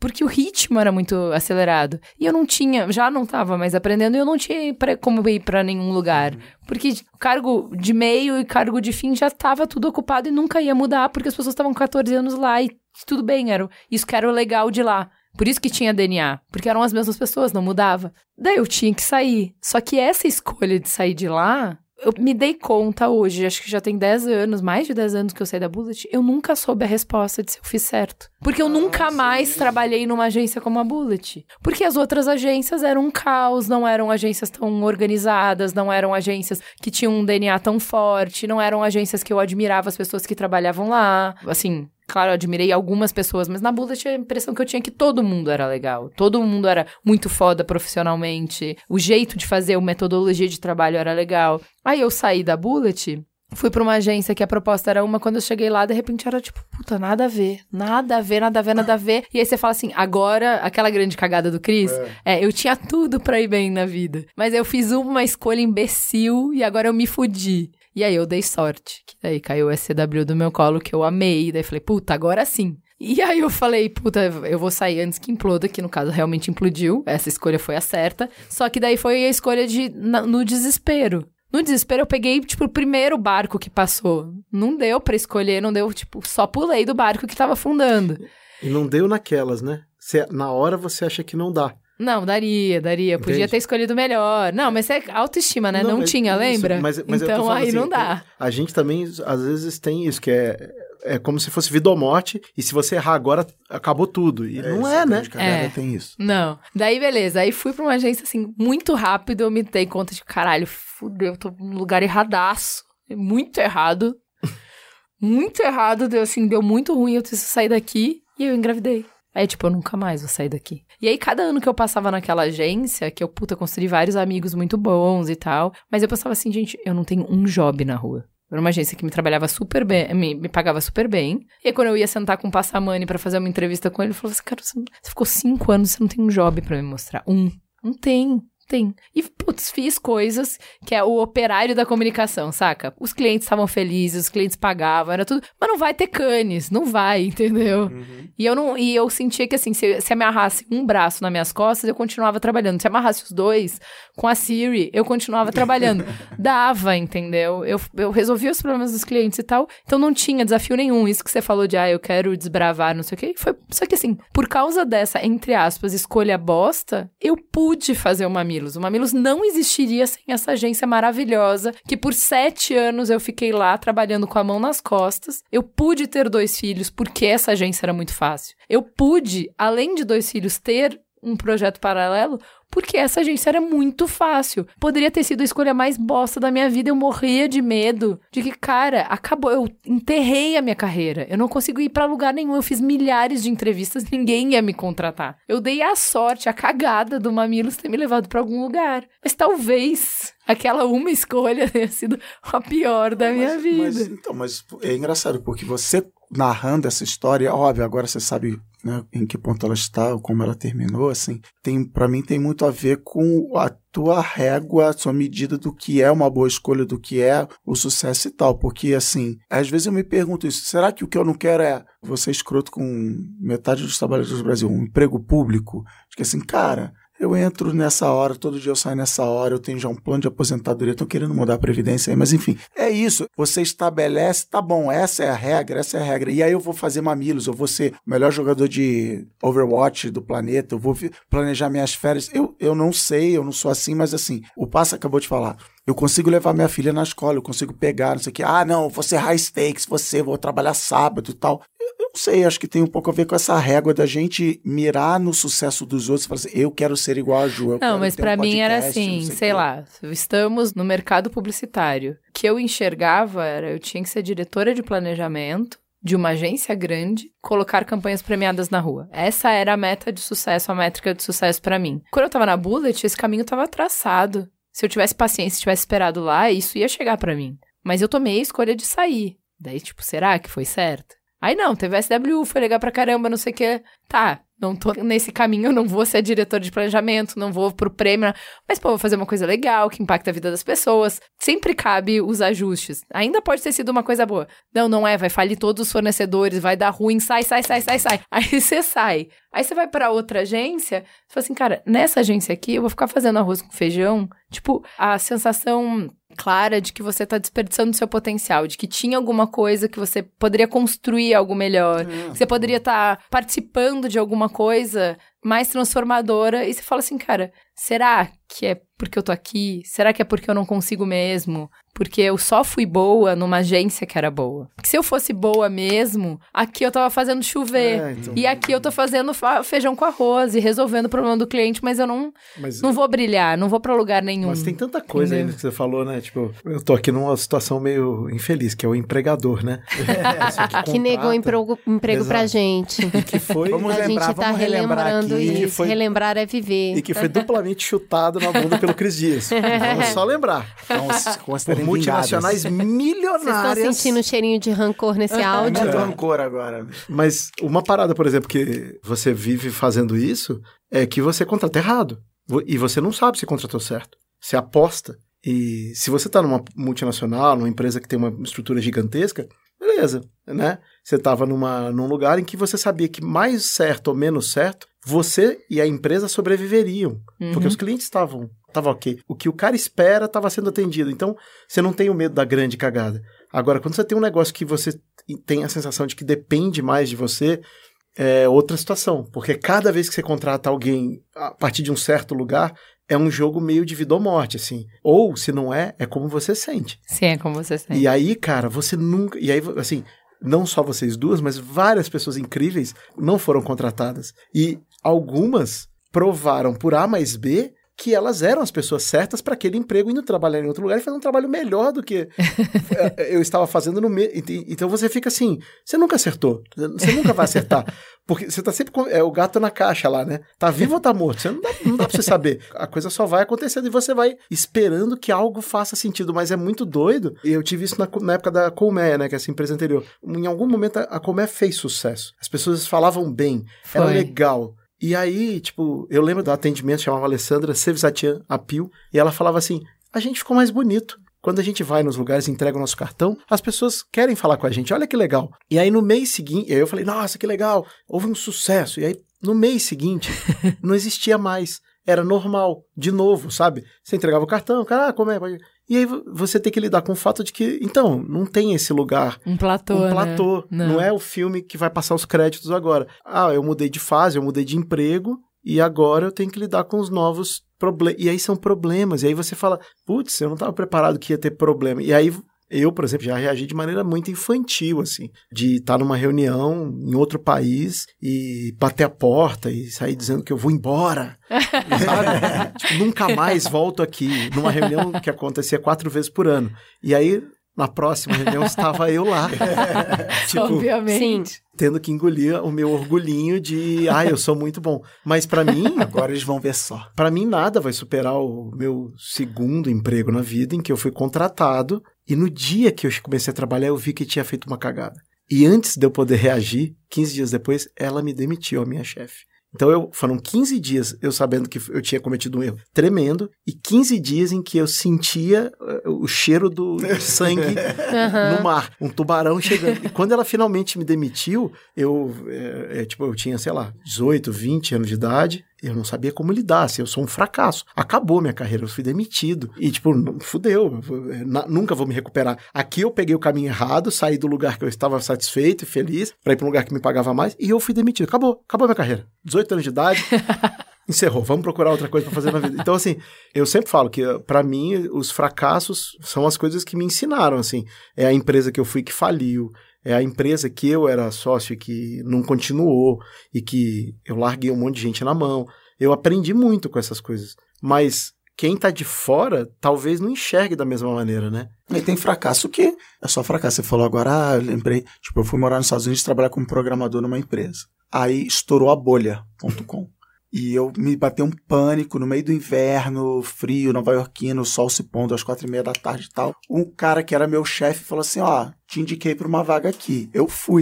porque o ritmo era muito acelerado. E eu não tinha, já não tava mais aprendendo, e eu não tinha pra, como ir pra nenhum lugar. Porque cargo de meio e cargo de fim já tava tudo ocupado e nunca ia mudar, porque as pessoas estavam com catorze anos lá e tudo bem, era, isso que era o legal de lá. Por isso que tinha D N A, porque eram as mesmas pessoas, não mudava. Daí eu tinha que sair. Só que essa escolha de sair de lá, eu me dei conta hoje, acho que já tem dez anos, mais de dez anos que eu saí da Bullet, eu nunca soube a resposta de se eu fiz certo. Porque eu nunca mais trabalhei numa agência como a Bullet. Porque as outras agências eram um caos, não eram agências tão organizadas, não eram agências que tinham um D N A tão forte, não eram agências que eu admirava as pessoas que trabalhavam lá. Assim, claro, eu admirei algumas pessoas, mas na Bullet a impressão que eu tinha que todo mundo era legal. Todo mundo era muito foda profissionalmente. O jeito de fazer, a metodologia de trabalho era legal. Aí eu saí da Bullet, fui pra uma agência que a proposta era uma, quando eu cheguei lá, de repente era tipo, puta, nada a ver. Nada a ver, nada a ver, nada a ver. E aí você fala assim, agora, aquela grande cagada do Chris, é, é eu tinha tudo pra ir bem na vida. Mas eu fiz uma escolha imbecil e agora eu me fudi. E aí eu dei sorte, que daí caiu o S C W do meu colo, que eu amei, e daí falei, puta, agora sim. E aí eu falei, puta, eu vou sair antes que imploda, que no caso realmente implodiu, essa escolha foi a certa, só que daí foi a escolha de, na, no desespero. No desespero eu peguei, tipo, o primeiro barco que passou. Não deu pra escolher, não deu, tipo, só pulei do barco que tava afundando. E não deu naquelas, né? Cê, na hora você acha que não dá. Não, daria, daria. Entende? Podia ter escolhido melhor. Não, mas é autoestima, né? Não, não tinha, isso, lembra? Mas, mas então aí assim, não dá. A gente também, às vezes, tem isso, que é, é como se fosse vida ou morte, e se você errar agora, acabou tudo. E é, não é, né? É. Tem isso. Não. Daí, beleza. Aí fui pra uma agência, assim, muito rápido, eu me dei conta de, caralho, fudeu, tô num lugar erradaço. Muito errado. Muito errado, deu assim, deu muito ruim, eu preciso sair daqui, e eu engravidei. Aí, tipo, eu nunca mais vou sair daqui. E aí, cada ano que eu passava naquela agência, que eu, puta, construí vários amigos muito bons e tal, mas eu pensava assim, gente, eu não tenho um job na rua. Era uma agência que me trabalhava super bem, me, me pagava super bem. E aí, quando eu ia sentar com o Passamani pra fazer uma entrevista com ele, ele falou assim, cara, você, você ficou cinco anos, você não tem um job pra me mostrar. Um. Não tem. Tem. E, putz, fiz coisas que é o operário da comunicação, saca? Os clientes estavam felizes, os clientes pagavam, era tudo. Mas não vai ter canes, não vai, entendeu? Uhum. E, eu não, e eu sentia que, assim, se, se amarrasse um braço nas minhas costas, eu continuava trabalhando. Se amarrasse os dois, com a Siri, eu continuava trabalhando. Dava, entendeu? Eu, eu resolvia os problemas dos clientes e tal, então não tinha desafio nenhum. Isso que você falou de, ah, eu quero desbravar, não sei o quê. Foi, só que, assim, por causa dessa, entre aspas, escolha bosta, eu pude fazer uma Mamilos. O Mamilos não existiria sem essa agência maravilhosa, que por sete anos eu fiquei lá trabalhando com a mão nas costas. Eu pude ter dois filhos porque essa agência era muito fácil. Eu pude, além de dois filhos, ter um projeto paralelo porque essa agência era muito fácil. Poderia ter sido a escolha mais bosta da minha vida. Eu morria de medo de que, cara, acabou. Eu enterrei a minha carreira. Eu não consigo ir pra lugar nenhum. Eu fiz milhares de entrevistas, ninguém ia me contratar. Eu dei a sorte, a cagada do Mamilos ter me levado pra algum lugar. Mas talvez aquela uma escolha tenha sido a pior da minha mas, vida. Mas, então, mas é engraçado, porque você narrando essa história, óbvio, agora você sabe, né, em que ponto ela está, como ela terminou, assim, tem, pra mim tem muito a ver com a tua régua, a sua medida do que é uma boa escolha, do que é o sucesso e tal, porque, assim, às vezes eu me pergunto isso, será que o que eu não quero é você escroto com metade dos trabalhadores do Brasil, um emprego público? Acho que, assim, cara, eu entro nessa hora, todo dia eu saio nessa hora, eu tenho já um plano de aposentadoria, estou querendo mudar a previdência aí, mas enfim, é isso. Você estabelece, tá bom, essa é a regra, essa é a regra, e aí eu vou fazer Mamilos, eu vou ser o melhor jogador de Overwatch do planeta, eu vou planejar minhas férias. Eu, eu não sei, eu não sou assim, mas assim, o Passa acabou de falar, eu consigo levar minha filha na escola, eu consigo pegar, não sei o que, ah, não, vou ser high stakes, você, vou trabalhar sábado e tal. Eu não sei, acho que tem um pouco a ver com essa régua da gente mirar no sucesso dos outros e falar assim, eu quero ser igual a Ju. Eu não, mas pra um mim podcast, era assim, sei, sei lá, estamos no mercado publicitário. O que eu enxergava era, eu tinha que ser diretora de planejamento de uma agência grande, colocar campanhas premiadas na rua. Essa era a meta de sucesso, a métrica de sucesso pra mim. Quando eu tava na Bullet, esse caminho tava traçado. Se eu tivesse paciência, se tivesse esperado lá, isso ia chegar pra mim. Mas eu tomei a escolha de sair. Daí, tipo, será que foi certo? Aí não, teve S W U, foi legal pra caramba, não sei o que. Tá, não tô nesse caminho, eu não vou ser diretor de planejamento, não vou pro prêmio, mas pô, vou fazer uma coisa legal, que impacta a vida das pessoas. Sempre cabe os ajustes. Ainda pode ter sido uma coisa boa. Não, não é, vai falir todos os fornecedores, vai dar ruim, sai, sai, sai, sai, sai. Aí você sai. Aí você vai pra outra agência, você fala assim, cara, nessa agência aqui eu vou ficar fazendo arroz com feijão. Tipo, a sensação clara de que você tá desperdiçando o seu potencial, de que tinha alguma coisa que você poderia construir algo melhor, é. que você poderia estar tá participando de alguma coisa mais transformadora, e você fala assim, cara, será que é porque eu tô aqui? Será que é porque eu não consigo mesmo? Porque eu só fui boa numa agência que era boa. Porque se eu fosse boa mesmo, aqui eu tava fazendo chover. É, então... E aqui eu tô fazendo feijão com arroz e resolvendo o problema do cliente, mas eu não, mas, não vou brilhar, não vou pra lugar nenhum. Mas tem tanta coisa ainda que você falou, né? Tipo, eu tô aqui numa situação meio infeliz, que é o empregador, né? É, que, que negou emprego, emprego pra gente. E que foi... Vamos a lembrar, gente tá relembrando aqui, isso. Foi, relembrar é viver. E que foi duplamente chutado na bunda pelo Cris Dias. Vamos só lembrar. Então, por multinacionais milionárias. Vocês estão sentindo um cheirinho de rancor nesse áudio? Muito rancor agora. Mas uma parada, por exemplo, que você vive fazendo isso, é que você contrata errado. E você não sabe se contratou certo. Você aposta. E se você está numa multinacional, numa empresa que tem uma estrutura gigantesca, beleza, né? Você estava num lugar em que você sabia que mais certo ou menos certo, você e a empresa sobreviveriam. Uhum. Porque os clientes estavam tava ok. O que o cara espera estava sendo atendido. Então, você não tem o medo da grande cagada. Agora, quando você tem um negócio que você tem a sensação de que depende mais de você, é outra situação. Porque cada vez que você contrata alguém a partir de um certo lugar, é um jogo meio de vida ou morte, assim. Ou, se não é, é como você sente. Sim, é como você sente. E aí, cara, você nunca... E aí, assim, não só vocês duas, mas várias pessoas incríveis não foram contratadas. E algumas provaram por A mais B que elas eram as pessoas certas para aquele emprego, indo trabalhar em outro lugar e fazer um trabalho melhor do que eu estava fazendo no meio. Então você fica assim, você nunca acertou, você nunca vai acertar, porque você tá sempre com é, o gato na caixa lá, né? Tá vivo ou tá morto? Você não dá, não dá pra você saber. A coisa só vai acontecendo e você vai esperando que algo faça sentido, mas é muito doido. E eu tive isso na, na época da Colmeia, né? Que é essa empresa anterior. Em algum momento a Colmeia fez sucesso. As pessoas falavam bem, Foi. Era legal. E aí, tipo, eu lembro do atendimento, chamava Alessandra Sevzatian Apil, e ela falava assim, a gente ficou mais bonito. Quando a gente vai nos lugares e entrega o nosso cartão, as pessoas querem falar com a gente, olha que legal. E aí no mês seguinte, aí eu falei, nossa, que legal, houve um sucesso. E aí no mês seguinte, não existia mais, era normal, de novo, sabe? Você entregava o cartão, cara, ah, como é? E aí você tem que lidar com o fato de que, então, não tem esse lugar. Um platô, Um platô. Né? Não. não é o filme que vai passar os créditos agora. Ah, eu mudei de fase, eu mudei de emprego e agora eu tenho que lidar com os novos problemas. E aí são problemas. E aí você fala, putz, eu não estava preparado que ia ter problema. E aí eu, por exemplo, já reagi de maneira muito infantil, assim, de estar numa reunião em outro país e bater a porta e sair dizendo que eu vou embora, sabe? Tipo, nunca mais volto aqui, numa reunião que acontecia quatro vezes por ano. E aí, na próxima reunião, estava eu lá. tipo, Obviamente. Sim. Tendo que engolir o meu orgulhinho de, ah, eu sou muito bom. Mas pra mim... Agora eles vão ver só. Pra mim, nada vai superar o meu segundo emprego na vida, em que eu fui contratado. E no dia que eu comecei a trabalhar, eu vi que tinha feito uma cagada. E antes de eu poder reagir, quinze dias depois, ela me demitiu, a minha chefe. Então, eu, foram quinze dias eu sabendo que eu tinha cometido um erro tremendo e quinze dias em que eu sentia uh, o cheiro do de sangue uhum. no mar, um tubarão chegando. E quando ela finalmente me demitiu, eu, é, é, tipo, eu tinha, sei lá, dezoito, vinte anos de idade. Eu não sabia como lidar, assim, eu sou um fracasso. Acabou minha carreira, eu fui demitido. E, tipo, fudeu, eu, nunca vou me recuperar. Aqui eu peguei o caminho errado, saí do lugar que eu estava satisfeito e feliz, pra ir pra um lugar que me pagava mais, e eu fui demitido. Acabou, acabou minha carreira. dezoito anos de idade, encerrou. Vamos procurar outra coisa pra fazer na vida. Então, assim, eu sempre falo que, pra mim, os fracassos são as coisas que me ensinaram, assim. É a empresa que eu fui que faliu, é a empresa que eu era sócio e que não continuou e que eu larguei um monte de gente na mão. Eu aprendi muito com essas coisas. Mas quem tá de fora talvez não enxergue da mesma maneira, né? E tem fracasso que é só fracasso. Você falou agora, ah, eu lembrei, tipo, eu fui morar nos Estados Unidos e trabalhar como programador numa empresa. Aí estourou a bolha ponto com. E eu me bateu um pânico no meio do inverno, frio, nova-iorquino, o sol se pondo às quatro e meia da tarde e tal. Um cara que era meu chefe falou assim, ó, te indiquei pra uma vaga aqui. Eu fui.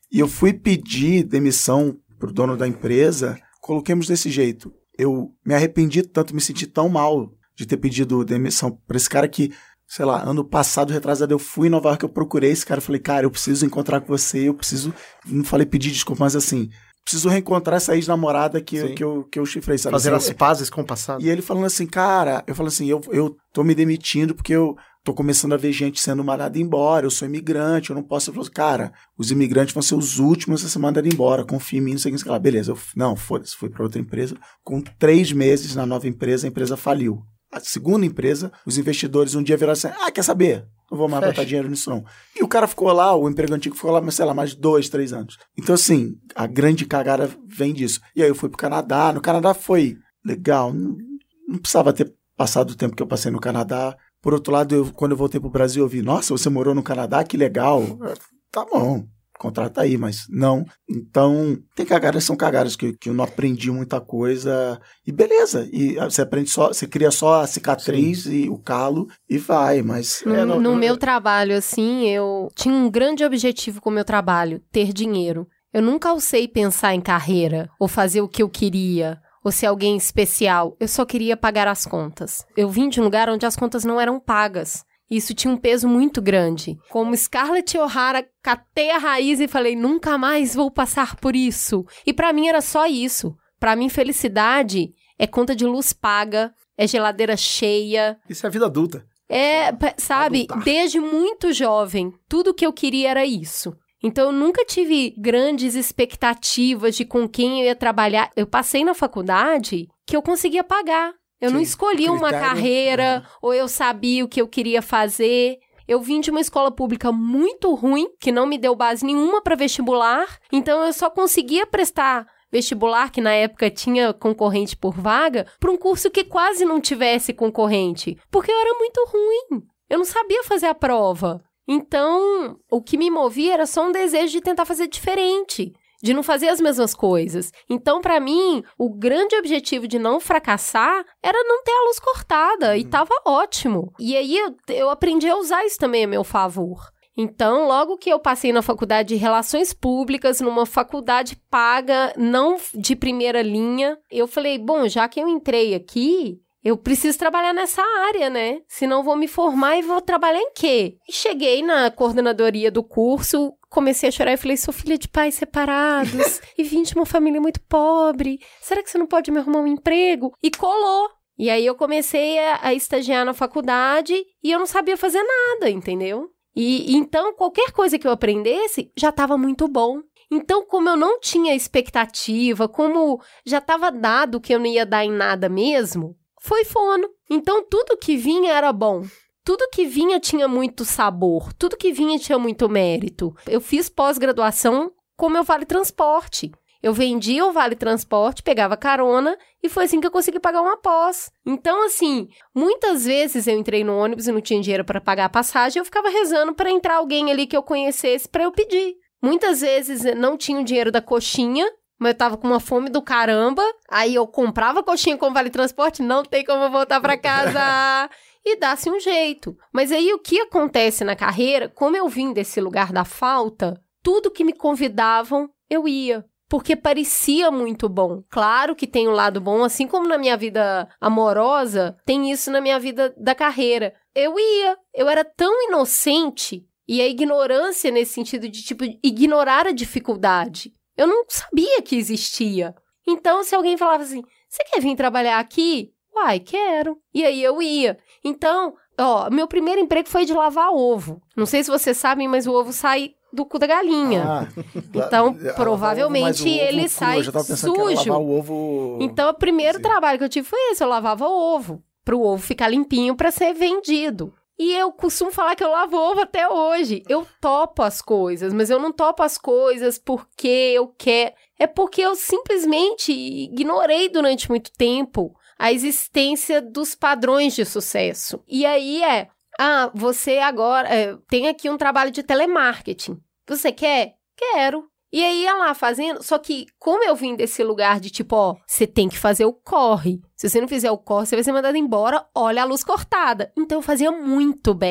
E eu fui pedir demissão pro dono da empresa, coloquemos desse jeito. Eu me arrependi tanto, me senti tão mal de ter pedido demissão para esse cara que, sei lá, ano passado, retrasado, eu fui em Nova York, eu procurei esse cara, falei, cara, eu preciso encontrar com você, eu preciso, não falei pedir desculpa, mas assim, preciso reencontrar essa ex-namorada que, eu, que, eu, que eu chifrei, sabe? Fazer assim, as pazes com o passado. E ele falando assim, cara, eu falo assim, eu, eu tô me demitindo porque eu tô começando a ver gente sendo mandada embora, eu sou imigrante, eu não posso... Eu falo, cara, os imigrantes vão ser os últimos a ser mandados embora, confia em mim, não sei o que, sei lá. Beleza, eu, não, foda-se, fui para outra empresa. Com três meses na nova empresa, a empresa faliu. A segunda empresa, os investidores um dia viraram assim, ah, quer saber? Não vou mais Fecha. botar dinheiro nisso não. E o cara ficou lá, o emprego antigo ficou lá, mas sei lá, mais dois, três anos. Então assim, a grande cagada vem disso. E aí eu fui pro Canadá, no Canadá foi legal, não, não precisava ter passado o tempo que eu passei no Canadá. Por outro lado, eu, quando eu voltei pro Brasil, eu vi, nossa, você morou no Canadá, que legal. Tá bom, contrata aí, mas não. Então, tem cagadas, são cagadas que, que eu não aprendi muita coisa. E beleza, e você aprende só, você cria só a cicatriz Sim. e o calo e vai, mas... No, é, não, no não, meu trabalho, assim, eu tinha um grande objetivo com o meu trabalho, ter dinheiro. Eu nunca alcei pensar em carreira ou fazer o que eu queria... ou ser alguém especial, eu só queria pagar as contas. Eu vim de um lugar onde as contas não eram pagas. Isso tinha um peso muito grande. Como Scarlett O'Hara, catei a raiz e falei, nunca mais vou passar por isso. E pra mim era só isso. Pra mim, felicidade é conta de luz paga, é geladeira cheia. Isso é a vida adulta. É, sabe, Adultar. Desde muito jovem, tudo que eu queria era isso. Então, eu nunca tive grandes expectativas de com quem eu ia trabalhar. Eu passei na faculdade que eu conseguia pagar. Eu Sim, não escolhi uma carreira, uhum. ou eu sabia o que eu queria fazer. Eu vim de uma escola pública muito ruim, que não me deu base nenhuma para vestibular. Então, eu só conseguia prestar vestibular, que na época tinha concorrente por vaga, para um curso que quase não tivesse concorrente. Porque eu era muito ruim. Eu não sabia fazer a prova. Então, o que me movia era só um desejo de tentar fazer diferente, de não fazer as mesmas coisas. Então, para mim, o grande objetivo de não fracassar era não ter a luz cortada, uhum. e tava ótimo. E aí, eu, eu aprendi a usar isso também a meu favor. Então, logo que eu passei na faculdade de Relações Públicas, numa faculdade paga, não de primeira linha, eu falei, bom, já que eu entrei aqui... eu preciso trabalhar nessa área, né? Senão vou me formar e vou trabalhar em quê? E cheguei na coordenadoria do curso, comecei a chorar e falei, sou filha de pais separados e vim de uma família muito pobre. Será que você não pode me arrumar um emprego? E colou. E aí eu comecei a, a estagiar na faculdade e eu não sabia fazer nada, entendeu? E, e então, qualquer coisa que eu aprendesse já estava muito bom. Então, como eu não tinha expectativa, como já estava dado que eu não ia dar em nada mesmo... foi fono. Então, tudo que vinha era bom. Tudo que vinha tinha muito sabor. Tudo que vinha tinha muito mérito. Eu fiz pós-graduação com meu Vale Transporte. Eu vendia o Vale Transporte, pegava carona e foi assim que eu consegui pagar uma pós. Então, assim, muitas vezes eu entrei no ônibus e não tinha dinheiro para pagar a passagem, eu ficava rezando para entrar alguém ali que eu conhecesse para eu pedir. Muitas vezes não tinha o dinheiro da coxinha, mas eu tava com uma fome do caramba, aí eu comprava coxinha com Vale Transporte, não tem como eu voltar pra casa, e dá-se um jeito. Mas aí o que acontece na carreira, como eu vim desse lugar da falta, tudo que me convidavam, eu ia. Porque parecia muito bom. Claro que tem um lado bom, assim como na minha vida amorosa, tem isso na minha vida da carreira. Eu ia, eu era tão inocente, e a ignorância nesse sentido de, tipo, ignorar a dificuldade. Eu não sabia que existia. Então, se alguém falava assim, você quer vir trabalhar aqui? Uai, quero. E aí eu ia. Então, ó, meu primeiro emprego foi de lavar ovo. Não sei se vocês sabem, mas o ovo sai do cu da galinha. Ah, então, la- provavelmente ovo, ele cru, sai sujo. Que lavar o ovo... Então, o primeiro Sim. trabalho que eu tive foi esse. Eu lavava o ovo. Para o ovo ficar limpinho para ser vendido. E eu costumo falar que eu lavo ovo até hoje. Eu topo as coisas, mas eu não topo as coisas porque eu quero. É porque eu simplesmente ignorei durante muito tempo a existência dos padrões de sucesso. E aí é, ah, você agora é, tem aqui um trabalho de telemarketing. Você quer? Quero. E aí ia lá fazendo, só que como eu vim desse lugar de tipo, ó, você tem que fazer o corre. Se você não fizer o corre, você vai ser mandado embora, olha a luz cortada. Então eu fazia muito bem.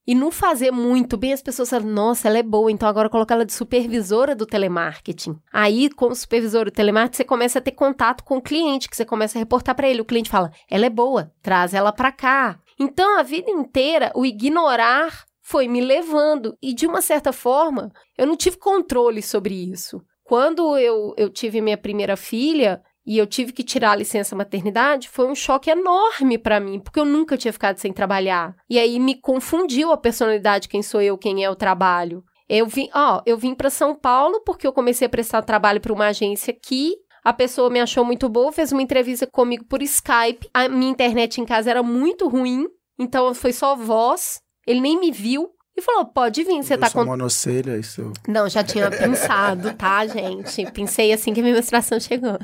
E não fazer muito bem, as pessoas falam, nossa, ela é boa, então agora coloca ela de supervisora do telemarketing. Aí, como supervisora do telemarketing, você começa a ter contato com o cliente, que você começa a reportar para ele. O cliente fala, ela é boa, traz ela para cá. Então, a vida inteira, o ignorar foi me levando. E, de uma certa forma, eu não tive controle sobre isso. Quando eu, eu tive minha primeira filha e eu tive que tirar a licença maternidade, foi um choque enorme para mim, porque eu nunca tinha ficado sem trabalhar. E aí me confundiu a personalidade, quem sou eu, quem é o trabalho. Eu vim, ó, eu vim para São Paulo porque eu comecei a prestar trabalho para uma agência aqui. A pessoa me achou muito boa, fez uma entrevista comigo por Skype. A minha internet em casa era muito ruim, então foi só voz. Ele nem me viu. E falou, pode vir, você tá com... monocelha, isso... Não, já tinha pensado, tá, gente? Pensei assim que a minha menstruação chegou.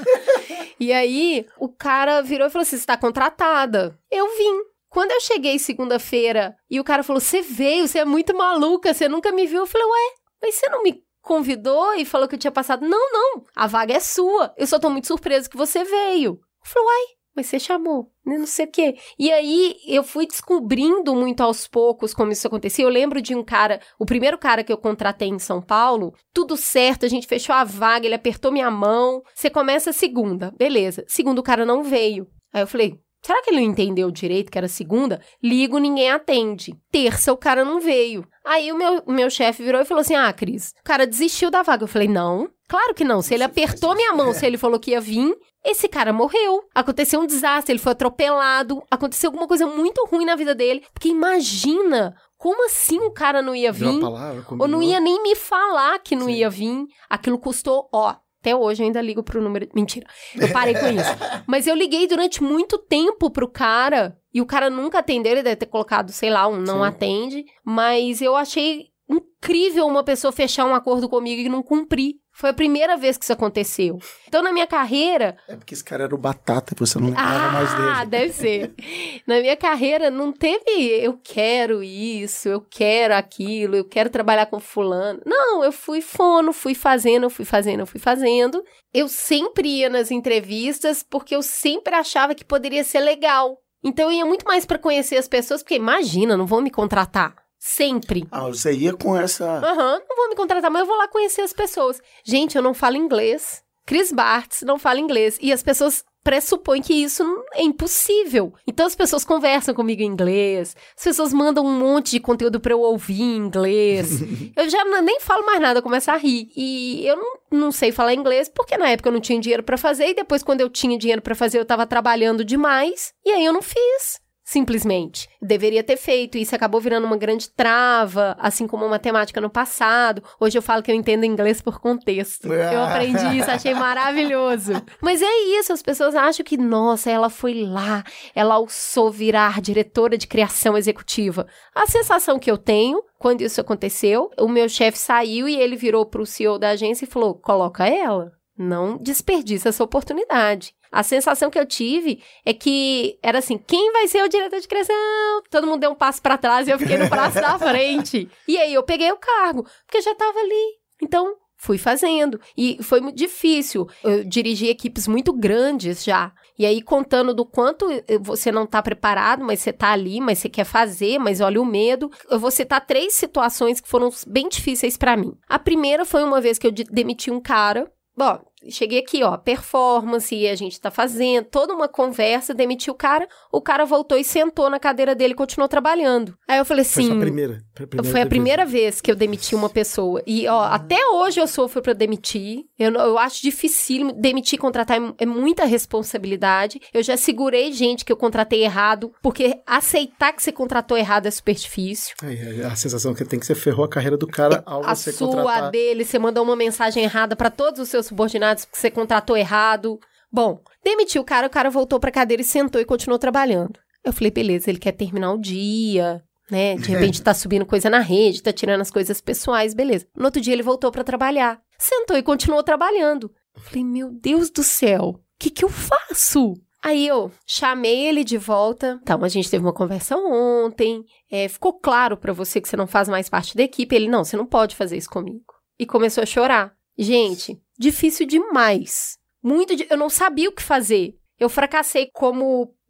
E aí, o cara virou e falou assim, você tá contratada. Eu vim. Quando eu cheguei segunda-feira e o cara falou, você veio, você é muito maluca, você nunca me viu. Eu falei, ué, mas você não me convidou e falou que eu tinha passado? Não, não, a vaga é sua. Eu só tô muito surpresa que você veio. Eu falei, uai. Mas você chamou, né? Não sei o quê. E aí, eu fui descobrindo muito aos poucos como isso acontecia. Eu lembro de um cara, o primeiro cara que eu contratei em São Paulo, tudo certo, a gente fechou a vaga, ele apertou minha mão. Você começa segunda, beleza. Segunda, o cara não veio. Aí eu falei, será que ele não entendeu direito que era segunda? Ligo, ninguém atende. Terça, o cara não veio. Aí o meu, meu chefe virou e falou assim, ah, Cris, o cara desistiu da vaga. Eu falei, não, claro que não. Se ele apertou minha mão, se ele falou que ia vir... Esse cara morreu, aconteceu um desastre, ele foi atropelado, aconteceu alguma coisa muito ruim na vida dele, porque imagina, como assim o cara não ia vir, palavra, ou não ia nem me falar que não Sim. ia vir, aquilo custou, ó, até hoje eu ainda ligo pro número, mentira, eu parei com isso, mas eu liguei durante muito tempo pro cara, e o cara nunca atendeu, ele deve ter colocado, sei lá, um não Sim. atende, mas eu achei incrível uma pessoa fechar um acordo comigo e não cumprir. Foi a primeira vez que isso aconteceu. Então, na minha carreira... É porque esse cara era o batata e você não lembrava ah, mais dele. Ah, deve ser. Na minha carreira não teve eu quero isso, eu quero aquilo, eu quero trabalhar com fulano. Não, eu fui fono, fui fazendo, eu fui fazendo, eu fui fazendo. Eu sempre ia nas entrevistas porque eu sempre achava que poderia ser legal. Então, eu ia muito mais para conhecer as pessoas, porque imagina, não vão me contratar. Sempre. Ah, você ia com essa... Aham, uhum, não vou me contratar, mas eu vou lá conhecer as pessoas. Gente, eu não falo inglês. Chris Bartz não fala inglês. E as pessoas pressupõem que isso é impossível. Então as pessoas conversam comigo em inglês. As pessoas mandam um monte de conteúdo pra eu ouvir em inglês. Eu já nem falo mais nada, eu começo a rir. E eu não, não sei falar inglês porque na época eu não tinha dinheiro pra fazer. E depois, quando eu tinha dinheiro pra fazer, eu tava trabalhando demais. E aí eu não fiz. Simplesmente. Deveria ter feito. Isso acabou virando uma grande trava, assim como a matemática no passado. Hoje eu falo que eu entendo inglês por contexto. Eu aprendi isso, achei maravilhoso. Mas é isso, as pessoas acham que, nossa, ela foi lá, ela alçou virar diretora de criação executiva. A sensação que eu tenho, quando isso aconteceu, o meu chefe saiu e ele virou pro C E O da agência e falou, coloca ela. Não desperdiça essa oportunidade. A sensação que eu tive é que era assim, quem vai ser o diretor de criação? Todo mundo deu um passo pra trás e eu fiquei no braço da frente. E aí eu peguei o cargo, porque eu já tava ali. Então, fui fazendo. E foi muito difícil. Eu dirigi equipes muito grandes já. E aí, contando do quanto você não tá preparado, mas você tá ali, mas você quer fazer, mas olha o medo. Eu vou citar três situações que foram bem difíceis pra mim. A primeira foi uma vez que eu demiti um cara. Bom, cheguei aqui, ó, performance, e a gente tá fazendo, toda uma conversa, demiti o cara, o cara voltou e sentou na cadeira dele e continuou trabalhando. Aí eu falei assim... Foi a primeira? Foi a primeira, foi a primeira vez que eu demiti uma pessoa. E, ó, até hoje eu sofro pra demitir. Eu, eu acho difícil demitir e contratar, é, é muita responsabilidade. Eu já segurei gente que eu contratei errado, porque aceitar que você contratou errado é super difícil. É, a sensação que tem que você ferrou a carreira do cara ao a você sua, contratar. A dele, você mandou uma mensagem errada pra todos os seus subordinados porque você contratou errado. Bom, demitiu o cara, o cara voltou pra cadeira e sentou e continuou trabalhando. Eu falei, beleza, ele quer terminar o dia, né? De repente tá subindo coisa na rede, tá tirando as coisas pessoais, beleza. No outro dia ele voltou pra trabalhar. Sentou e continuou trabalhando. Eu falei, meu Deus do céu, o que que eu faço? Aí eu chamei ele de volta. Então, a gente teve uma conversa ontem. É, ficou claro pra você que você não faz mais parte da equipe. Ele, não, você não pode fazer isso comigo. E começou a chorar. Gente, difícil demais. Muito, di... eu não sabia o que fazer. Eu fracassei como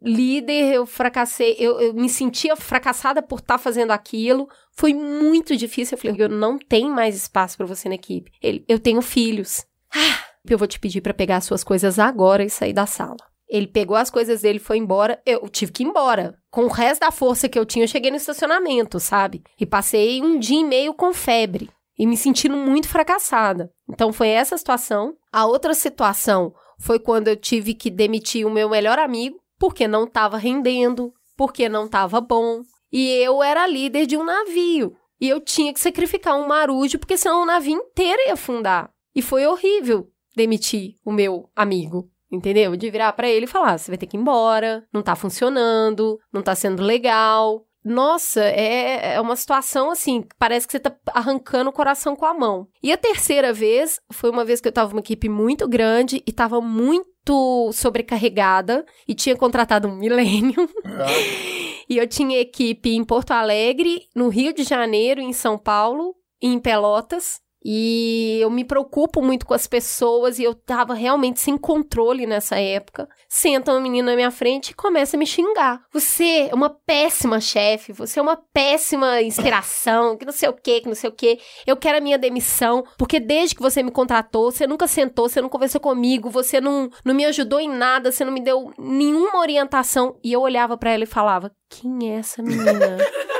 líder, eu fracassei, eu, eu me sentia fracassada por estar fazendo aquilo. Foi muito difícil. Eu falei, eu não tenho mais espaço para você na equipe. Ele, eu tenho filhos. Ah, eu vou te pedir para pegar as suas coisas agora e sair da sala. Ele pegou as coisas dele e foi embora. Eu tive que ir embora. Com o resto da força que eu tinha, eu cheguei no estacionamento, sabe? E passei um dia e meio com febre. E me sentindo muito fracassada. Então, foi essa situação. A outra situação foi quando eu tive que demitir o meu melhor amigo, porque não estava rendendo, porque não estava bom. E eu era líder de um navio. E eu tinha que sacrificar um marujo, porque senão o navio inteiro ia afundar. E foi horrível demitir o meu amigo. Entendeu? De virar pra ele e falar, você vai ter que ir embora, não tá funcionando, não tá sendo legal. Nossa, é, é uma situação assim, parece que você tá arrancando o coração com a mão. E a terceira vez, foi uma vez que eu tava numa equipe muito grande e tava muito sobrecarregada e tinha contratado um milênio. Ah. E eu tinha equipe em Porto Alegre, no Rio de Janeiro, em São Paulo e em Pelotas. E eu me preocupo muito com as pessoas e eu tava realmente sem controle nessa época. Senta uma menina na minha frente e começa a me xingar. Você é uma péssima chefe, você é uma péssima inspiração, que não sei o que, que não sei o que. Eu quero a minha demissão, porque desde que você me contratou, você nunca sentou, você não conversou comigo, você não, não me ajudou em nada, você não me deu nenhuma orientação. E eu olhava pra ela e falava, quem é essa menina?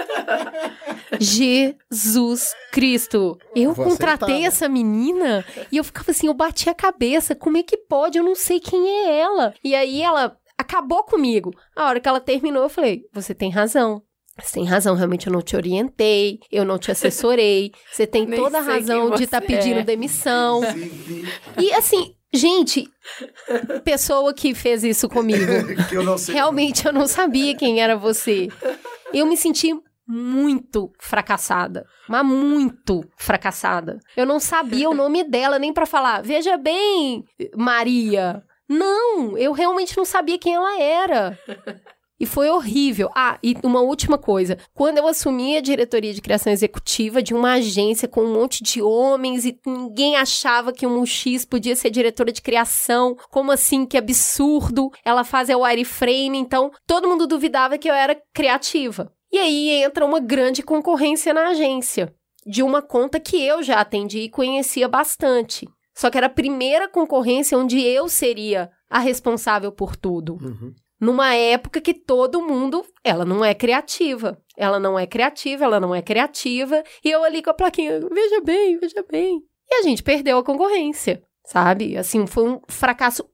Jesus Cristo. Eu Vou contratei aceitar, essa menina e eu ficava assim, eu bati a cabeça. Como é que pode? Eu não sei quem é ela. E aí ela acabou comigo. A hora que ela terminou, eu falei, você tem razão. Você tem razão, realmente eu não te orientei, eu não te assessorei. Você tem toda a razão de estar tá pedindo é. demissão. E assim... Gente, pessoa que fez isso comigo, que eu não sei. Realmente eu não sabia quem era você. Eu me senti muito fracassada, mas muito fracassada. Eu não sabia o nome dela nem pra falar, veja bem, Maria. Não, eu realmente não sabia quem ela era. E foi horrível. Ah, e uma última coisa. Quando eu assumi a diretoria de criação executiva de uma agência com um monte de homens e ninguém achava que uma X podia ser diretora de criação. Como assim? Que absurdo. Ela fazia wireframe, então todo mundo duvidava que eu era criativa. E aí entra uma grande concorrência na agência, de uma conta que eu já atendi e conhecia bastante. Só que era a primeira concorrência onde eu seria a responsável por tudo. Uhum. Numa época que todo mundo, ela não é criativa, ela não é criativa, ela não é criativa, e eu ali com a plaquinha, veja bem, veja bem. E a gente perdeu a concorrência, sabe? Assim, foi um fracasso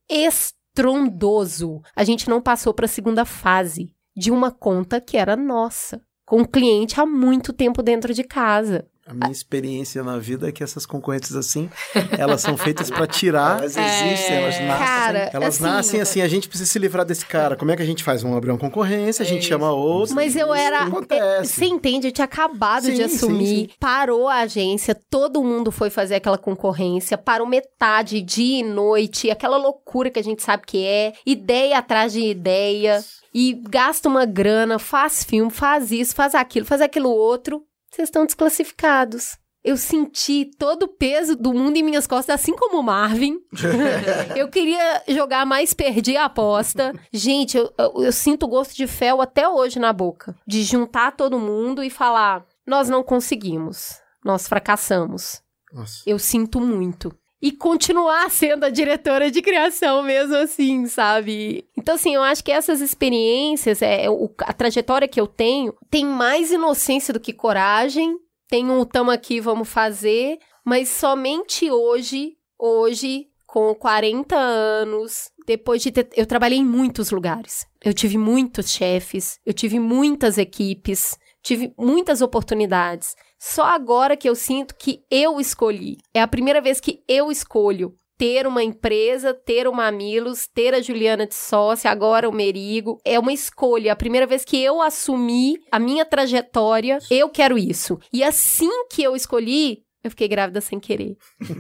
estrondoso. A gente não passou para a segunda fase de uma conta que era nossa, com o cliente há muito tempo dentro de casa. A minha experiência na vida é que essas concorrentes assim, elas são feitas pra tirar. Elas existem, é... elas nascem. Cara, elas assim, nascem assim, a gente precisa se livrar desse cara. Como é que a gente faz? Vamos abrir uma concorrência, a gente é chama outro. Mas eu era... É, você entende? Eu tinha acabado sim, de assumir. Sim, sim. Parou a agência, todo mundo foi fazer aquela concorrência, parou metade, dia e noite, aquela loucura que a gente sabe que é, ideia atrás de ideia, e gasta uma grana, faz filme, faz isso, faz aquilo, faz aquilo outro. Vocês estão desclassificados. Eu senti todo o peso do mundo em minhas costas, assim como o Marvin. Eu queria jogar, mas perdi a aposta. Gente, eu, eu, eu sinto o gosto de fel até hoje na boca. De juntar todo mundo e falar, nós não conseguimos. Nós fracassamos. Nossa. Eu sinto muito. E continuar sendo a diretora de criação mesmo assim, sabe? Então, assim, eu acho que essas experiências, é, o, a trajetória que eu tenho, tem mais inocência do que coragem. Tem um tamo aqui, vamos fazer. Mas somente hoje, hoje, com quarenta anos, depois de ter... Eu trabalhei em muitos lugares. Eu tive muitos chefes, eu tive muitas equipes, tive muitas oportunidades. Só agora que eu sinto que eu escolhi. É a primeira vez que eu escolho ter uma empresa, ter o Mamilos, ter a Juliana de sócia, agora o Merigo. É uma escolha. A primeira vez que eu assumi a minha trajetória, eu quero isso. E assim que eu escolhi, eu fiquei grávida sem querer.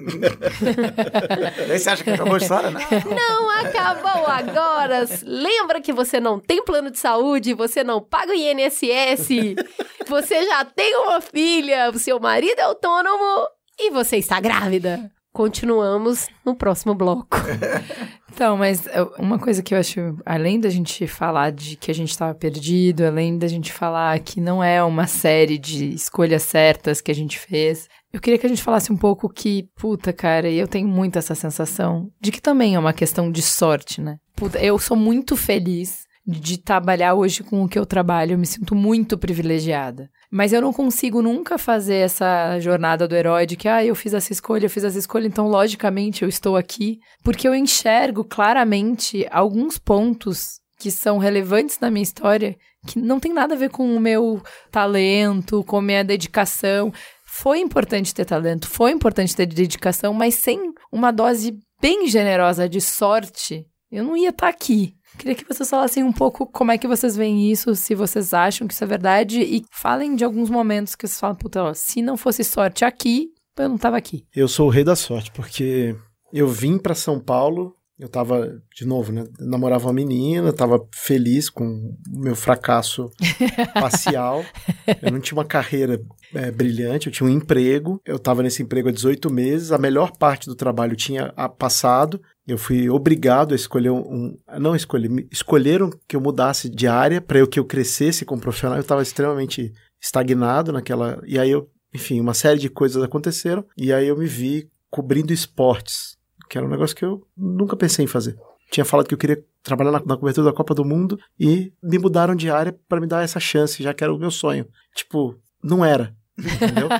Aí você acha que acabou a história, né? Não, acabou agora. Lembra que você não tem plano de saúde, você não paga o I N S S, você já tem uma filha, o seu marido é autônomo e você está grávida. Continuamos no próximo bloco. Então, mas uma coisa que eu acho, além da gente falar de que a gente estava perdido, além da gente falar que não é uma série de escolhas certas que a gente fez, eu queria que a gente falasse um pouco que, puta, cara, e eu tenho muito essa sensação de que também é uma questão de sorte, né? Puta, eu sou muito feliz de trabalhar hoje com o que eu trabalho, eu me sinto muito privilegiada. Mas eu não consigo nunca fazer essa jornada do herói de que, ah, eu fiz essa escolha, eu fiz essa escolha, então logicamente eu estou aqui. Porque eu enxergo claramente alguns pontos que são relevantes na minha história que não tem nada a ver com o meu talento, com a minha dedicação. Foi importante ter talento, foi importante ter dedicação, mas sem uma dose bem generosa de sorte, eu não ia estar aqui. Queria que vocês falassem um pouco como é que vocês veem isso, se vocês acham que isso é verdade, e falem de alguns momentos que vocês falam, puta, ó, se não fosse sorte aqui, eu não tava aqui. Eu sou o rei da sorte, porque eu vim pra São Paulo, eu tava, de novo, né, namorava uma menina, tava feliz com o meu fracasso facial, eu não tinha uma carreira é, brilhante, eu tinha um emprego, eu tava nesse emprego há dezoito meses, a melhor parte do trabalho tinha passado, eu fui obrigado a escolher um... Não escolher, escolheram que eu mudasse de área para eu que eu crescesse como profissional. Eu estava extremamente estagnado naquela... E aí eu... Enfim, uma série de coisas aconteceram. E aí eu me vi cobrindo esportes, que era um negócio que eu nunca pensei em fazer. Tinha falado que eu queria trabalhar na, na cobertura da Copa do Mundo e me mudaram de área para me dar essa chance, já que era o meu sonho. Tipo, não era, entendeu?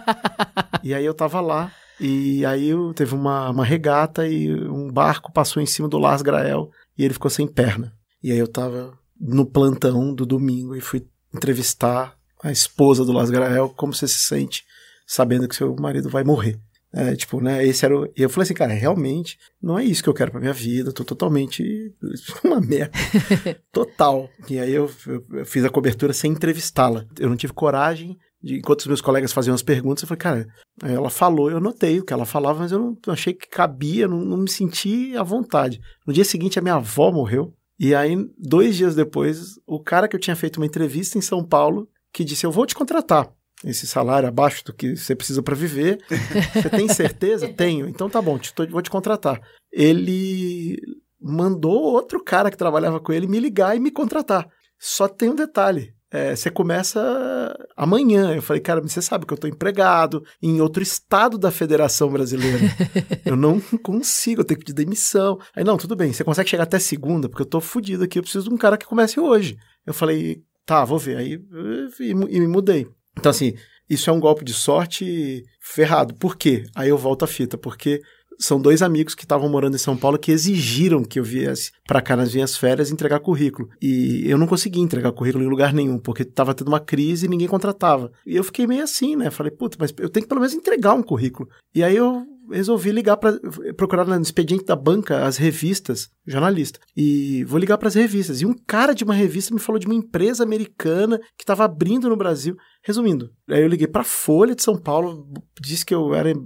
E aí eu tava lá. E aí eu, teve uma, uma regata e um barco passou em cima do Lars Grael e ele ficou sem perna. E aí eu tava no plantão do domingo e fui entrevistar a esposa do Lars Grael, como você se sente sabendo que seu marido vai morrer. É, tipo, né, esse era o... E eu falei assim, cara, realmente não é isso que eu quero pra minha vida, eu tô totalmente uma merda, total. E aí eu, eu fiz a cobertura sem entrevistá-la. Eu não tive coragem. De, enquanto os meus colegas faziam as perguntas, eu falei, cara, ela falou, eu notei o que ela falava, mas eu não eu achei que cabia, não, não me senti à vontade. No dia seguinte, a minha avó morreu, e aí, dois dias depois, o cara que eu tinha feito uma entrevista em São Paulo, que disse, eu vou te contratar, esse salário abaixo do que você precisa para viver, você tem certeza? Tenho, então tá bom, te, tô, vou te contratar. Ele mandou outro cara que trabalhava com ele me ligar e me contratar. Só tem um detalhe. É, você começa amanhã. Eu falei, cara, você sabe que eu tô empregado em outro estado da Federação Brasileira. Eu não consigo, eu tenho que pedir demissão. Aí, não, tudo bem, você consegue chegar até segunda, porque eu tô fudido aqui, eu preciso de um cara que comece hoje. Eu falei, tá, vou ver. Aí, e, e me mudei. Então, assim, isso é um golpe de sorte ferrado. Por quê? Aí eu volto à fita, porque... São dois amigos que estavam morando em São Paulo que exigiram que eu viesse para cá nas minhas férias entregar currículo. E eu não consegui entregar currículo em lugar nenhum, porque estava tendo uma crise e ninguém contratava. E eu fiquei meio assim, né? Falei, puta, mas eu tenho que pelo menos entregar um currículo. E aí eu resolvi ligar para procurar no expediente da banca as revistas, jornalista. E vou ligar para as revistas. E um cara de uma revista me falou de uma empresa americana que estava abrindo no Brasil. Resumindo, aí eu liguei para a Folha de São Paulo, disse que eu era...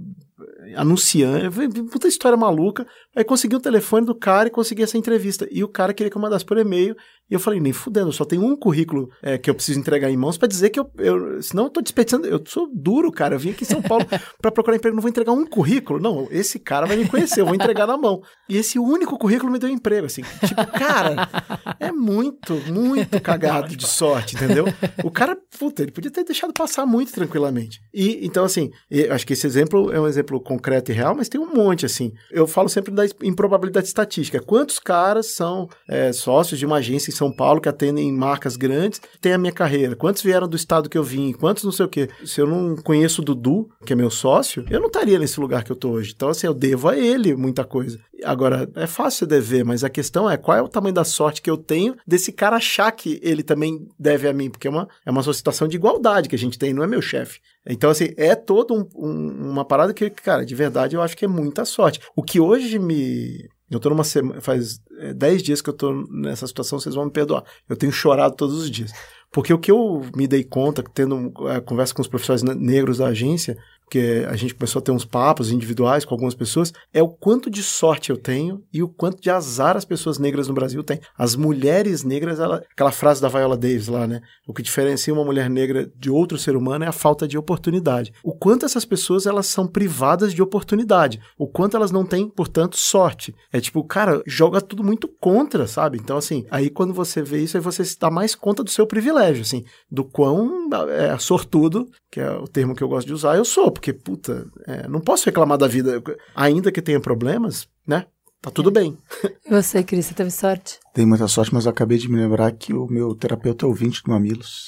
anunciante, puta história maluca. Aí consegui o telefone do cara e consegui essa entrevista. E o cara queria que eu mandasse por e-mail. E eu falei, nem fudendo, eu só tenho um currículo é, que eu preciso entregar em mãos pra dizer que eu, eu senão eu tô desperdiçando. Eu sou duro, cara. Eu vim aqui em São Paulo pra procurar emprego, não vou entregar um currículo. Não, esse cara vai me conhecer, eu vou entregar na mão. E esse único currículo me deu emprego, assim. Tipo, cara, é muito, muito cagado de sorte, entendeu? O cara, puta, ele podia ter deixado passar muito tranquilamente. E, então, assim, eu acho que esse exemplo é um exemplo concreto e real, mas tem um monte, assim. Eu falo sempre da improbabilidade estatística. Quantos caras são é, sócios de uma agência em São Paulo que atendem marcas grandes, tem a minha carreira? Quantos vieram do estado que eu vim? Quantos não sei o quê? Se eu não conheço o Dudu, que é meu sócio, eu não estaria nesse lugar que eu tô hoje. Então, assim, eu devo a ele muita coisa. Agora, é fácil dever, mas a questão é qual é o tamanho da sorte que eu tenho desse cara achar que ele também deve a mim, porque é uma, é uma situação de igualdade que a gente tem, não é meu chefe. Então, assim, é toda um, um, uma parada que, cara, de verdade, eu acho que é muita sorte. O que hoje me... Eu tô numa semana... Faz dez dias que eu tô nessa situação, vocês vão me perdoar. Eu tenho chorado todos os dias. Porque o que eu me dei conta, tendo é, conversa com os profissionais negros da agência, o porque a gente começou a ter uns papos individuais com algumas pessoas, é o quanto de sorte eu tenho e o quanto de azar as pessoas negras no Brasil têm. As mulheres negras, ela, aquela frase da Viola Davis lá, né? O que diferencia uma mulher negra de outro ser humano é a falta de oportunidade. O quanto essas pessoas, elas são privadas de oportunidade. O quanto elas não têm, portanto, sorte. É tipo, cara, joga tudo muito contra, sabe? Então, assim, aí quando você vê isso, aí você se dá mais conta do seu privilégio, assim, do quão é, sortudo, que é o termo que eu gosto de usar, eu sou, porque, puta, é, não posso reclamar da vida, ainda que tenha problemas, né? Tá tudo bem. E você, Cris, você teve sorte? Tenho muita sorte, mas eu acabei de me lembrar que o meu terapeuta é ouvinte do Mamilos.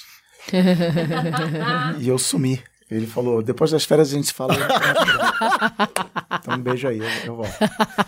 E eu sumi. Ele falou, depois das férias a gente se fala. Então um beijo aí, eu, eu volto.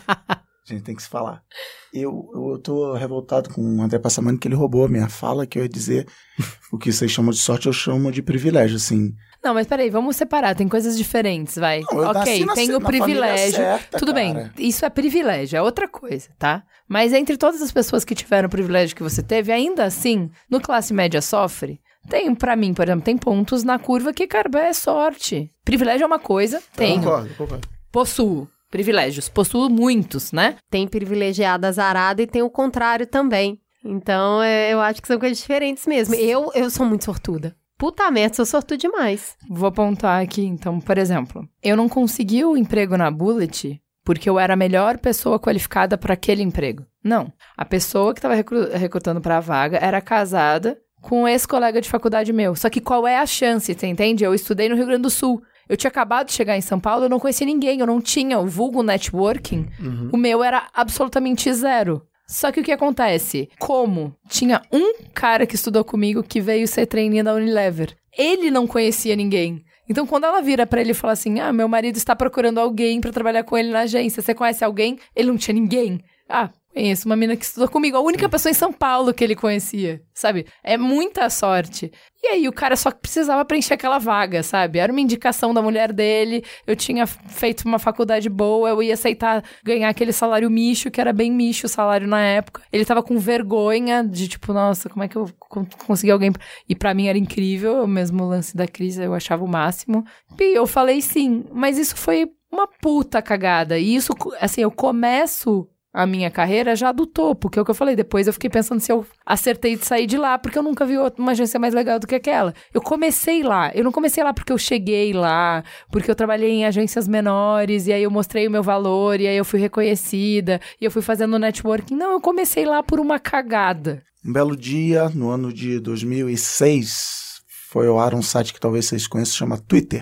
A gente tem que se falar. Eu, eu tô revoltado com o André Passamani, que ele roubou a minha fala, que eu ia dizer o que vocês chamam de sorte, eu chamo de privilégio, assim. Não, mas peraí, vamos separar, tem coisas diferentes, vai. Não, eu ok, nasci tem na, o privilégio, certa, tudo cara. bem, isso é privilégio, é outra coisa, tá? Mas entre todas as pessoas que tiveram o privilégio que você teve, ainda assim, no classe média sofre, tem, pra mim, por exemplo, tem pontos na curva que, cara, é sorte. Privilégio é uma coisa, tenho. Concordo, concordo. Possuo privilégios, possuo muitos, né? Tem privilegiada azarada e tem o contrário também. Então, é, eu acho que são coisas diferentes mesmo. Eu, eu sou muito sortuda. Puta merda, sou sortuda demais. Vou apontar aqui, então, por exemplo, eu não consegui o emprego na Bullet porque eu era a melhor pessoa qualificada para aquele emprego. Não. A pessoa que estava recru- recrutando para a vaga era casada com um ex-colega de faculdade meu. Só que qual é a chance, você entende? Eu estudei no Rio Grande do Sul. Eu tinha acabado de chegar em São Paulo, eu não conhecia ninguém, eu não tinha o vulgo networking. Uhum. O meu era absolutamente zero. Só que o que acontece? Como tinha um cara que estudou comigo que veio ser trainee da Unilever. Ele não conhecia ninguém. Então, quando ela vira pra ele e fala assim, ah, meu marido está procurando alguém pra trabalhar com ele na agência, você conhece alguém? Ele não tinha ninguém. Ah, conheço uma menina que estudou comigo, a única pessoa em São Paulo que ele conhecia, sabe? É muita sorte. E aí o cara só precisava preencher aquela vaga, sabe? Era uma indicação da mulher dele, eu tinha feito uma faculdade boa, eu ia aceitar ganhar aquele salário micho, que era bem micho o salário na época. Ele tava com vergonha de tipo, nossa, como é que eu consegui alguém? E pra mim era incrível, o mesmo lance da crise, eu achava o máximo. E eu falei sim, mas isso foi uma puta cagada. E isso, assim, eu começo a minha carreira já do topo, que é o que eu falei. Depois eu fiquei pensando se eu acertei de sair de lá, porque eu nunca vi uma agência mais legal do que aquela. Eu comecei lá. Eu não comecei lá porque eu cheguei lá, porque eu trabalhei em agências menores, e aí eu mostrei o meu valor, e aí eu fui reconhecida, e eu fui fazendo networking. Não, eu comecei lá por uma cagada. Um belo dia, no ano de dois mil e seis, foi ao ar um site que talvez vocês conheçam, chama Twitter.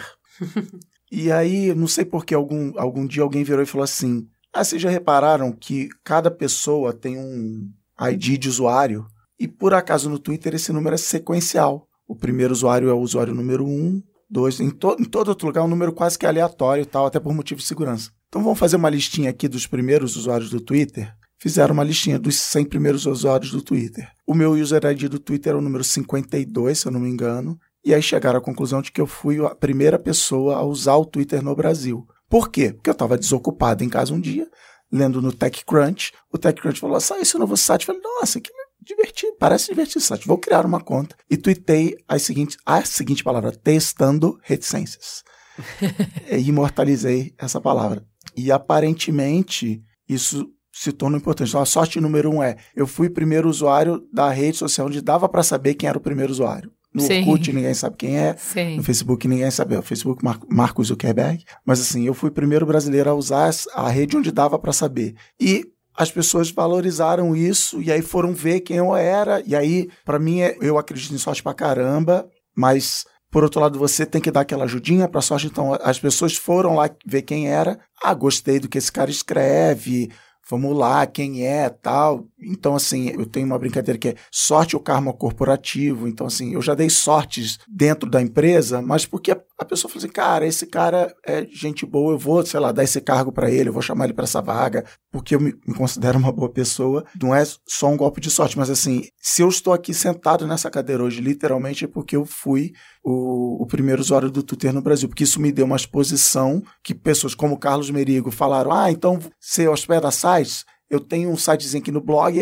E aí, não sei por que, algum, algum dia alguém virou e falou assim, ah, vocês já repararam que cada pessoa tem um I D de usuário? E por acaso no Twitter esse número é sequencial. O primeiro usuário é o usuário número um, dois, em, to- em todo outro lugar é um número quase que aleatório e tal, até por motivo de segurança. Então vamos fazer uma listinha aqui dos primeiros usuários do Twitter. Fizeram uma listinha dos cem primeiros usuários do Twitter. O meu user I D do Twitter é o número cinquenta e dois, se eu não me engano. E aí chegaram à conclusão de que eu fui a primeira pessoa a usar o Twitter no Brasil. Por quê? Porque eu estava desocupado em casa um dia, lendo no TechCrunch. O TechCrunch falou, sai esse novo site. Eu falei, nossa, que divertido, parece divertido esse site. Vou criar uma conta. E tuitei a seguinte, a seguinte palavra, testando reticências. E imortalizei essa palavra. E aparentemente isso se torna importante. Então a sorte número um é, eu fui o primeiro usuário da rede social onde dava para saber quem era o primeiro usuário. No Sim. Orkut ninguém sabe quem é, Sim. no Facebook ninguém sabe, o Facebook Mar- Mark Zuckerberg, mas assim, eu fui o primeiro brasileiro a usar a rede onde dava para saber. E as pessoas valorizaram isso e aí foram ver quem eu era, e aí, para mim, eu acredito em sorte pra caramba, mas, por outro lado, você tem que dar aquela ajudinha pra sorte, então as pessoas foram lá ver quem era, ah, gostei do que esse cara escreve, vamos lá, quem é, tal. Então, assim, eu tenho uma brincadeira que é sorte ou karma corporativo. Então, assim, eu já dei sortes dentro da empresa, mas porque a, a pessoa falou assim, cara, esse cara é gente boa, eu vou, sei lá, dar esse cargo para ele, eu vou chamar ele para essa vaga, porque eu me, me considero uma boa pessoa. Não é só um golpe de sorte, mas assim, se eu estou aqui sentado nessa cadeira hoje, literalmente é porque eu fui o, o primeiro usuário do Twitter no Brasil, porque isso me deu uma exposição que pessoas como Carlos Merigo falaram, ah, então você hospeda sites? Eu tenho um sitezinho aqui no Blogger,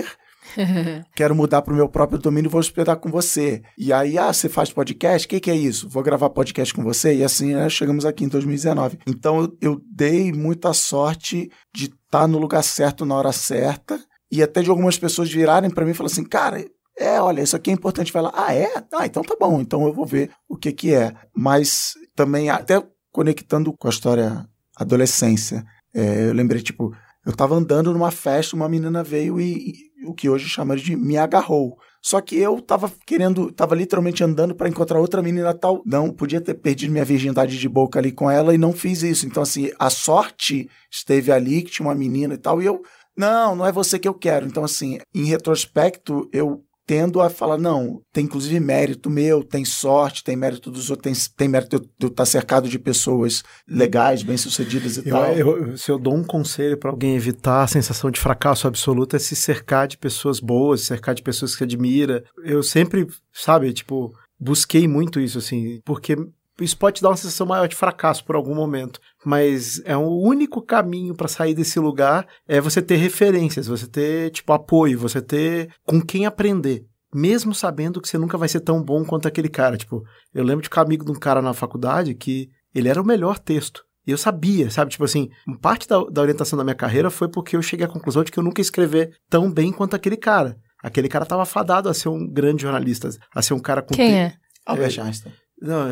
Quero mudar pro meu próprio domínio e vou hospedar com você. E aí, ah, você faz podcast? O que, que é isso? Vou gravar podcast com você? E assim, né, chegamos aqui em dois mil e dezenove. Então, eu, eu dei muita sorte de estar no lugar certo na hora certa e até de algumas pessoas virarem para mim e falar assim, cara, é, olha, isso aqui é importante. Vai lá, ah, é? Ah, então tá bom. Então eu vou ver o que que é. Mas também, até conectando com a história adolescência, é, eu lembrei, tipo, eu tava andando numa festa, uma menina veio e, e o que hoje chama de me agarrou. Só que eu tava querendo, tava literalmente andando para encontrar outra menina tal. Não, podia ter perdido minha virgindade de boca ali com ela e não fiz isso. Então, assim, a sorte esteve ali, que tinha uma menina e tal, e eu, não, não é você que eu quero. Então, assim, em retrospecto, eu tendo a falar, não, tem inclusive mérito meu, tem sorte, tem mérito dos outros, tem, tem mérito de eu estar cercado de pessoas legais, bem-sucedidas e eu, tal. Eu, se eu dou um conselho para alguém evitar a sensação de fracasso absoluto, é se cercar de pessoas boas, se cercar de pessoas que você admira. Eu sempre, sabe, tipo, busquei muito isso, assim, porque isso pode te dar uma sensação maior de fracasso por algum momento, mas é o único caminho para sair desse lugar é você ter referências, você ter, tipo, apoio, você ter com quem aprender, mesmo sabendo que você nunca vai ser tão bom quanto aquele cara. Tipo, eu lembro de ficar amigo de um cara na faculdade que ele era o melhor texto. E eu sabia, sabe? Tipo assim, parte da, da orientação da minha carreira foi porque eu cheguei à conclusão de que eu nunca ia escrever tão bem quanto aquele cara. Aquele cara tava fadado a ser um grande jornalista, a ser um cara com... Quem é? Albert Einstein. Não,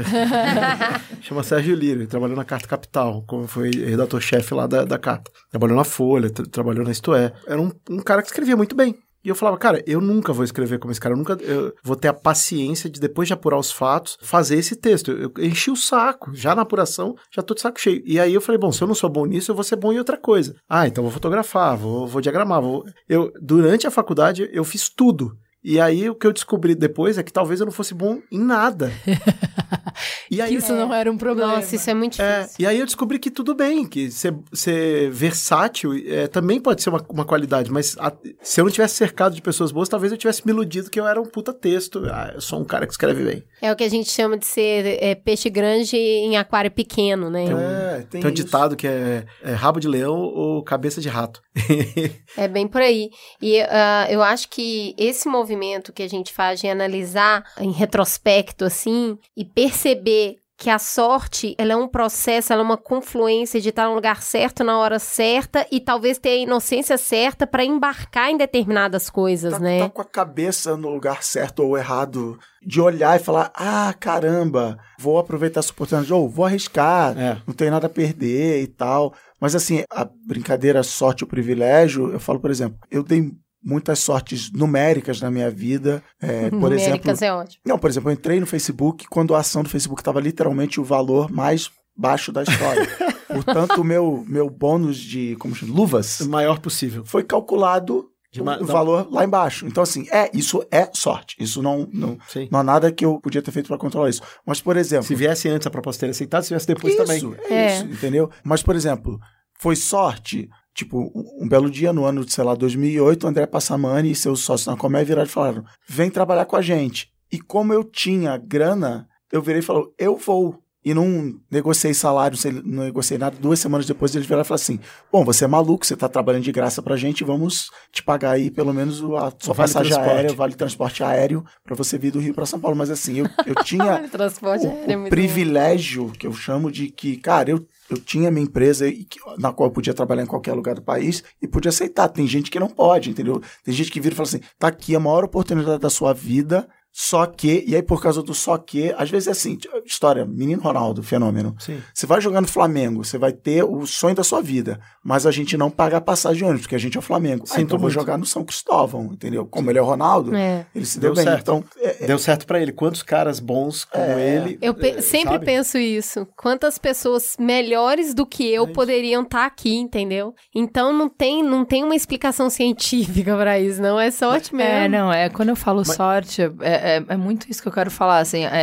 chama Sérgio Lírio, ele trabalhou na Carta Capital, como foi redator-chefe lá da, da Carta. Trabalhou na Folha, tra- trabalhou na Isto É. Era um, um cara que escrevia muito bem. E eu falava, cara, eu nunca vou escrever como esse cara, eu nunca eu vou ter a paciência de, depois de apurar os fatos, fazer esse texto. Eu, eu enchi o saco, já na apuração, já tô de saco cheio. E aí eu falei, bom, se eu não sou bom nisso, eu vou ser bom em outra coisa. Ah, então vou fotografar, vou, vou diagramar. Vou... Eu, durante a faculdade, eu fiz tudo. E aí o que eu descobri depois é que talvez eu não fosse bom em nada. E aí, isso é. não era um problema. Nossa, isso é muito difícil. É, e aí eu descobri que tudo bem, que ser, ser versátil é, também pode ser uma, uma qualidade, mas a, se eu não tivesse cercado de pessoas boas, talvez eu tivesse me iludido que eu era um puta texto. Ah, eu sou um cara que escreve bem. É o que a gente chama de ser é, peixe grande em aquário pequeno, né? Tem um, É, tem tem um isso. ditado que é, é rabo de leão ou cabeça de rato. É bem por aí. E uh, eu acho que esse movimento que a gente faz de analisar em retrospecto, assim, e perceber que a sorte, ela é um processo, ela é uma confluência de estar no lugar certo, na hora certa, e talvez ter a inocência certa para embarcar em determinadas coisas, tá, né? tá com a cabeça no lugar certo ou errado, de olhar e falar, ah, caramba, vou aproveitar essa oportunidade, ou vou arriscar, É. não tenho nada a perder e tal. Mas assim, a brincadeira sorte ou privilégio, eu falo, por exemplo, eu dei muitas sortes numéricas na minha vida. É, por Numéricas exemplo, é ótimo. Não, por exemplo, eu entrei no Facebook quando a ação do Facebook estava literalmente o valor mais baixo da história. Portanto, o meu, meu bônus de como chama, luvas O maior possível. foi calculado De o, ma- o da- valor lá embaixo. Então, assim, é, isso é sorte. Isso não, não, Sim. não há nada que eu podia ter feito para controlar isso. Mas, por exemplo... Se viesse antes a proposta ter aceitado, se viesse depois isso, também. é, É. isso, entendeu? Mas, por exemplo, foi sorte... Tipo, um, um belo dia no ano de, sei lá, dois mil e oito, o André Passamani e seus sócios na Comé viraram e falaram, vem trabalhar com a gente. E como eu tinha grana, eu virei e falei, eu vou. E não negociei salário, não negociei nada. Duas semanas depois eles viraram e falaram assim, bom, você é maluco, você tá trabalhando de graça pra gente, vamos te pagar aí pelo menos a sua O vale passagem transporte. aérea, o vale transporte aéreo, pra você vir do Rio pra São Paulo. Mas assim, eu, eu tinha Transporte o, aéreo é o muito privilégio, que eu chamo de que, cara, eu Eu tinha minha empresa e que- na qual eu podia trabalhar em qualquer lugar do país e podia aceitar. Tem gente que não pode, entendeu? Tem gente que vira e fala assim, tá aqui a maior oportunidade da sua vida, só que... E aí, por causa do só que, às vezes é assim, história, menino Ronaldo, fenômeno. Sim. Você vai jogar no Flamengo, você vai ter o sonho da sua vida, mas a gente não paga a passagem de ônibus, porque a gente é o Flamengo. Ah, Sinto então eu vou muito. jogar no São Cristóvão, entendeu? Como ele é o Ronaldo, É. ele se deu, Deu bem. certo. Então, é, Deu certo pra ele. Quantos caras bons como É. ele... Eu pe- eh, sempre sabe? penso isso. Quantas pessoas melhores do que eu É isso. poderiam estar aqui, entendeu? Então não tem, não tem uma explicação científica pra isso, não. É sorte mesmo. É, não, é quando eu falo Mas- sorte, é, é, é muito isso que eu quero falar, assim, é...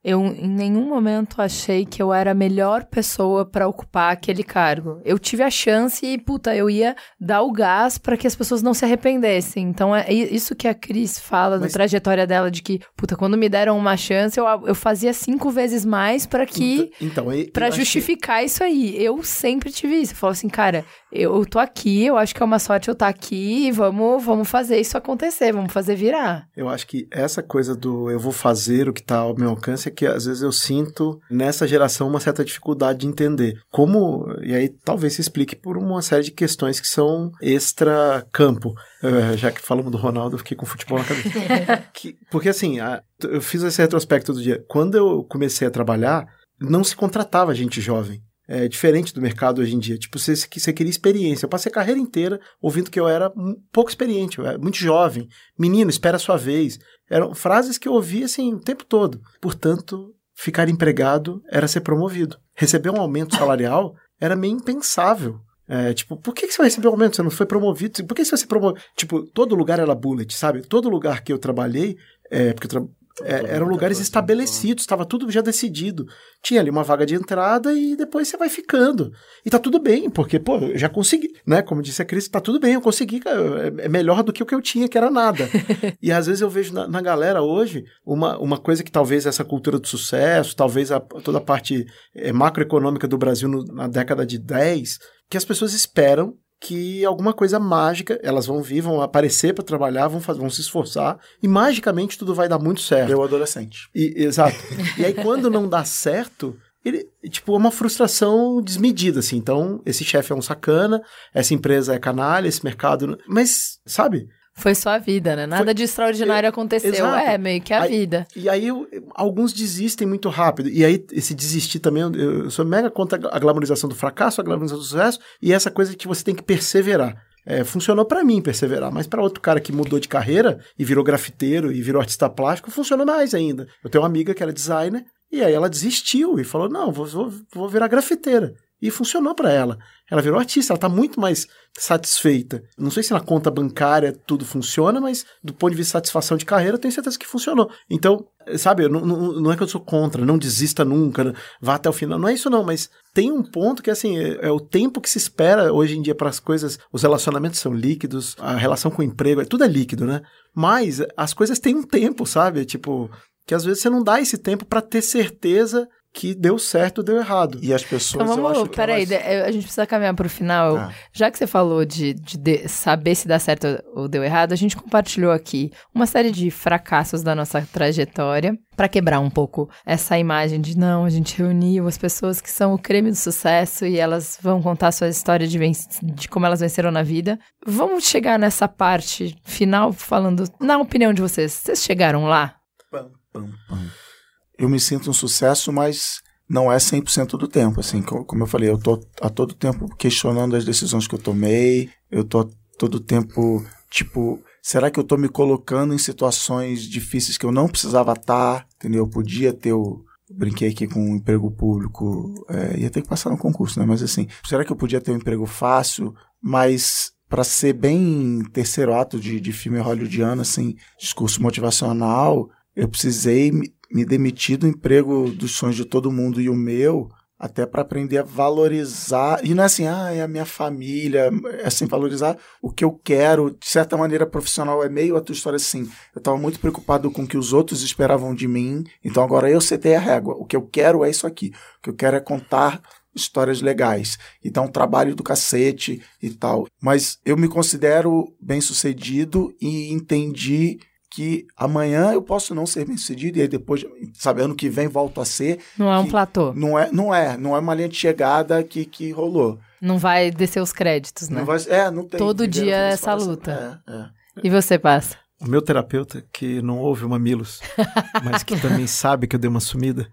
eu em nenhum momento achei que eu era a melhor pessoa pra ocupar aquele cargo. Eu tive a chance e, puta, eu ia dar o gás pra que as pessoas não se arrependessem. Então, é isso que a Cris fala Mas... da trajetória dela, de que, puta, quando me deram uma chance, eu, eu fazia cinco vezes mais pra que... Então, então pra justificar que... isso aí. Eu sempre tive isso. Eu falo assim, cara, eu tô aqui, eu acho que é uma sorte eu estar aqui e vamos, vamos fazer isso acontecer, vamos fazer virar. Eu acho que essa coisa do eu vou fazer o que tá ao meu alcance é que às vezes eu sinto nessa geração uma certa dificuldade de entender como, e aí talvez se explique por uma série de questões que são extra-campo. Uh, já que falamos do Ronaldo, eu fiquei com futebol na cabeça. que, porque assim, a, eu fiz esse retrospecto do dia. Quando eu comecei a trabalhar, não se contratava gente jovem. É diferente do mercado hoje em dia. Tipo, você, você queria experiência. Eu passei a carreira inteira ouvindo que eu era um pouco experiente, eu era muito jovem. Menino, espera a sua vez. Eram frases que eu ouvia assim o tempo todo. Portanto, ficar empregado era ser promovido. Receber um aumento salarial era meio impensável. É, tipo, por que você vai receber um aumento? Você não foi promovido? Por que você vai ser promovido? Tipo, todo lugar era bullet, sabe? Todo lugar que eu trabalhei, é, porque eu trabalhei, É, eram lugares estabelecidos, estava tudo já decidido. Tinha ali uma vaga de entrada e depois você vai ficando. E tá tudo bem, porque, pô, eu já consegui, né? Como disse a Cris, tá tudo bem, eu consegui, é melhor do que o que eu tinha, que era nada. E às vezes eu vejo na, na galera hoje uma, uma coisa que talvez essa cultura do sucesso, talvez a, toda a parte é, macroeconômica do Brasil no, na década de dez, que as pessoas esperam que alguma coisa mágica, elas vão vir, vão aparecer para trabalhar, vão, fazer, vão se esforçar, e magicamente tudo vai dar muito certo. Eu adolescente. E, exato. E aí quando não dá certo, ele, tipo, é uma frustração desmedida, assim. Então, esse chefe é um sacana, essa empresa é canalha, esse mercado... Mas, sabe... Foi só a vida, né? Nada Foi... de extraordinário aconteceu. Exato. É, meio que a aí, vida. E aí, eu, alguns desistem muito rápido. E aí, esse desistir também, eu sou mega contra a glamorização do fracasso, a glamorização do sucesso, e essa coisa que você tem que perseverar. É, funcionou pra mim perseverar, mas pra outro cara que mudou de carreira e virou grafiteiro e virou artista plástico, funcionou mais ainda. Eu tenho uma amiga que era designer, e aí ela desistiu e falou, não, vou, vou, vou virar grafiteira. E funcionou pra ela. Ela virou artista, ela tá muito mais satisfeita. Não sei se na conta bancária tudo funciona, mas do ponto de vista de satisfação de carreira, eu tenho certeza que funcionou. Então, sabe, não, não, não é que eu sou contra, não desista nunca, vá até o final. Não é isso não, mas tem um ponto que, assim, é, é o tempo que se espera hoje em dia para as coisas, os relacionamentos são líquidos, a relação com o emprego, tudo é líquido, né? Mas as coisas têm um tempo, sabe? Tipo, que às vezes você não dá esse tempo para ter certeza que deu certo ou deu errado. E as pessoas, então, vamos, eu acho que peraí, elas... a gente precisa caminhar para o final. Ah. Já que você falou de, de, de saber se dá certo ou deu errado, a gente compartilhou aqui uma série de fracassos da nossa trajetória para quebrar um pouco essa imagem de não, a gente reuniu as pessoas que são o creme do sucesso e elas vão contar a sua história de, de como elas venceram na vida. Vamos chegar nessa parte final falando, na opinião de vocês, vocês chegaram lá? Pam, pam, pam. Eu me sinto um sucesso, mas não é cem por cento do tempo, assim, como eu falei, eu tô a todo tempo questionando as decisões que eu tomei, eu tô a todo tempo, tipo, será que eu tô me colocando em situações difíceis que eu não precisava estar, entendeu? Eu podia ter o... Brinquei aqui com um emprego público, é, ia ter que passar no concurso, né? Mas assim, será que eu podia ter um emprego fácil, mas... Para ser bem terceiro ato de, de filme hollywoodiano, assim, discurso motivacional, eu precisei me, me demitir do emprego dos sonhos de todo mundo e o meu, até para aprender a valorizar. E não é assim, ah, é a minha família, é assim, valorizar o que eu quero. De certa maneira, profissional é meio a tua história assim. Eu estava muito preocupado com o que os outros esperavam de mim, então agora eu setei a régua. O que eu quero é isso aqui. O que eu quero é contar histórias legais, e dar um trabalho do cacete e tal. Mas eu me considero bem-sucedido e entendi que amanhã eu posso não ser bem-sucedido e aí depois, sabe, ano que vem volto a ser. Não é um platô. Não é, não é, não é uma linha de chegada que, que rolou. Não vai descer os créditos, né? Não vai, é, não tem. Todo dia é essa luta. É, é. E você, Passa? O meu terapeuta, que não ouve o Mamilos, mas que também sabe que eu dei uma sumida,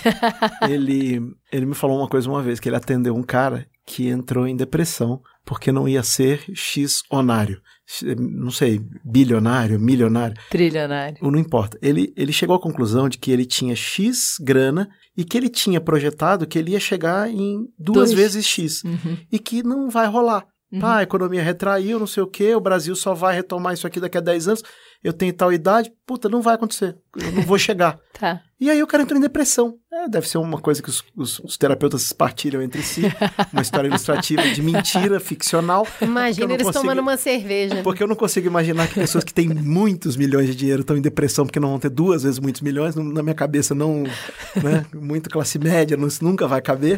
ele, ele me falou uma coisa uma vez, que ele atendeu um cara que entrou em depressão porque não ia ser X-onário. Não sei, bilionário, milionário. Trilionário. Não importa. Ele, ele chegou à conclusão de que ele tinha X grana e que ele tinha projetado que ele ia chegar em duas Dois. vezes X. Uhum. E que não vai rolar. Uhum. Ah, a economia retraiu, não sei o quê, o Brasil só vai retomar isso aqui daqui a dez anos, eu tenho tal idade, puta, não vai acontecer, eu não vou chegar. Tá. E aí o cara entrou em depressão. É, deve ser uma coisa que os, os, os terapeutas partilham entre si, uma história ilustrativa de mentira ficcional. Imagina eles consigo... tomando uma cerveja. Porque eu não consigo imaginar que pessoas que têm muitos milhões de dinheiro estão em depressão porque não vão ter duas vezes muitos milhões. Na minha cabeça, não, né, muito classe média, não, isso nunca vai caber.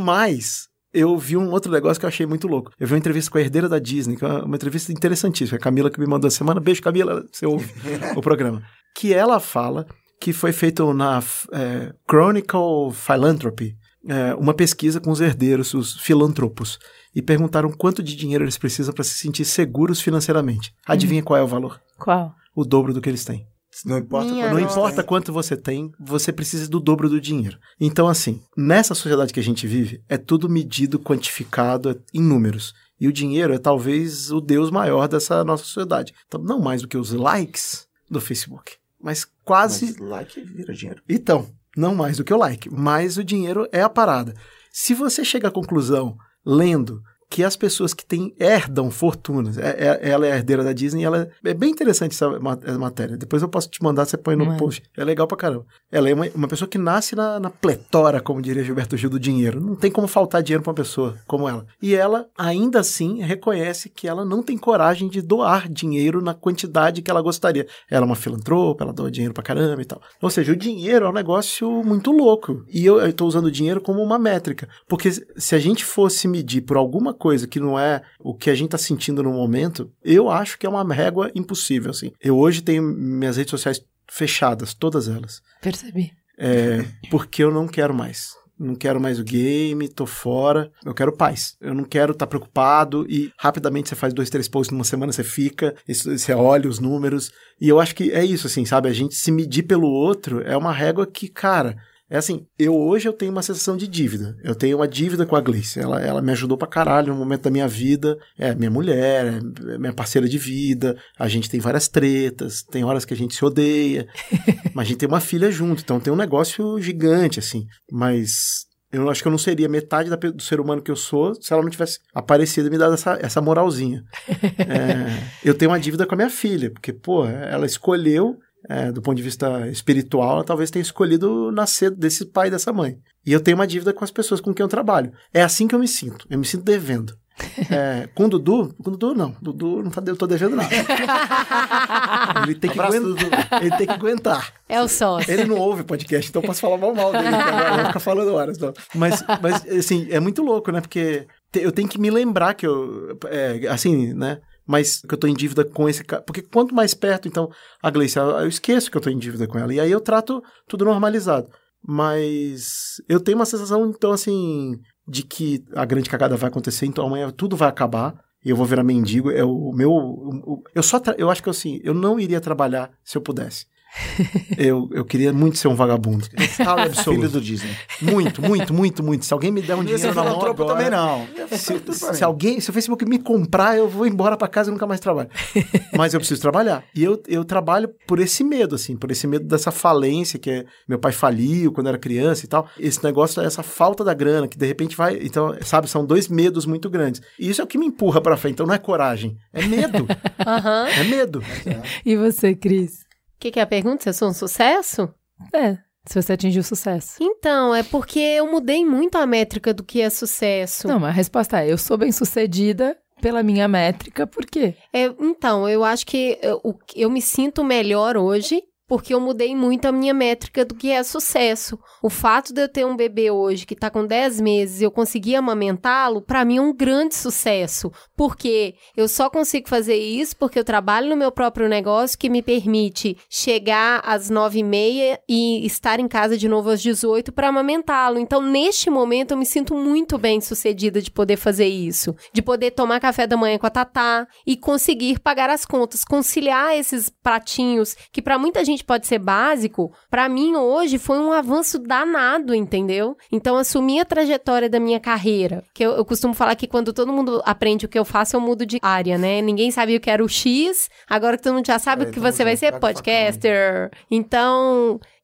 Mas eu vi um outro negócio que eu achei muito louco. Eu vi uma entrevista com a herdeira da Disney, que é uma entrevista interessantíssima. A Camila que me mandou essa semana. Beijo, Camila, você ouve o programa. Que ela fala que foi feito na é, Chronicle Philanthropy, é, uma pesquisa com os herdeiros, os filantropos, e perguntaram quanto de dinheiro eles precisam para se sentir seguros financeiramente. Adivinha uhum. qual é o valor? Qual? O dobro do que eles têm. Não importa, Minha não nossa. importa quanto você tem, você precisa do dobro do dinheiro. Então, assim, nessa sociedade que a gente vive, é tudo medido, quantificado em números. E o dinheiro é talvez o Deus maior dessa nossa sociedade. Então, não mais do que os likes do Facebook, mas quase... Mas like vira dinheiro. Então, não mais do que o like, mas o dinheiro é a parada. Se você chega à conclusão, lendo, que as pessoas que têm, herdam fortunas, é, é, ela é a herdeira da Disney, ela é bem interessante essa matéria, depois eu posso te mandar, você põe no Mano. post, é legal pra caramba. Ela é uma, uma pessoa que nasce na, na pletora, como diria Gilberto Gil, do dinheiro, não tem como faltar dinheiro pra uma pessoa como ela. E ela, ainda assim, reconhece que ela não tem coragem de doar dinheiro na quantidade que ela gostaria. Ela é uma filantropa, ela doa dinheiro pra caramba e tal. Ou seja, o dinheiro é um negócio muito louco, e eu, eu tô usando o dinheiro como uma métrica, porque se a gente fosse medir por alguma coisa que não é o que a gente tá sentindo no momento, eu acho que é uma régua impossível, assim. Eu hoje tenho minhas redes sociais fechadas, todas elas. Percebi. É, porque eu não quero mais. Não quero mais o game, tô fora. Eu quero paz. Eu não quero estar tá preocupado e rapidamente você faz dois, três posts numa semana, você fica, você olha os números. E eu acho que é isso, assim, sabe? A gente se medir pelo outro é uma régua que, cara... É assim, eu hoje eu tenho uma sensação de dívida. Eu tenho uma dívida com a Gleice. Ela, ela me ajudou pra caralho no momento da minha vida. É minha mulher, é minha parceira de vida. A gente tem várias tretas, tem horas que a gente se odeia. Mas a gente tem uma filha junto, então tem um negócio gigante, assim. Mas eu acho que eu não seria metade da, do ser humano que eu sou se ela não tivesse aparecido e me dado essa, essa moralzinha. É, eu tenho uma dívida com a minha filha, porque, pô, ela escolheu... É, do ponto de vista espiritual, ela talvez tenha escolhido nascer desse pai e dessa mãe. E eu tenho uma dívida com as pessoas com quem eu trabalho. É assim que eu me sinto. Eu me sinto devendo. É, com o Dudu, com o Dudu não. O Dudu não tá, eu tô devendo nada. Ele tem, que aguentar, ele tem que aguentar. É o sócio. Ele não ouve podcast, então eu posso falar mal mal dele. Agora eu vou ficar falando horas. Não. Mas, mas, assim, é muito louco, né? Porque eu tenho que me lembrar que eu... É, assim, né? Mas que eu tô em dívida com esse cara. Porque quanto mais perto, então, a Gleice, eu esqueço que eu tô em dívida com ela. E aí eu trato tudo normalizado. Mas eu tenho uma sensação, então, assim, de que a grande cagada vai acontecer, então amanhã tudo vai acabar e eu vou virar mendigo. É o meu... O, eu só... Tra... Eu acho que, assim, eu não iria trabalhar se eu pudesse. eu, eu queria muito ser um vagabundo. Filho do Disney. Muito, muito, muito, muito. Se alguém me der um Não dinheiro na mão agora... também não. Se, se alguém, se o Facebook me comprar, eu vou embora pra casa e nunca mais trabalho. Mas eu preciso trabalhar. E eu, eu trabalho por esse medo, assim, por esse medo dessa falência, que é, meu pai faliu quando era criança e tal. Esse negócio, essa falta da grana, que de repente vai... Então, sabe, são dois medos muito grandes. E isso é o que me empurra pra frente. Então não é coragem, é medo. Uhum. É medo. E você, Cris? O que, que é a pergunta? Se eu sou um sucesso? É, se você atingiu sucesso. Então, é porque eu mudei muito a métrica do que é sucesso. Não, mas a resposta é, eu sou bem-sucedida pela minha métrica, por quê? É, então, eu acho que eu, eu me sinto melhor hoje porque eu mudei muito a minha métrica do que é sucesso. O fato de eu ter um bebê hoje que tá com dez meses e eu conseguir amamentá-lo, pra mim é um grande sucesso. Porque eu só consigo fazer isso porque eu trabalho no meu próprio negócio que me permite chegar às nove e meia e estar em casa de novo às dezoito para amamentá-lo. Então, neste momento, eu me sinto muito bem sucedida de poder fazer isso. De poder tomar café da manhã com a Tatá e conseguir pagar as contas. Conciliar esses pratinhos que pra muita gente pode ser básico, pra mim hoje foi um avanço danado, entendeu? Então, assumir a trajetória da minha carreira, que eu, eu costumo falar que quando todo mundo aprende o que eu faço, eu mudo de área, né? Ninguém sabia o que era o X, agora que todo mundo já sabe é, então o que você vai ser, podcaster. Então,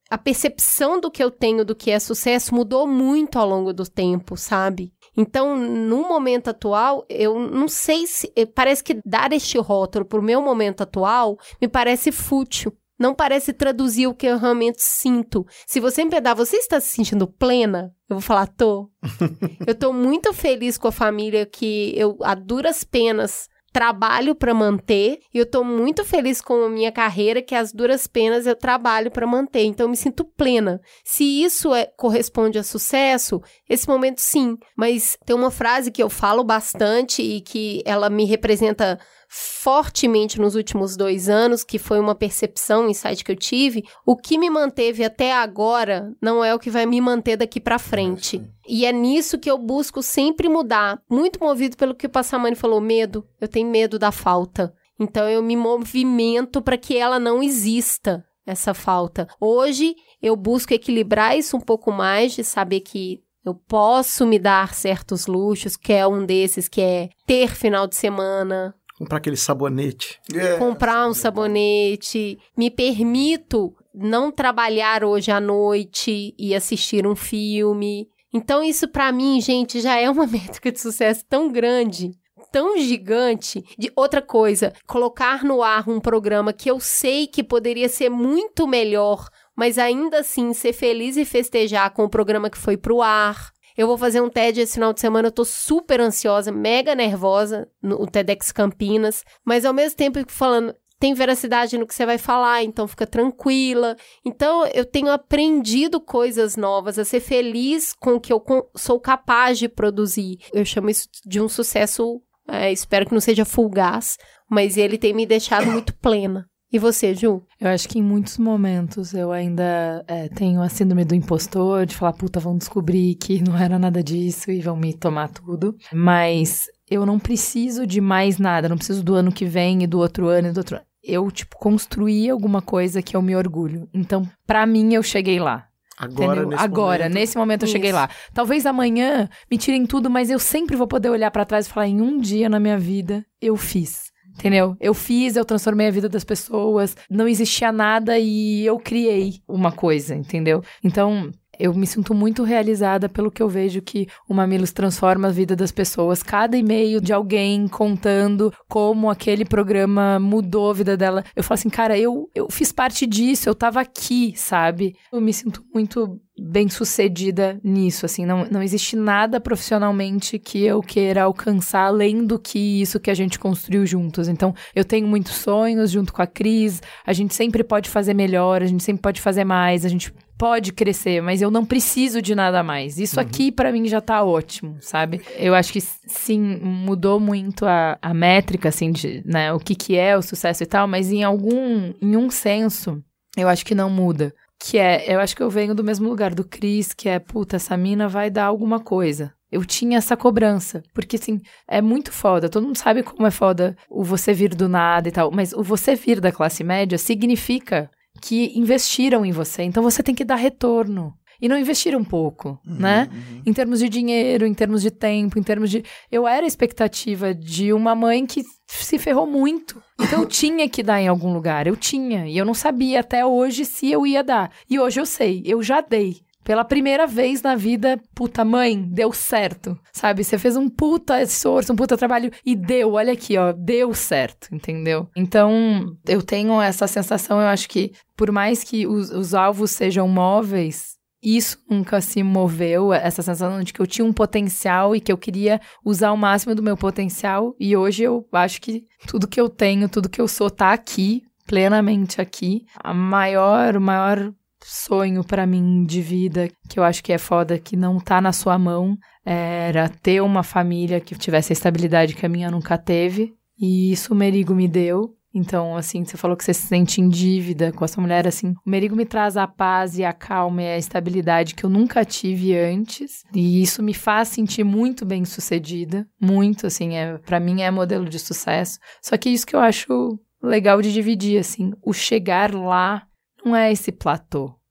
a percepção do que eu tenho do que é sucesso mudou muito ao longo do tempo, sabe? Então, no momento atual, eu não sei se... Parece que dar este rótulo pro meu momento atual me parece fútil. Não parece traduzir o que eu realmente sinto. Se você me perguntar, você está se sentindo plena? Eu vou falar, tô. Eu tô muito feliz com a família que eu, a duras penas, trabalho para manter. E eu tô muito feliz com a minha carreira, que às duras penas eu trabalho para manter. Então, eu me sinto plena. Se isso é, corresponde a sucesso, esse momento sim. Mas tem uma frase que eu falo bastante e que ela me representa fortemente nos últimos dois anos, que foi uma percepção, um insight que eu tive. O que me manteve até agora não é o que vai me manter daqui pra frente. E é nisso que eu busco sempre mudar. Muito movido pelo que o Passamani falou, medo. Eu tenho medo da falta. Então eu me movimento para que ela não exista, essa falta. Hoje eu busco equilibrar isso um pouco mais, de saber que eu posso me dar certos luxos, que é um desses, que é ter final de semana, comprar aquele sabonete. É. Comprar um sabonete. Me permito não trabalhar hoje à noite e assistir um filme. Então, isso pra mim, gente, já é uma métrica de sucesso tão grande, tão gigante. De outra coisa, colocar no ar um programa que eu sei que poderia ser muito melhor, mas ainda assim ser feliz e festejar com o programa que foi pro ar. Eu vou fazer um TED esse final de semana, eu tô super ansiosa, mega nervosa no TEDx Campinas, mas ao mesmo tempo falando, tem veracidade no que você vai falar, então fica tranquila. Então, eu tenho aprendido coisas novas, a ser feliz com o que eu sou capaz de produzir. Eu chamo isso de um sucesso, é, espero que não seja fugaz, mas ele tem me deixado muito plena. E você, Ju? Eu acho que em muitos momentos eu ainda é, tenho a síndrome do impostor, de falar, puta, vão descobrir que não era nada disso e vão me tomar tudo. Mas eu não preciso de mais nada, não preciso do ano que vem e do outro ano e do outro ano. Eu, tipo, construí alguma coisa que eu me orgulho. Então, pra mim, eu cheguei lá. Agora, nesse Agora, momento... nesse momento eu Isso. cheguei lá. Talvez amanhã me tirem tudo, mas eu sempre vou poder olhar pra trás e falar, em um dia na minha vida, eu fiz. Entendeu? Eu fiz, eu transformei a vida das pessoas, não existia nada e eu criei uma coisa, entendeu? Então, eu me sinto muito realizada pelo que eu vejo que o Mamilos transforma a vida das pessoas. Cada e-mail de alguém contando como aquele programa mudou a vida dela. Eu falo assim, cara, eu, eu fiz parte disso, eu tava aqui, sabe? Eu me sinto muito bem-sucedida nisso, assim, não, não existe nada profissionalmente que eu queira alcançar além do que isso que a gente construiu juntos. Então, eu tenho muitos sonhos junto com a Cris, a gente sempre pode fazer melhor, a gente sempre pode fazer mais, a gente pode crescer, mas eu não preciso de nada mais. Isso uhum. aqui, pra mim, já tá ótimo, sabe? Eu acho que, sim, mudou muito a, a métrica, assim, de, né, o que que é o sucesso e tal, mas em algum, em um senso, eu acho que não muda. Que é, eu acho que eu venho do mesmo lugar do Cris, que é, puta, essa mina vai dar alguma coisa. Eu tinha essa cobrança, porque, assim, é muito foda. Todo mundo sabe como é foda o você vir do nada e tal, mas o você vir da classe média significa que investiram em você. Então, você tem que dar retorno. E não investiram pouco, uhum, né? Uhum. Em termos de dinheiro, em termos de tempo, em termos de... Eu era a expectativa de uma mãe que se ferrou muito. Então, eu tinha que dar em algum lugar. Eu tinha. E eu não sabia até hoje se eu ia dar. E hoje eu sei. Eu já dei. Pela primeira vez na vida, puta, mãe, deu certo, sabe? Você fez um puta esforço, um puta trabalho e deu, olha aqui, ó, deu certo, entendeu? Então, eu tenho essa sensação, eu acho que, por mais que os, os alvos sejam móveis, isso nunca se moveu, essa sensação de que eu tinha um potencial e que eu queria usar o máximo do meu potencial. E hoje eu acho que tudo que eu tenho, tudo que eu sou tá aqui, plenamente aqui. A maior, o maior sonho pra mim de vida, que eu acho que é foda, que não tá na sua mão, era ter uma família que tivesse a estabilidade que a minha nunca teve. E isso o Merigo me deu. Então, assim, você falou que você se sente em dívida com essa mulher, assim, o Merigo me traz a paz e a calma e a estabilidade que eu nunca tive antes, e isso me faz sentir muito bem-sucedida, muito, assim, é, pra mim é modelo de sucesso. Só que isso que eu acho legal de dividir, assim, o chegar lá não é esse platô,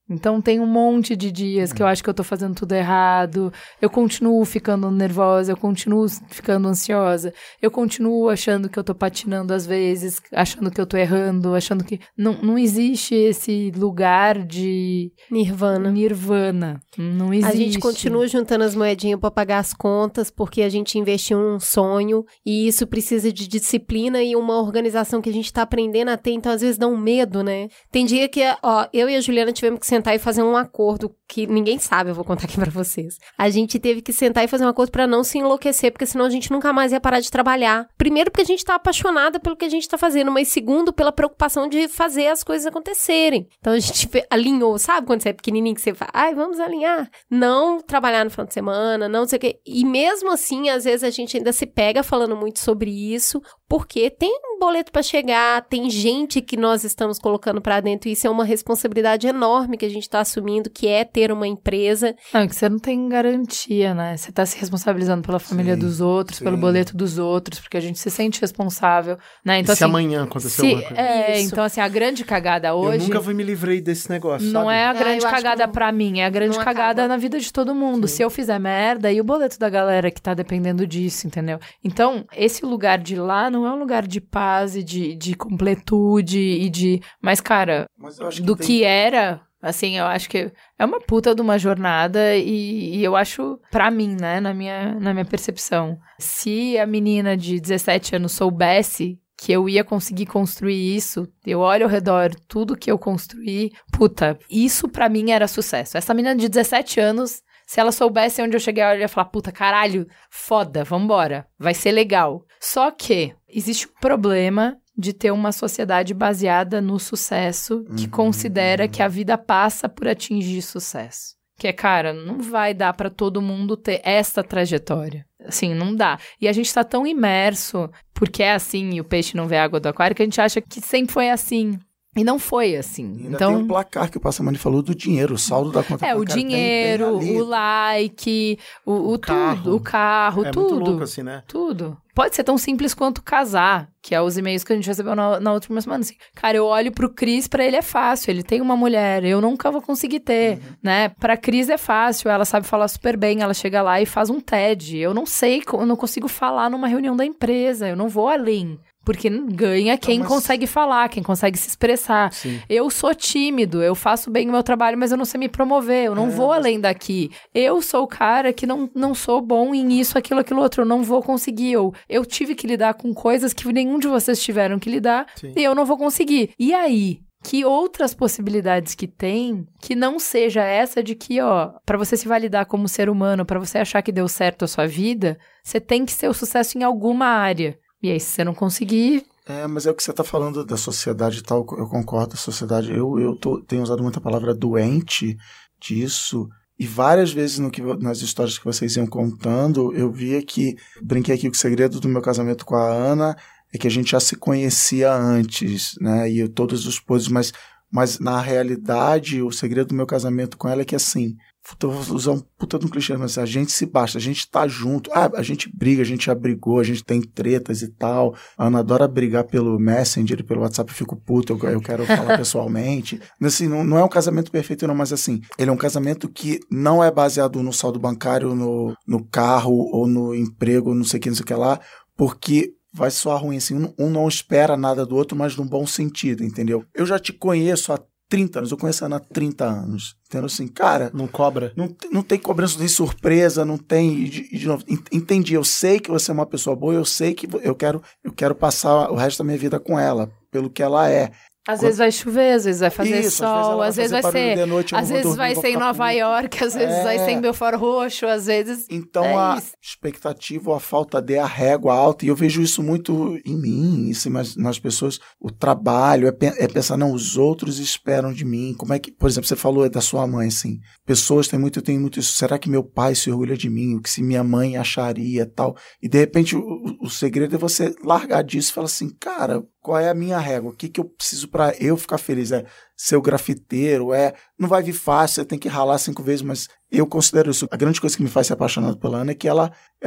Então tem um monte de dias que eu acho que eu tô fazendo tudo errado, eu continuo ficando nervosa, eu continuo ficando ansiosa, eu continuo achando que eu tô patinando às vezes, achando que eu tô errando, achando que... Não, não existe esse lugar de... Nirvana. Nirvana. Não existe. A gente continua juntando as moedinhas pra pagar as contas, porque a gente investiu num sonho, e isso precisa de disciplina e uma organização que a gente tá aprendendo a ter, então às vezes dá um medo, né? Tem dia que, ó, eu e a Juliana tivemos que sentar e fazer um acordo que ninguém sabe, eu vou contar aqui pra vocês. A gente teve que sentar e fazer um acordo pra não se enlouquecer, porque senão a gente nunca mais ia parar de trabalhar. Primeiro porque a gente tá apaixonada pelo que a gente tá fazendo, mas segundo pela preocupação de fazer as coisas acontecerem. Então a gente alinhou, sabe quando você é pequenininho que você fala, ai, vamos alinhar? Não trabalhar no final de semana, não sei o quê. E mesmo assim, às vezes a gente ainda se pega falando muito sobre isso, porque tem um boleto pra chegar, tem gente que nós estamos colocando pra dentro, e isso é uma responsabilidade enorme que a gente tá assumindo, que é ter uma empresa. Não, é que você não tem garantia, né? Você tá se responsabilizando pela família Sim, dos outros, sim. pelo boleto dos outros, porque a gente se sente responsável, né? Então, e se assim, amanhã acontecer se, alguma coisa? é, Isso. então assim, a grande cagada hoje... Eu nunca me livrei desse negócio, Não sabe? é a Ah, grande eu acho cagada que não- pra mim, é a grande não cagada acaba. na vida de todo mundo. Sim. Se eu fizer merda, e o boleto da galera que tá dependendo disso, entendeu? Então, esse lugar de lá não é um lugar de paz e de, de completude e de... Mas, cara, Mas eu acho do tem- que era... Assim, eu acho que é uma puta de uma jornada e, e eu acho, pra mim, né, na minha, na minha percepção, se a menina de dezessete anos soubesse que eu ia conseguir construir isso, eu olho ao redor, tudo que eu construí, puta, isso pra mim era sucesso. Essa menina de dezessete anos, se ela soubesse onde eu cheguei, ela ia falar, puta, caralho, foda, vambora, vai ser legal. Só que existe um problema de ter uma sociedade baseada no sucesso, que Uhum, considera uhum. que a vida passa por atingir sucesso. Que é, cara, não vai dar pra todo mundo ter essa trajetória. Assim, não dá. E a gente tá tão imerso, porque é assim e o peixe não vê a água do aquário, que a gente acha que sempre foi assim. E não foi assim. E ainda Então, tem o placar que o Passamani falou do dinheiro, o saldo da conta é, o bancária tem- dinheiro, tem ali. o like, o, o, O carro. tudo, o carro, É tudo. muito louco assim, né? Tudo. Pode ser tão simples quanto casar, que é os e-mails que a gente recebeu na, na última semana. Assim, cara, eu olho pro Cris, pra ele é fácil, ele tem uma mulher, eu nunca vou conseguir ter, Uhum. né? Pra Cris é fácil, ela sabe falar super bem, ela chega lá e faz um T E D. Eu não sei, eu não consigo falar numa reunião da empresa, eu não vou além. Porque ganha quem mas- consegue falar, quem consegue se expressar. Sim. Eu sou tímido, eu faço bem o meu trabalho, mas eu não sei me promover, eu não É, vou mas- além daqui. Eu sou o cara que não, não sou bom em isso, aquilo, aquilo outro, eu não vou conseguir. Eu, eu tive que lidar com coisas que nenhum de vocês tiveram que lidar Sim. e eu não vou conseguir. E aí? Que outras possibilidades que tem que não seja essa de que, ó, pra você se validar como ser humano, pra você achar que deu certo a sua vida, você tem que ser o sucesso em alguma área. E aí, se você não conseguir... É, mas é o que você está falando da sociedade e tal, eu concordo, a sociedade, eu, eu tô, tenho usado muita palavra doente disso, e várias vezes no que, nas histórias que vocês iam contando, eu via que, brinquei aqui que o segredo do meu casamento com a Ana é que a gente já se conhecia antes, né, e eu, todos os poses, mas, mas na realidade, o segredo do meu casamento com ela é que assim, eu vou usar um puta de um clichê, mas a gente se basta, a gente tá junto. Ah, a gente briga, a gente já brigou, a gente tem tretas e tal. A Ana adora brigar pelo Messenger e pelo WhatsApp, eu fico puto, eu, eu quero falar pessoalmente. Assim, não, não é um casamento perfeito não, mas assim, ele é um casamento que não é baseado no saldo bancário, no, no carro ou no emprego, não sei o que, não sei o que lá, porque... vai soar ruim assim, um, um não espera nada do outro, mas num bom sentido, entendeu? Eu já te conheço há trinta anos, eu conheço a Ana há trinta anos, entendeu? Assim, cara... Não cobra. Não, te- não tem cobrança, não tem surpresa, não tem... e De, de novo, en- entendi, eu sei que você é uma pessoa boa, eu sei que vo- eu quero, eu quero passar o resto da minha vida com ela, pelo que ela é. Às Quando- vezes vai chover, às vezes vai fazer Isso, às vezes sol, ela às vezes fazer vai barulho ser... de noite, eu não Às vou vezes dormir, vai vou ser em ficar Nova puto. York, às vezes vai É. ser em Belfort Roxo, às vezes... Então É a isso. expectativa ou a falta de a régua alta, e eu vejo isso muito em mim, isso, mas nas pessoas, o trabalho, é, pe- é pensar, não, os outros esperam de mim, como é que, por exemplo, você falou da sua mãe, assim, pessoas têm muito, eu tenho muito isso, será que meu pai se orgulha de mim, o que se minha mãe acharia, tal, e de repente o, o, o segredo é você largar disso e falar assim, cara, qual é a minha régua, o que que eu preciso para eu ficar feliz, é ser o grafiteiro, é, não vai vir fácil, você tem que ralar cinco vezes, mas eu considero isso, a grande coisa que me faz ser apaixonado pela Ana é que ela, ela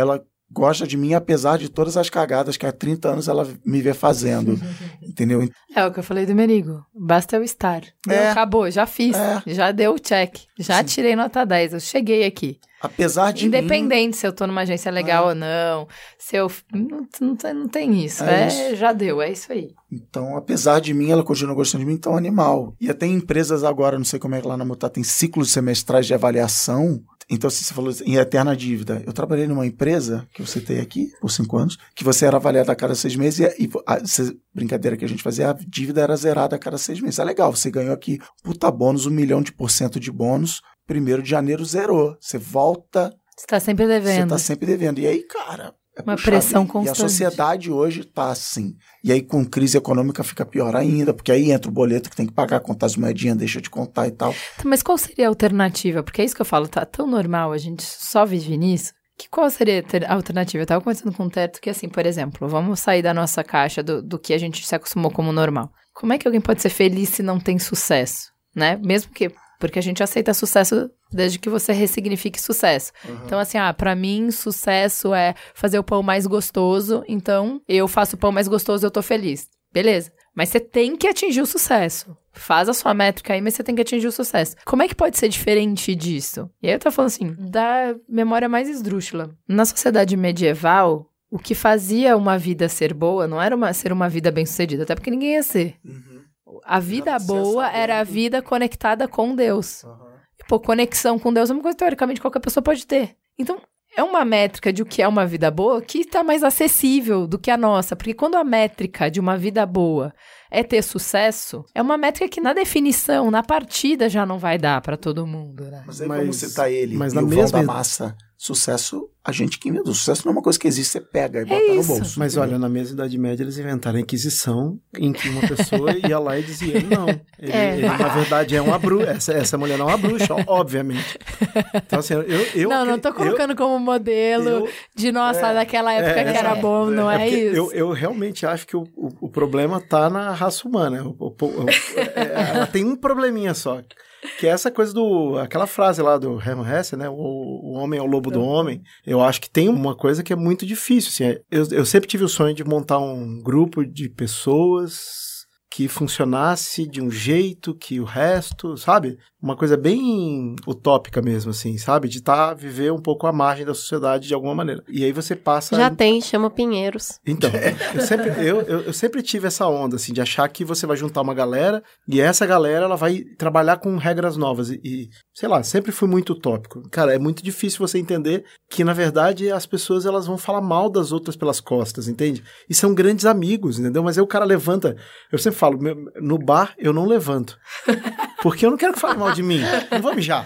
gosta de mim apesar de todas as cagadas que há trinta anos ela me vê fazendo, entendeu? É o que eu falei do Merigo. Basta eu estar. É. Acabou, já fiz. É. Já deu o check. Já Sim. tirei nota dez. Eu cheguei aqui. Apesar de Independente mim, se eu tô numa agência legal Ah. ou não. Se eu... Não, não, tem, não tem isso. É É, isso. já deu, é isso aí. então, apesar de mim, ela continua gostando de mim, então é um animal. E até em empresas agora, não sei como é que lá na Mutata tem ciclos semestrais de avaliação. Então, se você falou em eterna dívida, eu trabalhei numa empresa, que eu citei aqui, por cinco anos, que você era avaliado a cada seis meses e, e a, a brincadeira que a gente fazia, a dívida era zerada a cada seis meses. É legal, você ganhou aqui puta bônus, um milhão de por cento de bônus, primeiro de janeiro zerou. Você volta, Você tá sempre você devendo. tá sempre devendo. E aí, cara... É Uma puxado. pressão E constante. a sociedade hoje tá assim. E aí, com crise econômica, fica pior ainda, porque aí entra o boleto que tem que pagar, contar as moedinhas, deixa de contar e tal. Mas qual seria a alternativa? Porque é isso que eu falo, tá tão normal, a gente só vive nisso, que qual seria a alternativa? Eu tava conversando com o Teto que, assim, por exemplo, vamos sair da nossa caixa do, do que a gente se acostumou como normal. Como é que alguém pode ser feliz se não tem sucesso, né? Mesmo que... Porque a gente aceita sucesso desde que você ressignifique sucesso. Uhum. Então, assim, ah, pra mim, sucesso é fazer o pão mais gostoso, então eu faço o pão mais gostoso e eu tô feliz. Beleza. Mas você tem que atingir o sucesso. Faz a sua métrica aí, mas você tem que atingir o sucesso. Como é que pode ser diferente disso? E aí eu tô falando assim, da memória mais esdrúxula. Na sociedade medieval, o que fazia uma vida ser boa não era uma, ser uma vida bem-sucedida, até porque ninguém ia ser. Uhum. A vida boa era a vida conectada com Deus. Uhum. E, pô, conexão com Deus é uma coisa que, teoricamente, qualquer pessoa pode ter. Então, é uma métrica de o que é uma vida boa que está mais acessível do que a nossa. Porque quando a métrica de uma vida boa é ter sucesso, é uma métrica que, na definição, na partida, já não vai dar para todo mundo, né? Mas aí, Mas- como você tá ele mas e na o mesma- Val da Massa, sucesso, a gente que inventa. Sucesso não é uma coisa que existe, você pega e bota É no isso. bolso. Mas entendeu? olha, na mesma Idade Média eles inventaram a Inquisição, em que uma pessoa ia lá e dizia, ele não. Ele, É. ele, na verdade, é uma bruxa. Essa, essa mulher não é uma bruxa, obviamente. Então, assim, eu... eu não, não tô eu- colocando como modelo eu- de, nossa, daquela época é, que era exato. bom, não é, porque isso? Eu, eu realmente acho que o, o, o problema tá na raça humana. O, o, o, é, ela tem um probleminha só. Que é essa coisa do... Aquela frase lá do Hermann Hesse, né? O, o homem é o lobo do homem. Eu acho que tem uma coisa que é muito difícil. Assim, eu, eu sempre tive o sonho de montar um grupo de pessoas que funcionasse de um jeito que o resto, sabe? Uma coisa bem utópica mesmo, assim, sabe? De tá, viver um pouco à margem da sociedade de alguma maneira. E aí você passa... Já tem, chama Pinheiros. Então, eu sempre, eu, eu, eu sempre tive essa onda, assim, de achar que você vai juntar uma galera e essa galera, ela vai trabalhar com regras novas e, e, sei lá, sempre fui muito utópico. Cara, é muito difícil você entender que, na verdade, as pessoas, elas vão falar mal das outras pelas costas, entende? E são grandes amigos, entendeu? Mas aí o cara levanta, eu sempre falo, meu, no bar eu não levanto. Porque eu não quero que fale mal de mim. Não vou mijar.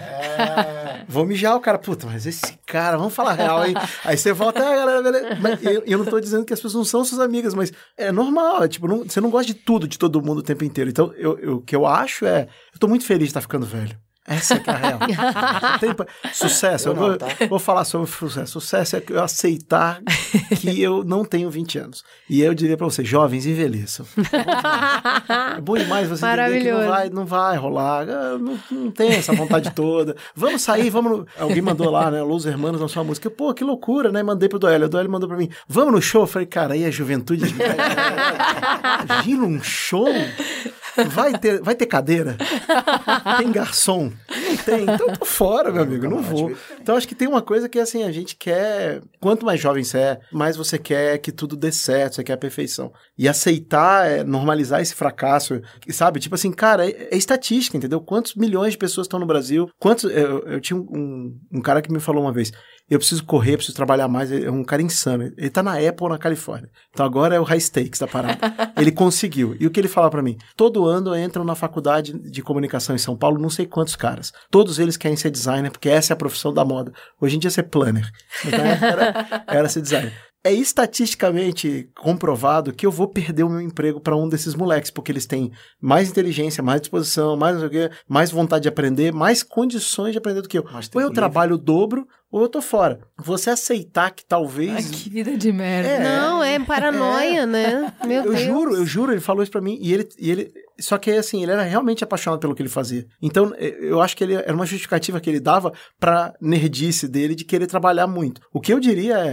É. Vou mijar, o cara, puta, mas esse cara, vamos falar real aí. Aí você volta, ah, galera, beleza. Mas eu, eu não tô dizendo que as pessoas não são suas amigas, mas é normal. É, tipo, não, você não gosta de tudo, de todo mundo o tempo inteiro. Então, eu, eu, o que eu acho é, eu tô muito feliz de estar ficando velho. Essa que é a real. Tem, sucesso, eu, Eu não, vou, tá? vou falar sobre sucesso. Sucesso é eu aceitar que eu não tenho vinte anos. E eu diria pra você, jovens, envelheçam. É bom demais você entender que não vai, não vai rolar. Não, não tem essa vontade toda. Vamos sair, vamos... No... Alguém mandou lá, né? Los Hermanos lançou uma música. Pô, que loucura, né? Mandei pro Doélio. O Doélio mandou pra mim. Vamos no show? Eu falei, cara, aí a juventude... Imagina um show... Vai ter, vai ter cadeira? Tem garçom? Não tem. Então eu tô fora, meu amigo. Não vou. Então acho que tem uma coisa que assim, a gente quer... Quanto mais jovem você é, mais você quer que tudo dê certo, você quer a perfeição. E aceitar, é, normalizar esse fracasso, sabe? Tipo assim, cara, é, é estatística, entendeu? Quantos milhões de pessoas estão no Brasil? Quantos... Eu, eu tinha um, um cara que me falou uma vez... Eu preciso correr, eu preciso trabalhar mais. É um cara insano. Ele tá na Apple, na Califórnia. Então agora é o high stakes da parada. Ele conseguiu. E o que ele fala pra mim? Todo ano entram na faculdade de comunicação em São Paulo não sei quantos caras. Todos eles querem ser designer, porque essa é a profissão da moda. Hoje em dia é ser planner. Então era, era ser designer. É estatisticamente comprovado que eu vou perder o meu emprego para um desses moleques, porque eles têm mais inteligência, mais disposição, mais, não sei o quê, mais vontade de aprender, mais condições de aprender do que eu. Ou eu trabalho o dobro, ou eu tô fora. Você aceitar que talvez... Ai, que vida de merda. É. Não, é paranoia, É. né? Meu eu Deus. juro, eu juro, ele falou isso pra mim, e ele... E ele só que, assim, ele era realmente apaixonado pelo que ele fazia. Então, eu acho que ele era uma justificativa que ele dava pra nerdice dele de querer trabalhar muito. O que eu diria é...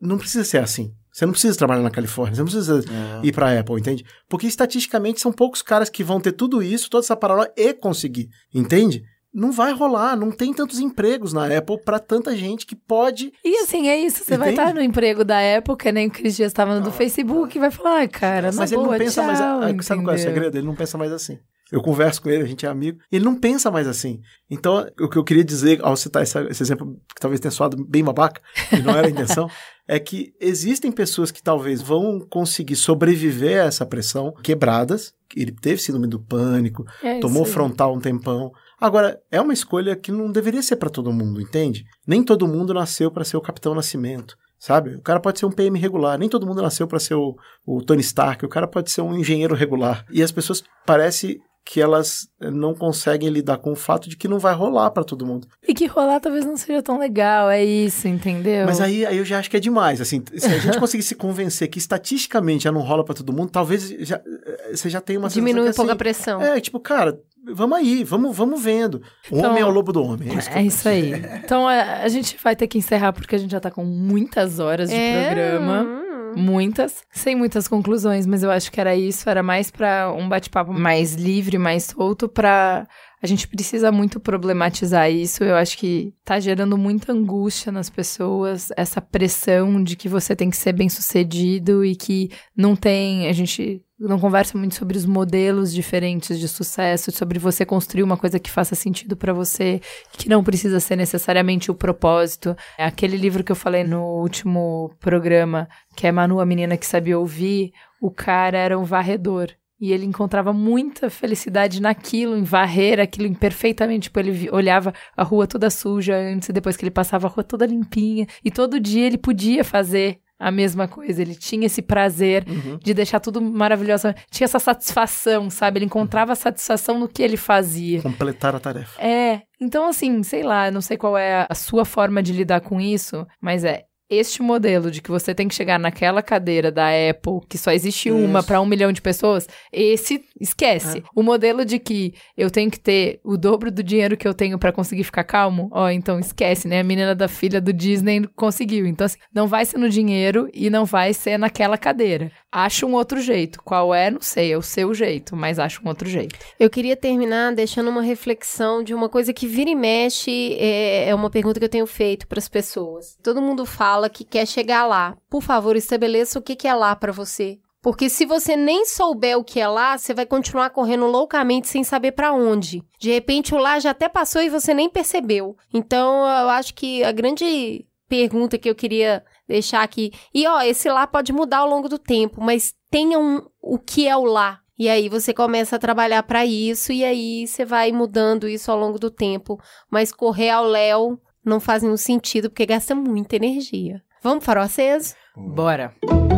não precisa ser assim. Você não precisa trabalhar na Califórnia, você não precisa é. ir pra Apple, entende? Porque estatisticamente são poucos caras que vão ter tudo isso, toda essa parada e conseguir, entende? Não vai rolar, não tem tantos empregos na Apple pra tanta gente que pode... E assim, é isso, você entende? Vai estar no emprego da Apple, que nem o Cris Dias estava no do Facebook, e vai falar, ah, cara, na Mas boa, ele não pensa tchau, mais... entendeu? Sabe qual é o segredo? Ele não pensa mais assim. Eu converso com ele, a gente é amigo, ele não pensa mais assim. Então, o que eu queria dizer, ao citar esse, esse exemplo, que talvez tenha soado bem babaca, e não era a intenção, é que existem pessoas que talvez vão conseguir sobreviver a essa pressão, quebradas, ele teve síndrome do pânico, é tomou frontal um tempão. Agora, é uma escolha que não deveria ser para todo mundo, entende? Nem todo mundo nasceu para ser o Capitão Nascimento. Sabe? O cara pode ser um P M regular. Nem todo mundo nasceu para ser o, o Tony Stark. O cara pode ser um engenheiro regular. E as pessoas parece que elas não conseguem lidar com o fato de que não vai rolar para todo mundo. E que rolar talvez não seja tão legal, é isso, entendeu? Mas aí, aí eu já acho que é demais. Assim, se a gente conseguir se convencer que estatisticamente já não rola para todo mundo, talvez já, você já tenha uma sensação diminui que, um pouco assim, a pressão. É, tipo, cara, vamos aí, vamos, vamos vendo. O então, homem é o lobo do homem. É isso, é isso aí. Então a, a gente vai ter que encerrar porque a gente já tá com muitas horas de é... programa. Muitas, sem muitas conclusões, mas eu acho que era isso, era mais pra um bate-papo mais livre, mais solto, pra... A gente precisa muito problematizar isso, eu acho que tá gerando muita angústia nas pessoas, essa pressão de que você tem que ser bem-sucedido e que não tem... A gente não conversa muito sobre os modelos diferentes de sucesso, sobre você construir uma coisa que faça sentido pra você, que não precisa ser necessariamente o propósito. Aquele livro que eu falei no último programa, que é Manu, a menina que sabia ouvir, o cara era um varredor. E ele encontrava muita felicidade naquilo, em varrer aquilo imperfeitamente. Tipo, ele olhava a rua toda suja antes e depois que ele passava a rua toda limpinha. E todo dia ele podia fazer a mesma coisa. Ele tinha esse prazer uhum. de deixar tudo maravilhoso. Tinha essa satisfação, sabe? Ele encontrava a satisfação no que ele fazia. Completar a tarefa. É. Então, assim, sei lá, não sei qual é a sua forma de lidar com isso, mas é... Este modelo de que você tem que chegar naquela cadeira da Apple, que só existe Isso. uma para um milhão de pessoas, esse esquece. É. O modelo de que eu tenho que ter o dobro do dinheiro que eu tenho para conseguir ficar calmo, ó, então esquece, né? A menina da filha do Disney conseguiu. Então, assim, não vai ser no dinheiro e não vai ser naquela cadeira. Acha um outro jeito. Qual é? Não sei, é o seu jeito, mas acha um outro jeito. Eu queria terminar deixando uma reflexão de uma coisa que vira e mexe, é, é uma pergunta que eu tenho feito para as pessoas. Todo mundo fala que quer chegar lá. Por favor, estabeleça o que é lá para você. Porque se você nem souber o que é lá, você vai continuar correndo loucamente sem saber para onde. De repente, o lá já até passou e você nem percebeu. Então, eu acho que a grande pergunta que eu queria deixar aqui... E, ó, esse lá pode mudar ao longo do tempo, mas tenha um, o que é o lá. E aí você começa a trabalhar para isso e aí você vai mudando isso ao longo do tempo. Mas correr ao léu... não faz nenhum sentido, porque gasta muita energia. Vamos, farol aceso? Bora.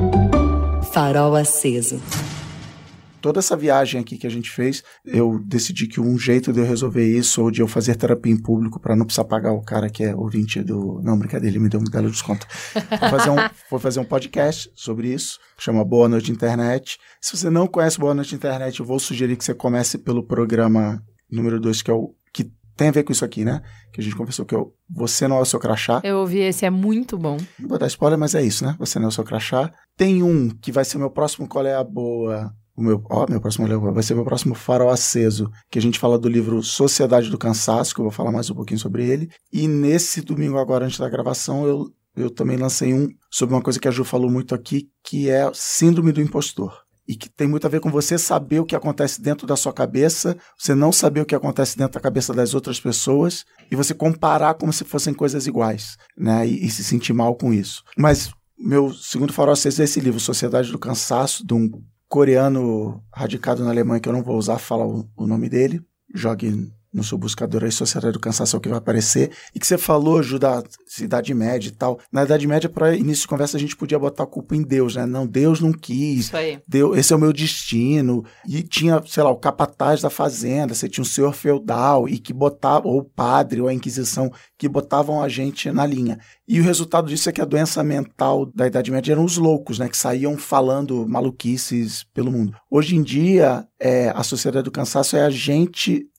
Farol aceso. Toda essa viagem aqui que a gente fez, eu decidi que um jeito de eu resolver isso, ou de eu fazer terapia em público, para não precisar pagar o cara que é ouvinte do... Não, brincadeira, ele me deu um belo desconto. Vou fazer um, vou fazer um podcast sobre isso, que chama Boa Noite Internet. Se você não conhece Boa Noite Internet, eu vou sugerir que você comece pelo programa número dois, que é o... que tem a ver com isso aqui, né? Que a gente conversou que eu, Você Não É o Seu Crachá. Eu ouvi esse, é muito bom. Não vou dar spoiler, mas é isso, né? Você Não É o Seu Crachá. Tem um que vai ser o meu próximo Qual é a Boa... O meu, ó, meu próximo vai ser meu próximo Farol Aceso, que a gente fala do livro Sociedade do Cansaço, que eu vou falar mais um pouquinho sobre ele. E nesse domingo agora, antes da gravação, eu, eu também lancei um sobre uma coisa que a Ju falou muito aqui, que é Síndrome do Impostor. E que tem muito a ver com você saber o que acontece dentro da sua cabeça, você não saber o que acontece dentro da cabeça das outras pessoas, e você comparar como se fossem coisas iguais, né? E, e se sentir mal com isso. Mas meu segundo farol aceso é esse livro, Sociedade do Cansaço, de um coreano radicado na Alemanha, que eu não vou usar, falar o, o nome dele. Jogue no seu buscador aí, Sociedade do Cansaço, é o que vai aparecer. E que você falou, Ju, da Idade Média e tal. Na Idade Média, para início de conversa, a gente podia botar a culpa em Deus, né? Não, Deus não quis. Isso aí. Deus, esse é o meu destino. E tinha, sei lá, o capataz da fazenda, você tinha um senhor feudal e que botava, ou o padre, ou a Inquisição, que botavam a gente na linha. E o resultado disso é que a doença mental da Idade Média eram os loucos, né? Que saíam falando maluquices pelo mundo. Hoje em dia, é, a Sociedade do Cansaço é a gente...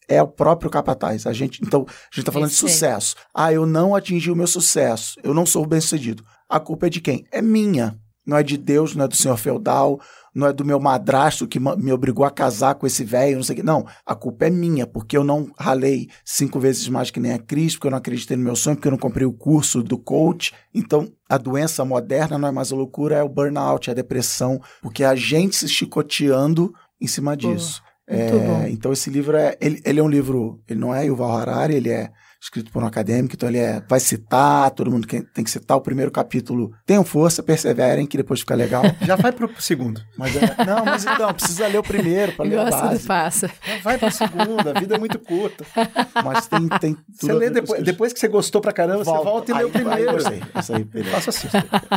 é o próprio capataz. A gente, então, a gente tá falando Esse de sucesso. Ah, eu não atingi o meu sucesso. Eu não sou bem-sucedido. A culpa é de quem? É minha. Não é de Deus, não é do senhor feudal, não é do meu madrasto que me obrigou a casar com esse velho, não sei o quê. Não, a culpa é minha, porque eu não ralei cinco vezes mais que nem a Cris, porque eu não acreditei no meu sonho, porque eu não comprei o curso do coach. Então, a doença moderna não é mais a loucura, é o burnout, é a depressão, porque é a gente se chicoteando em cima disso. Pô, muito é, bom. então, esse livro, é, ele, ele é um livro, ele não é Yuval Harari, ele é escrito por um acadêmico, então ele é, vai citar, todo mundo tem que citar o primeiro capítulo. Tenham força, perseverem, que depois fica legal. Já vai pro segundo. Mas é, não, mas então, precisa ler o primeiro para ler a Gosto base. do passa. Já vai pro segundo, a vida é muito curta. Mas tem, tem tudo Você a lê ver com depois, os- depois que você gostou pra caramba, você volta e lê Aí- o primeiro. Aí, eu sei, essa aí, beleza. Faça assim.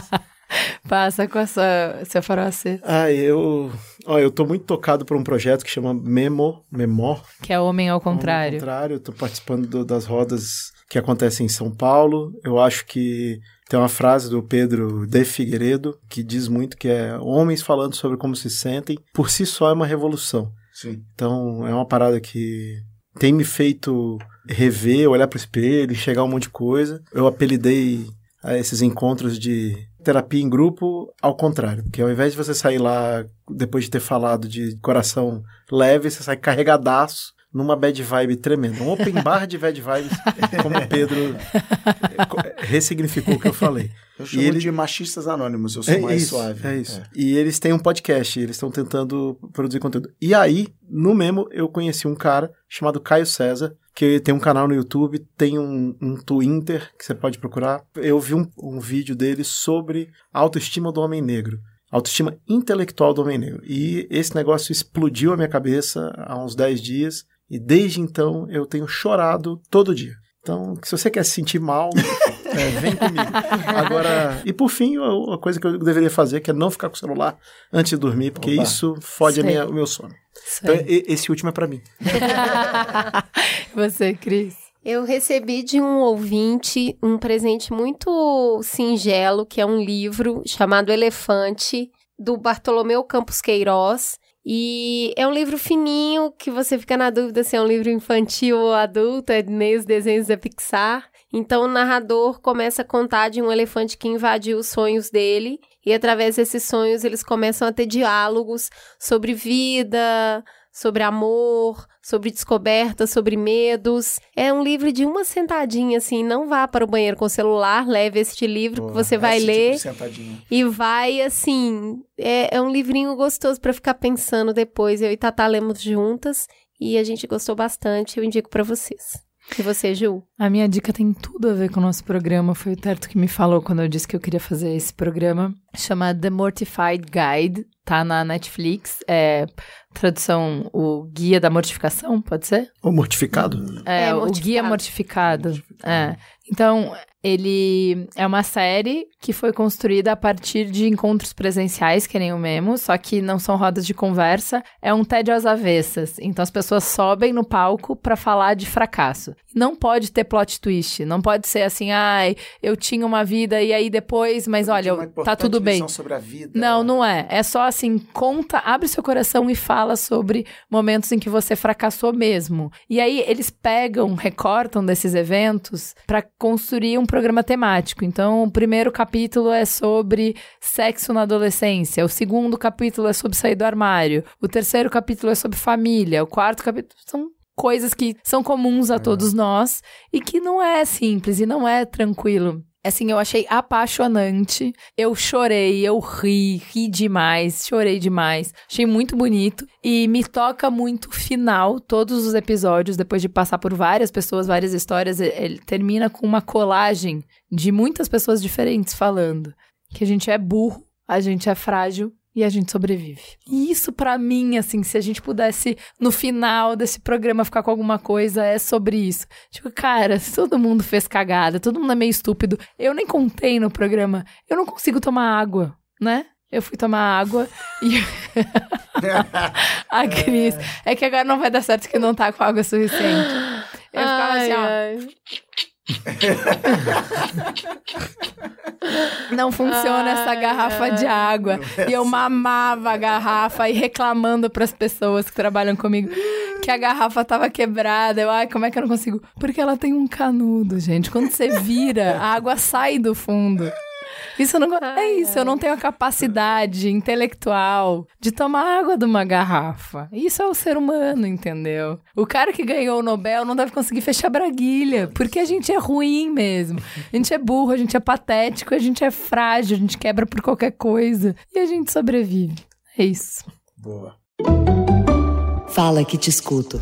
Passa com essa, seu farol aceso. Ah, eu... Ó, eu tô muito tocado por um projeto que chama Memo, Memor. Que é homem ao contrário. Ao contrário, eu tô participando do- das rodas que acontecem em São Paulo. Eu acho que tem uma frase do Pedro de Figueiredo que diz muito que é homens falando sobre como se sentem, por si só é uma revolução. Sim. Então, é uma parada que tem me feito rever, olhar pro espelho, enxergar um monte de coisa. Eu apelidei a esses encontros de terapia em grupo ao contrário, porque ao invés de você sair lá depois de ter falado de coração leve, você sai carregadaço numa bad vibe tremenda. Um open bar de bad vibes, como o Pedro ressignificou o que eu falei. Eu chamo E ele- de machistas anônimos, eu sou mais isso, suave. É isso. E eles têm um podcast, eles estão tentando produzir conteúdo. E aí, no Memo, eu conheci um cara chamado Caio César, que tem um canal no YouTube, tem um, um Twitter que você pode procurar. Eu vi um, um vídeo dele sobre a autoestima do homem negro. Autoestima intelectual do homem negro. E esse negócio explodiu a minha cabeça há uns dez dias. E desde então eu tenho chorado todo dia. Então, se você quer se sentir mal, é, vem comigo. Agora, e por fim, a, a coisa que eu deveria fazer, que é não ficar com o celular antes de dormir, porque Opa. isso fode a Sei. minha, o meu sono. Isso Então, aí. e- esse último é pra mim. Você, Cris? Eu recebi de um ouvinte um presente muito singelo, que é um livro chamado Elefante, do Bartolomeu Campos Queiroz. E é um livro fininho, que você fica na dúvida se é um livro infantil ou adulto, é meio os desenhos da Pixar. Então o narrador começa a contar de um elefante que invadiu os sonhos dele, e através desses sonhos eles começam a ter diálogos sobre vida, sobre amor, sobre descoberta, sobre medos. É um livro de uma sentadinha, assim, não vá para o banheiro com o celular, leve este livro que você vai Esse ler. Tipo de sentadinha. E vai, assim, é, é um livrinho gostoso pra ficar pensando depois. Eu e Tatá lemos juntas e a gente gostou bastante. Eu indico pra vocês. E você, Ju? A minha dica tem tudo a ver com o nosso programa. Foi o Terto que me falou quando eu disse que eu queria fazer esse programa. Chama The Mortified Guide. Tá na Netflix. É tradução, o Guia da Mortificação, pode ser? O mortificado? É, É, o Mortificado. Guia Mortificado. É. Então, ele é uma série que foi construída a partir de encontros presenciais, que nem o Memo, só que não são rodas de conversa, é um tédio às avessas. Então, as pessoas sobem no palco pra falar de fracasso. Não pode ter plot twist, não pode ser assim, ai, eu tinha uma vida e aí depois, mas olha, Uma tá importante tudo bem. lição sobre a vida. Não, não é. É só assim, conta, abre seu coração e fala sobre momentos em que você fracassou mesmo. E aí eles pegam, recortam desses eventos pra construir um programa temático. Então, o primeiro capítulo é sobre sexo na adolescência, o segundo capítulo é sobre sair do armário, o terceiro capítulo é sobre família, o quarto capítulo são coisas que são comuns a todos nós e que não é simples e não é tranquilo. Assim, eu achei apaixonante, eu chorei, eu ri, ri demais, chorei demais, achei muito bonito e me toca muito o final, todos os episódios, depois de passar por várias pessoas, várias histórias, ele termina com uma colagem de muitas pessoas diferentes falando que a gente é burro, a gente é frágil e a gente sobrevive. E isso pra mim, assim, se a gente pudesse no final desse programa ficar com alguma coisa, é sobre isso. Tipo, cara, se todo mundo fez cagada, todo mundo é meio estúpido. Eu nem contei no programa, eu não consigo tomar água, né? Eu fui tomar água e a Cris, é que agora não vai dar certo que não tá com água suficiente. Eu ficava assim, ó. Não funciona Ai, essa garrafa ai. de água. E eu mamava a garrafa e reclamando pras pessoas que trabalham comigo que a garrafa tava quebrada. Eu, ai, como é que eu não consigo? Porque ela tem um canudo, gente. Quando você vira, a água sai do fundo. Isso eu não, Ai, é isso, ai. eu não tenho a capacidade intelectual de tomar água de uma garrafa. Isso é o ser humano, entendeu? O cara que ganhou o Nobel não deve conseguir fechar braguilha, porque a gente é ruim mesmo. A gente é burro, a gente é patético, a gente é frágil, a gente quebra por qualquer coisa. E a gente sobrevive. É isso. Boa. Fala que te escuto.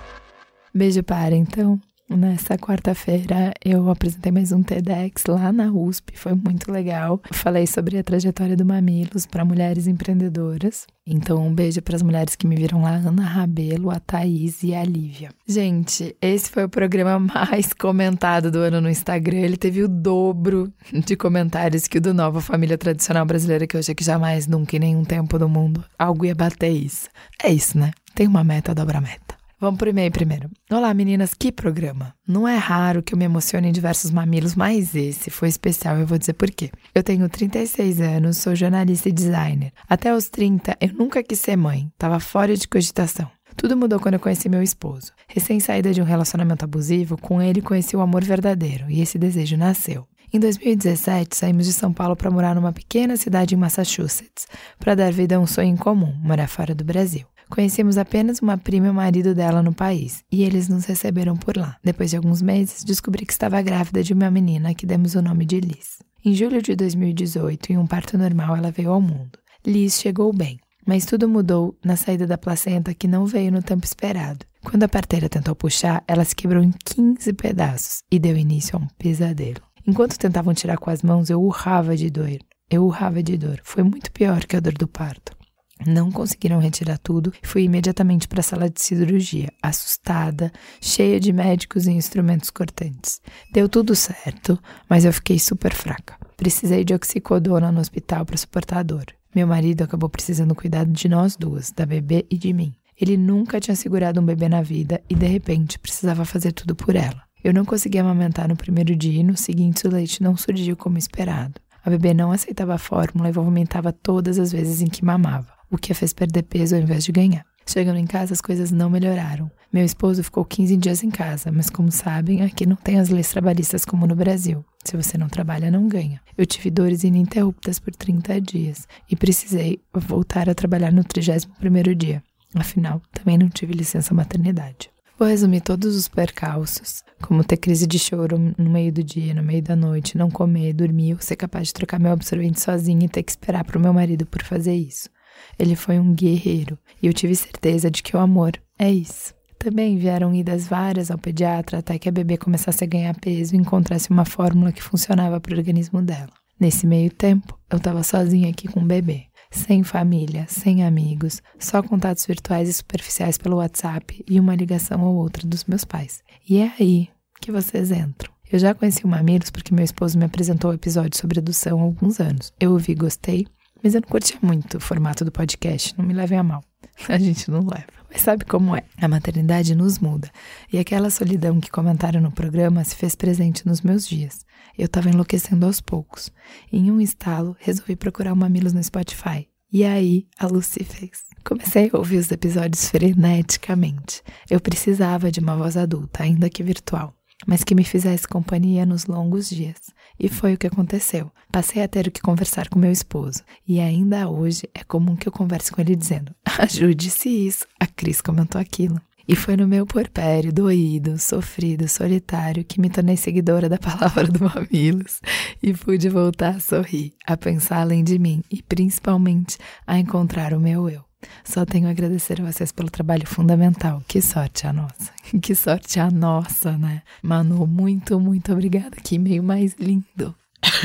Beijo para, então. Nessa quarta-feira eu apresentei mais um TEDx lá na U S P, foi muito legal. Falei sobre a trajetória do Mamilos para mulheres empreendedoras. Então um beijo para as mulheres que me viram lá, Ana Rabelo, a Thaís e a Lívia. Gente, esse foi o programa mais comentado do ano no Instagram. Ele teve o dobro de comentários que o do Nova Família Tradicional Brasileira, que eu achei que jamais, nunca, em nenhum tempo do mundo, algo ia bater isso. É isso, né? Tem uma meta, dobra a meta. Vamos pro e-mail primeiro. Olá, meninas, que programa. Não é raro que eu me emocione em diversos mamilos, mas esse foi especial e eu vou dizer por quê. Eu tenho trinta e seis anos, sou jornalista e designer. Até os trinta, eu nunca quis ser mãe, tava fora de cogitação. Tudo mudou quando eu conheci meu esposo. Recém-saída de um relacionamento abusivo, com ele conheci o amor verdadeiro e esse desejo nasceu. Em dois mil e dezessete, saímos de São Paulo para morar numa pequena cidade em Massachusetts, para dar vida a um sonho em comum, morar fora do Brasil. Conhecemos apenas uma prima e o marido dela no país, e eles nos receberam por lá. Depois de alguns meses, descobri que estava grávida de uma menina que demos o nome de Liz. Em julho de dois mil e dezoito, em um parto normal, ela veio ao mundo. Liz chegou bem, mas tudo mudou na saída da placenta que não veio no tempo esperado. Quando a parteira tentou puxar, ela se quebrou em quinze pedaços e deu início a um pesadelo. Enquanto tentavam tirar com as mãos, eu urrava de dor. Eu urrava de dor. Foi muito pior que a dor do parto. Não conseguiram retirar tudo e fui imediatamente para a sala de cirurgia, assustada, cheia de médicos e instrumentos cortantes. Deu tudo certo, mas eu fiquei super fraca. Precisei de oxicodona no hospital para suportar a dor. Meu marido acabou precisando cuidar de nós duas, da bebê e de mim. Ele nunca tinha segurado um bebê na vida e, de repente, precisava fazer tudo por ela. Eu não conseguia amamentar no primeiro dia e no seguinte o leite não surgiu como esperado. A bebê não aceitava a fórmula e vomitava todas as vezes em que mamava, o que a fez perder peso ao invés de ganhar. Chegando em casa, as coisas não melhoraram. Meu esposo ficou quinze dias em casa, mas como sabem, aqui não tem as leis trabalhistas como no Brasil. Se você não trabalha, não ganha. Eu tive dores ininterruptas por trinta dias e precisei voltar a trabalhar no trigésimo primeiro dia. Afinal, também não tive licença maternidade. Vou resumir todos os percalços, como ter crise de choro no meio do dia, no meio da noite, não comer, dormir, ou ser capaz de trocar meu absorvente sozinha e ter que esperar pro meu marido por fazer isso. Ele foi um guerreiro e eu tive certeza de que o amor é isso. Também vieram idas várias ao pediatra até que a bebê começasse a ganhar peso e encontrasse uma fórmula que funcionava para o organismo dela. Nesse meio tempo, eu estava sozinha aqui com o bebê. Sem família, sem amigos, só contatos virtuais e superficiais pelo WhatsApp e uma ligação ou outra dos meus pais. E é aí que vocês entram. Eu já conheci o Mamilos porque meu esposo me apresentou o episódio sobre adoção há alguns anos. Eu ouvi e gostei, mas eu não curtia muito o formato do podcast, não me levem a mal. A gente não leva. Mas sabe como é? A maternidade nos muda. E aquela solidão que comentaram no programa se fez presente nos meus dias. Eu tava enlouquecendo aos poucos. Em um estalo, resolvi procurar o Mamilos no Spotify. E aí, a Lucy fez. Comecei a ouvir os episódios freneticamente. Eu precisava de uma voz adulta, ainda que virtual, mas que me fizesse companhia nos longos dias. E foi o que aconteceu. Passei a ter o que conversar com meu esposo. E ainda hoje é comum que eu converse com ele dizendo: ajude-se isso. A Cris comentou aquilo. E foi no meu porpério, doído, sofrido, solitário, que me tornei seguidora da palavra do Mamilos e pude voltar a sorrir, a pensar além de mim e, principalmente, a encontrar o meu eu. Só tenho a agradecer a vocês pelo trabalho fundamental. Que sorte a nossa. Que sorte a nossa, né? Manu, muito, muito obrigada. Que e-mail mais lindo.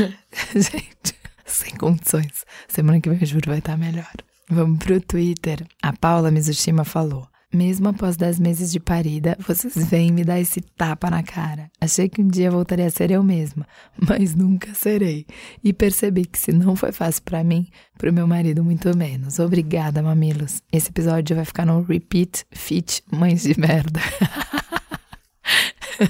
Gente, sem condições. Semana que vem eu juro vai estar melhor. Vamos pro Twitter. A Paula Mizushima falou: mesmo após dez meses de parida, vocês vêm me dar esse tapa na cara. Achei que um dia voltaria a ser eu mesma, mas nunca serei. E percebi que se não foi fácil pra mim, pro meu marido muito menos. Obrigada, Mamilos. Esse episódio vai ficar no repeat feat Mães de Merda.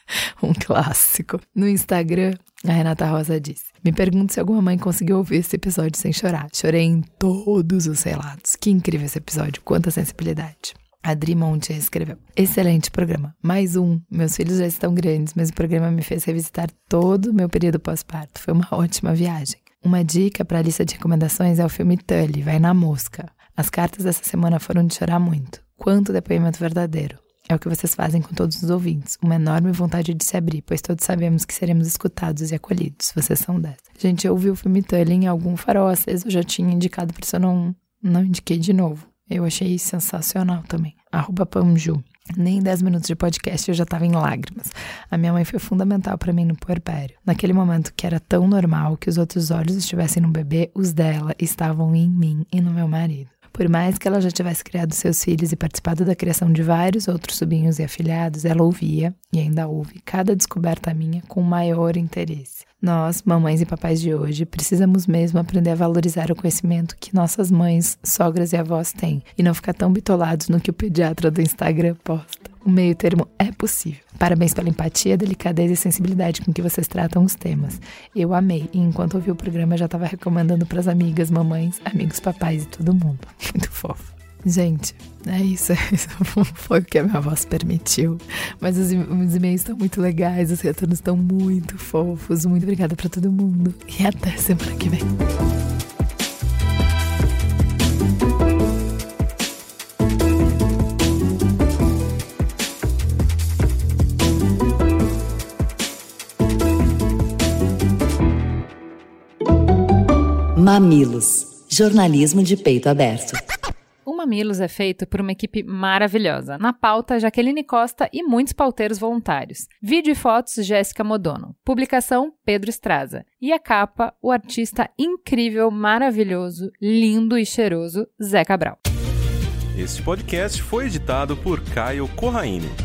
Um clássico. No Instagram, a Renata Rosa disse: me pergunto se alguma mãe conseguiu ouvir esse episódio sem chorar. Chorei em todos os relatos. Que incrível esse episódio, quanta sensibilidade. A Adri Monte escreveu: excelente programa. Mais um. Meus filhos já estão grandes, mas o programa me fez revisitar todo o meu período pós-parto. Foi uma ótima viagem. Uma dica para a lista de recomendações é o filme Tully, Vai na Mosca. As cartas dessa semana foram de chorar muito. Quanto depoimento verdadeiro. É o que vocês fazem com todos os ouvintes. Uma enorme vontade de se abrir, pois todos sabemos que seremos escutados e acolhidos. Vocês são dessa. Gente, eu ouvi o filme Tully em algum farol aceso, eu já tinha indicado, por isso eu não, não indiquei de novo. Eu achei sensacional também. Arroba Pamju. Nem dez minutos de podcast eu já tava em lágrimas. A minha mãe foi fundamental pra mim no puerpério. Naquele momento que era tão normal que os outros olhos estivessem no bebê, os dela estavam em mim e no meu marido. Por mais que ela já tivesse criado seus filhos e participado da criação de vários outros sobrinhos e afilhados, ela ouvia, e ainda ouve, cada descoberta minha com maior interesse. Nós, mamães e papais de hoje, precisamos mesmo aprender a valorizar o conhecimento que nossas mães, sogras e avós têm, e não ficar tão bitolados no que o pediatra do Instagram posta. O meio termo é possível. Parabéns pela empatia, delicadeza e sensibilidade com que vocês tratam os temas. Eu amei, e enquanto ouvi o programa, eu já estava recomendando para as amigas, mamães, amigos, papais e todo mundo. Muito fofo. Gente, é isso. Isso foi o que a minha voz permitiu. Mas os, os e-mails estão muito legais, os retornos estão muito fofos. Muito obrigada para todo mundo. E até semana que vem. Mamilos, jornalismo de peito aberto. O Mamilos é feito por uma equipe maravilhosa. Na pauta, Jaqueline Costa e muitos pauteiros voluntários. Vídeo e fotos, Jéssica Modono. Publicação, Pedro Estraza. E a capa, o artista incrível, maravilhoso, lindo e cheiroso, Zé Cabral. Este podcast foi editado por Caio Corraine.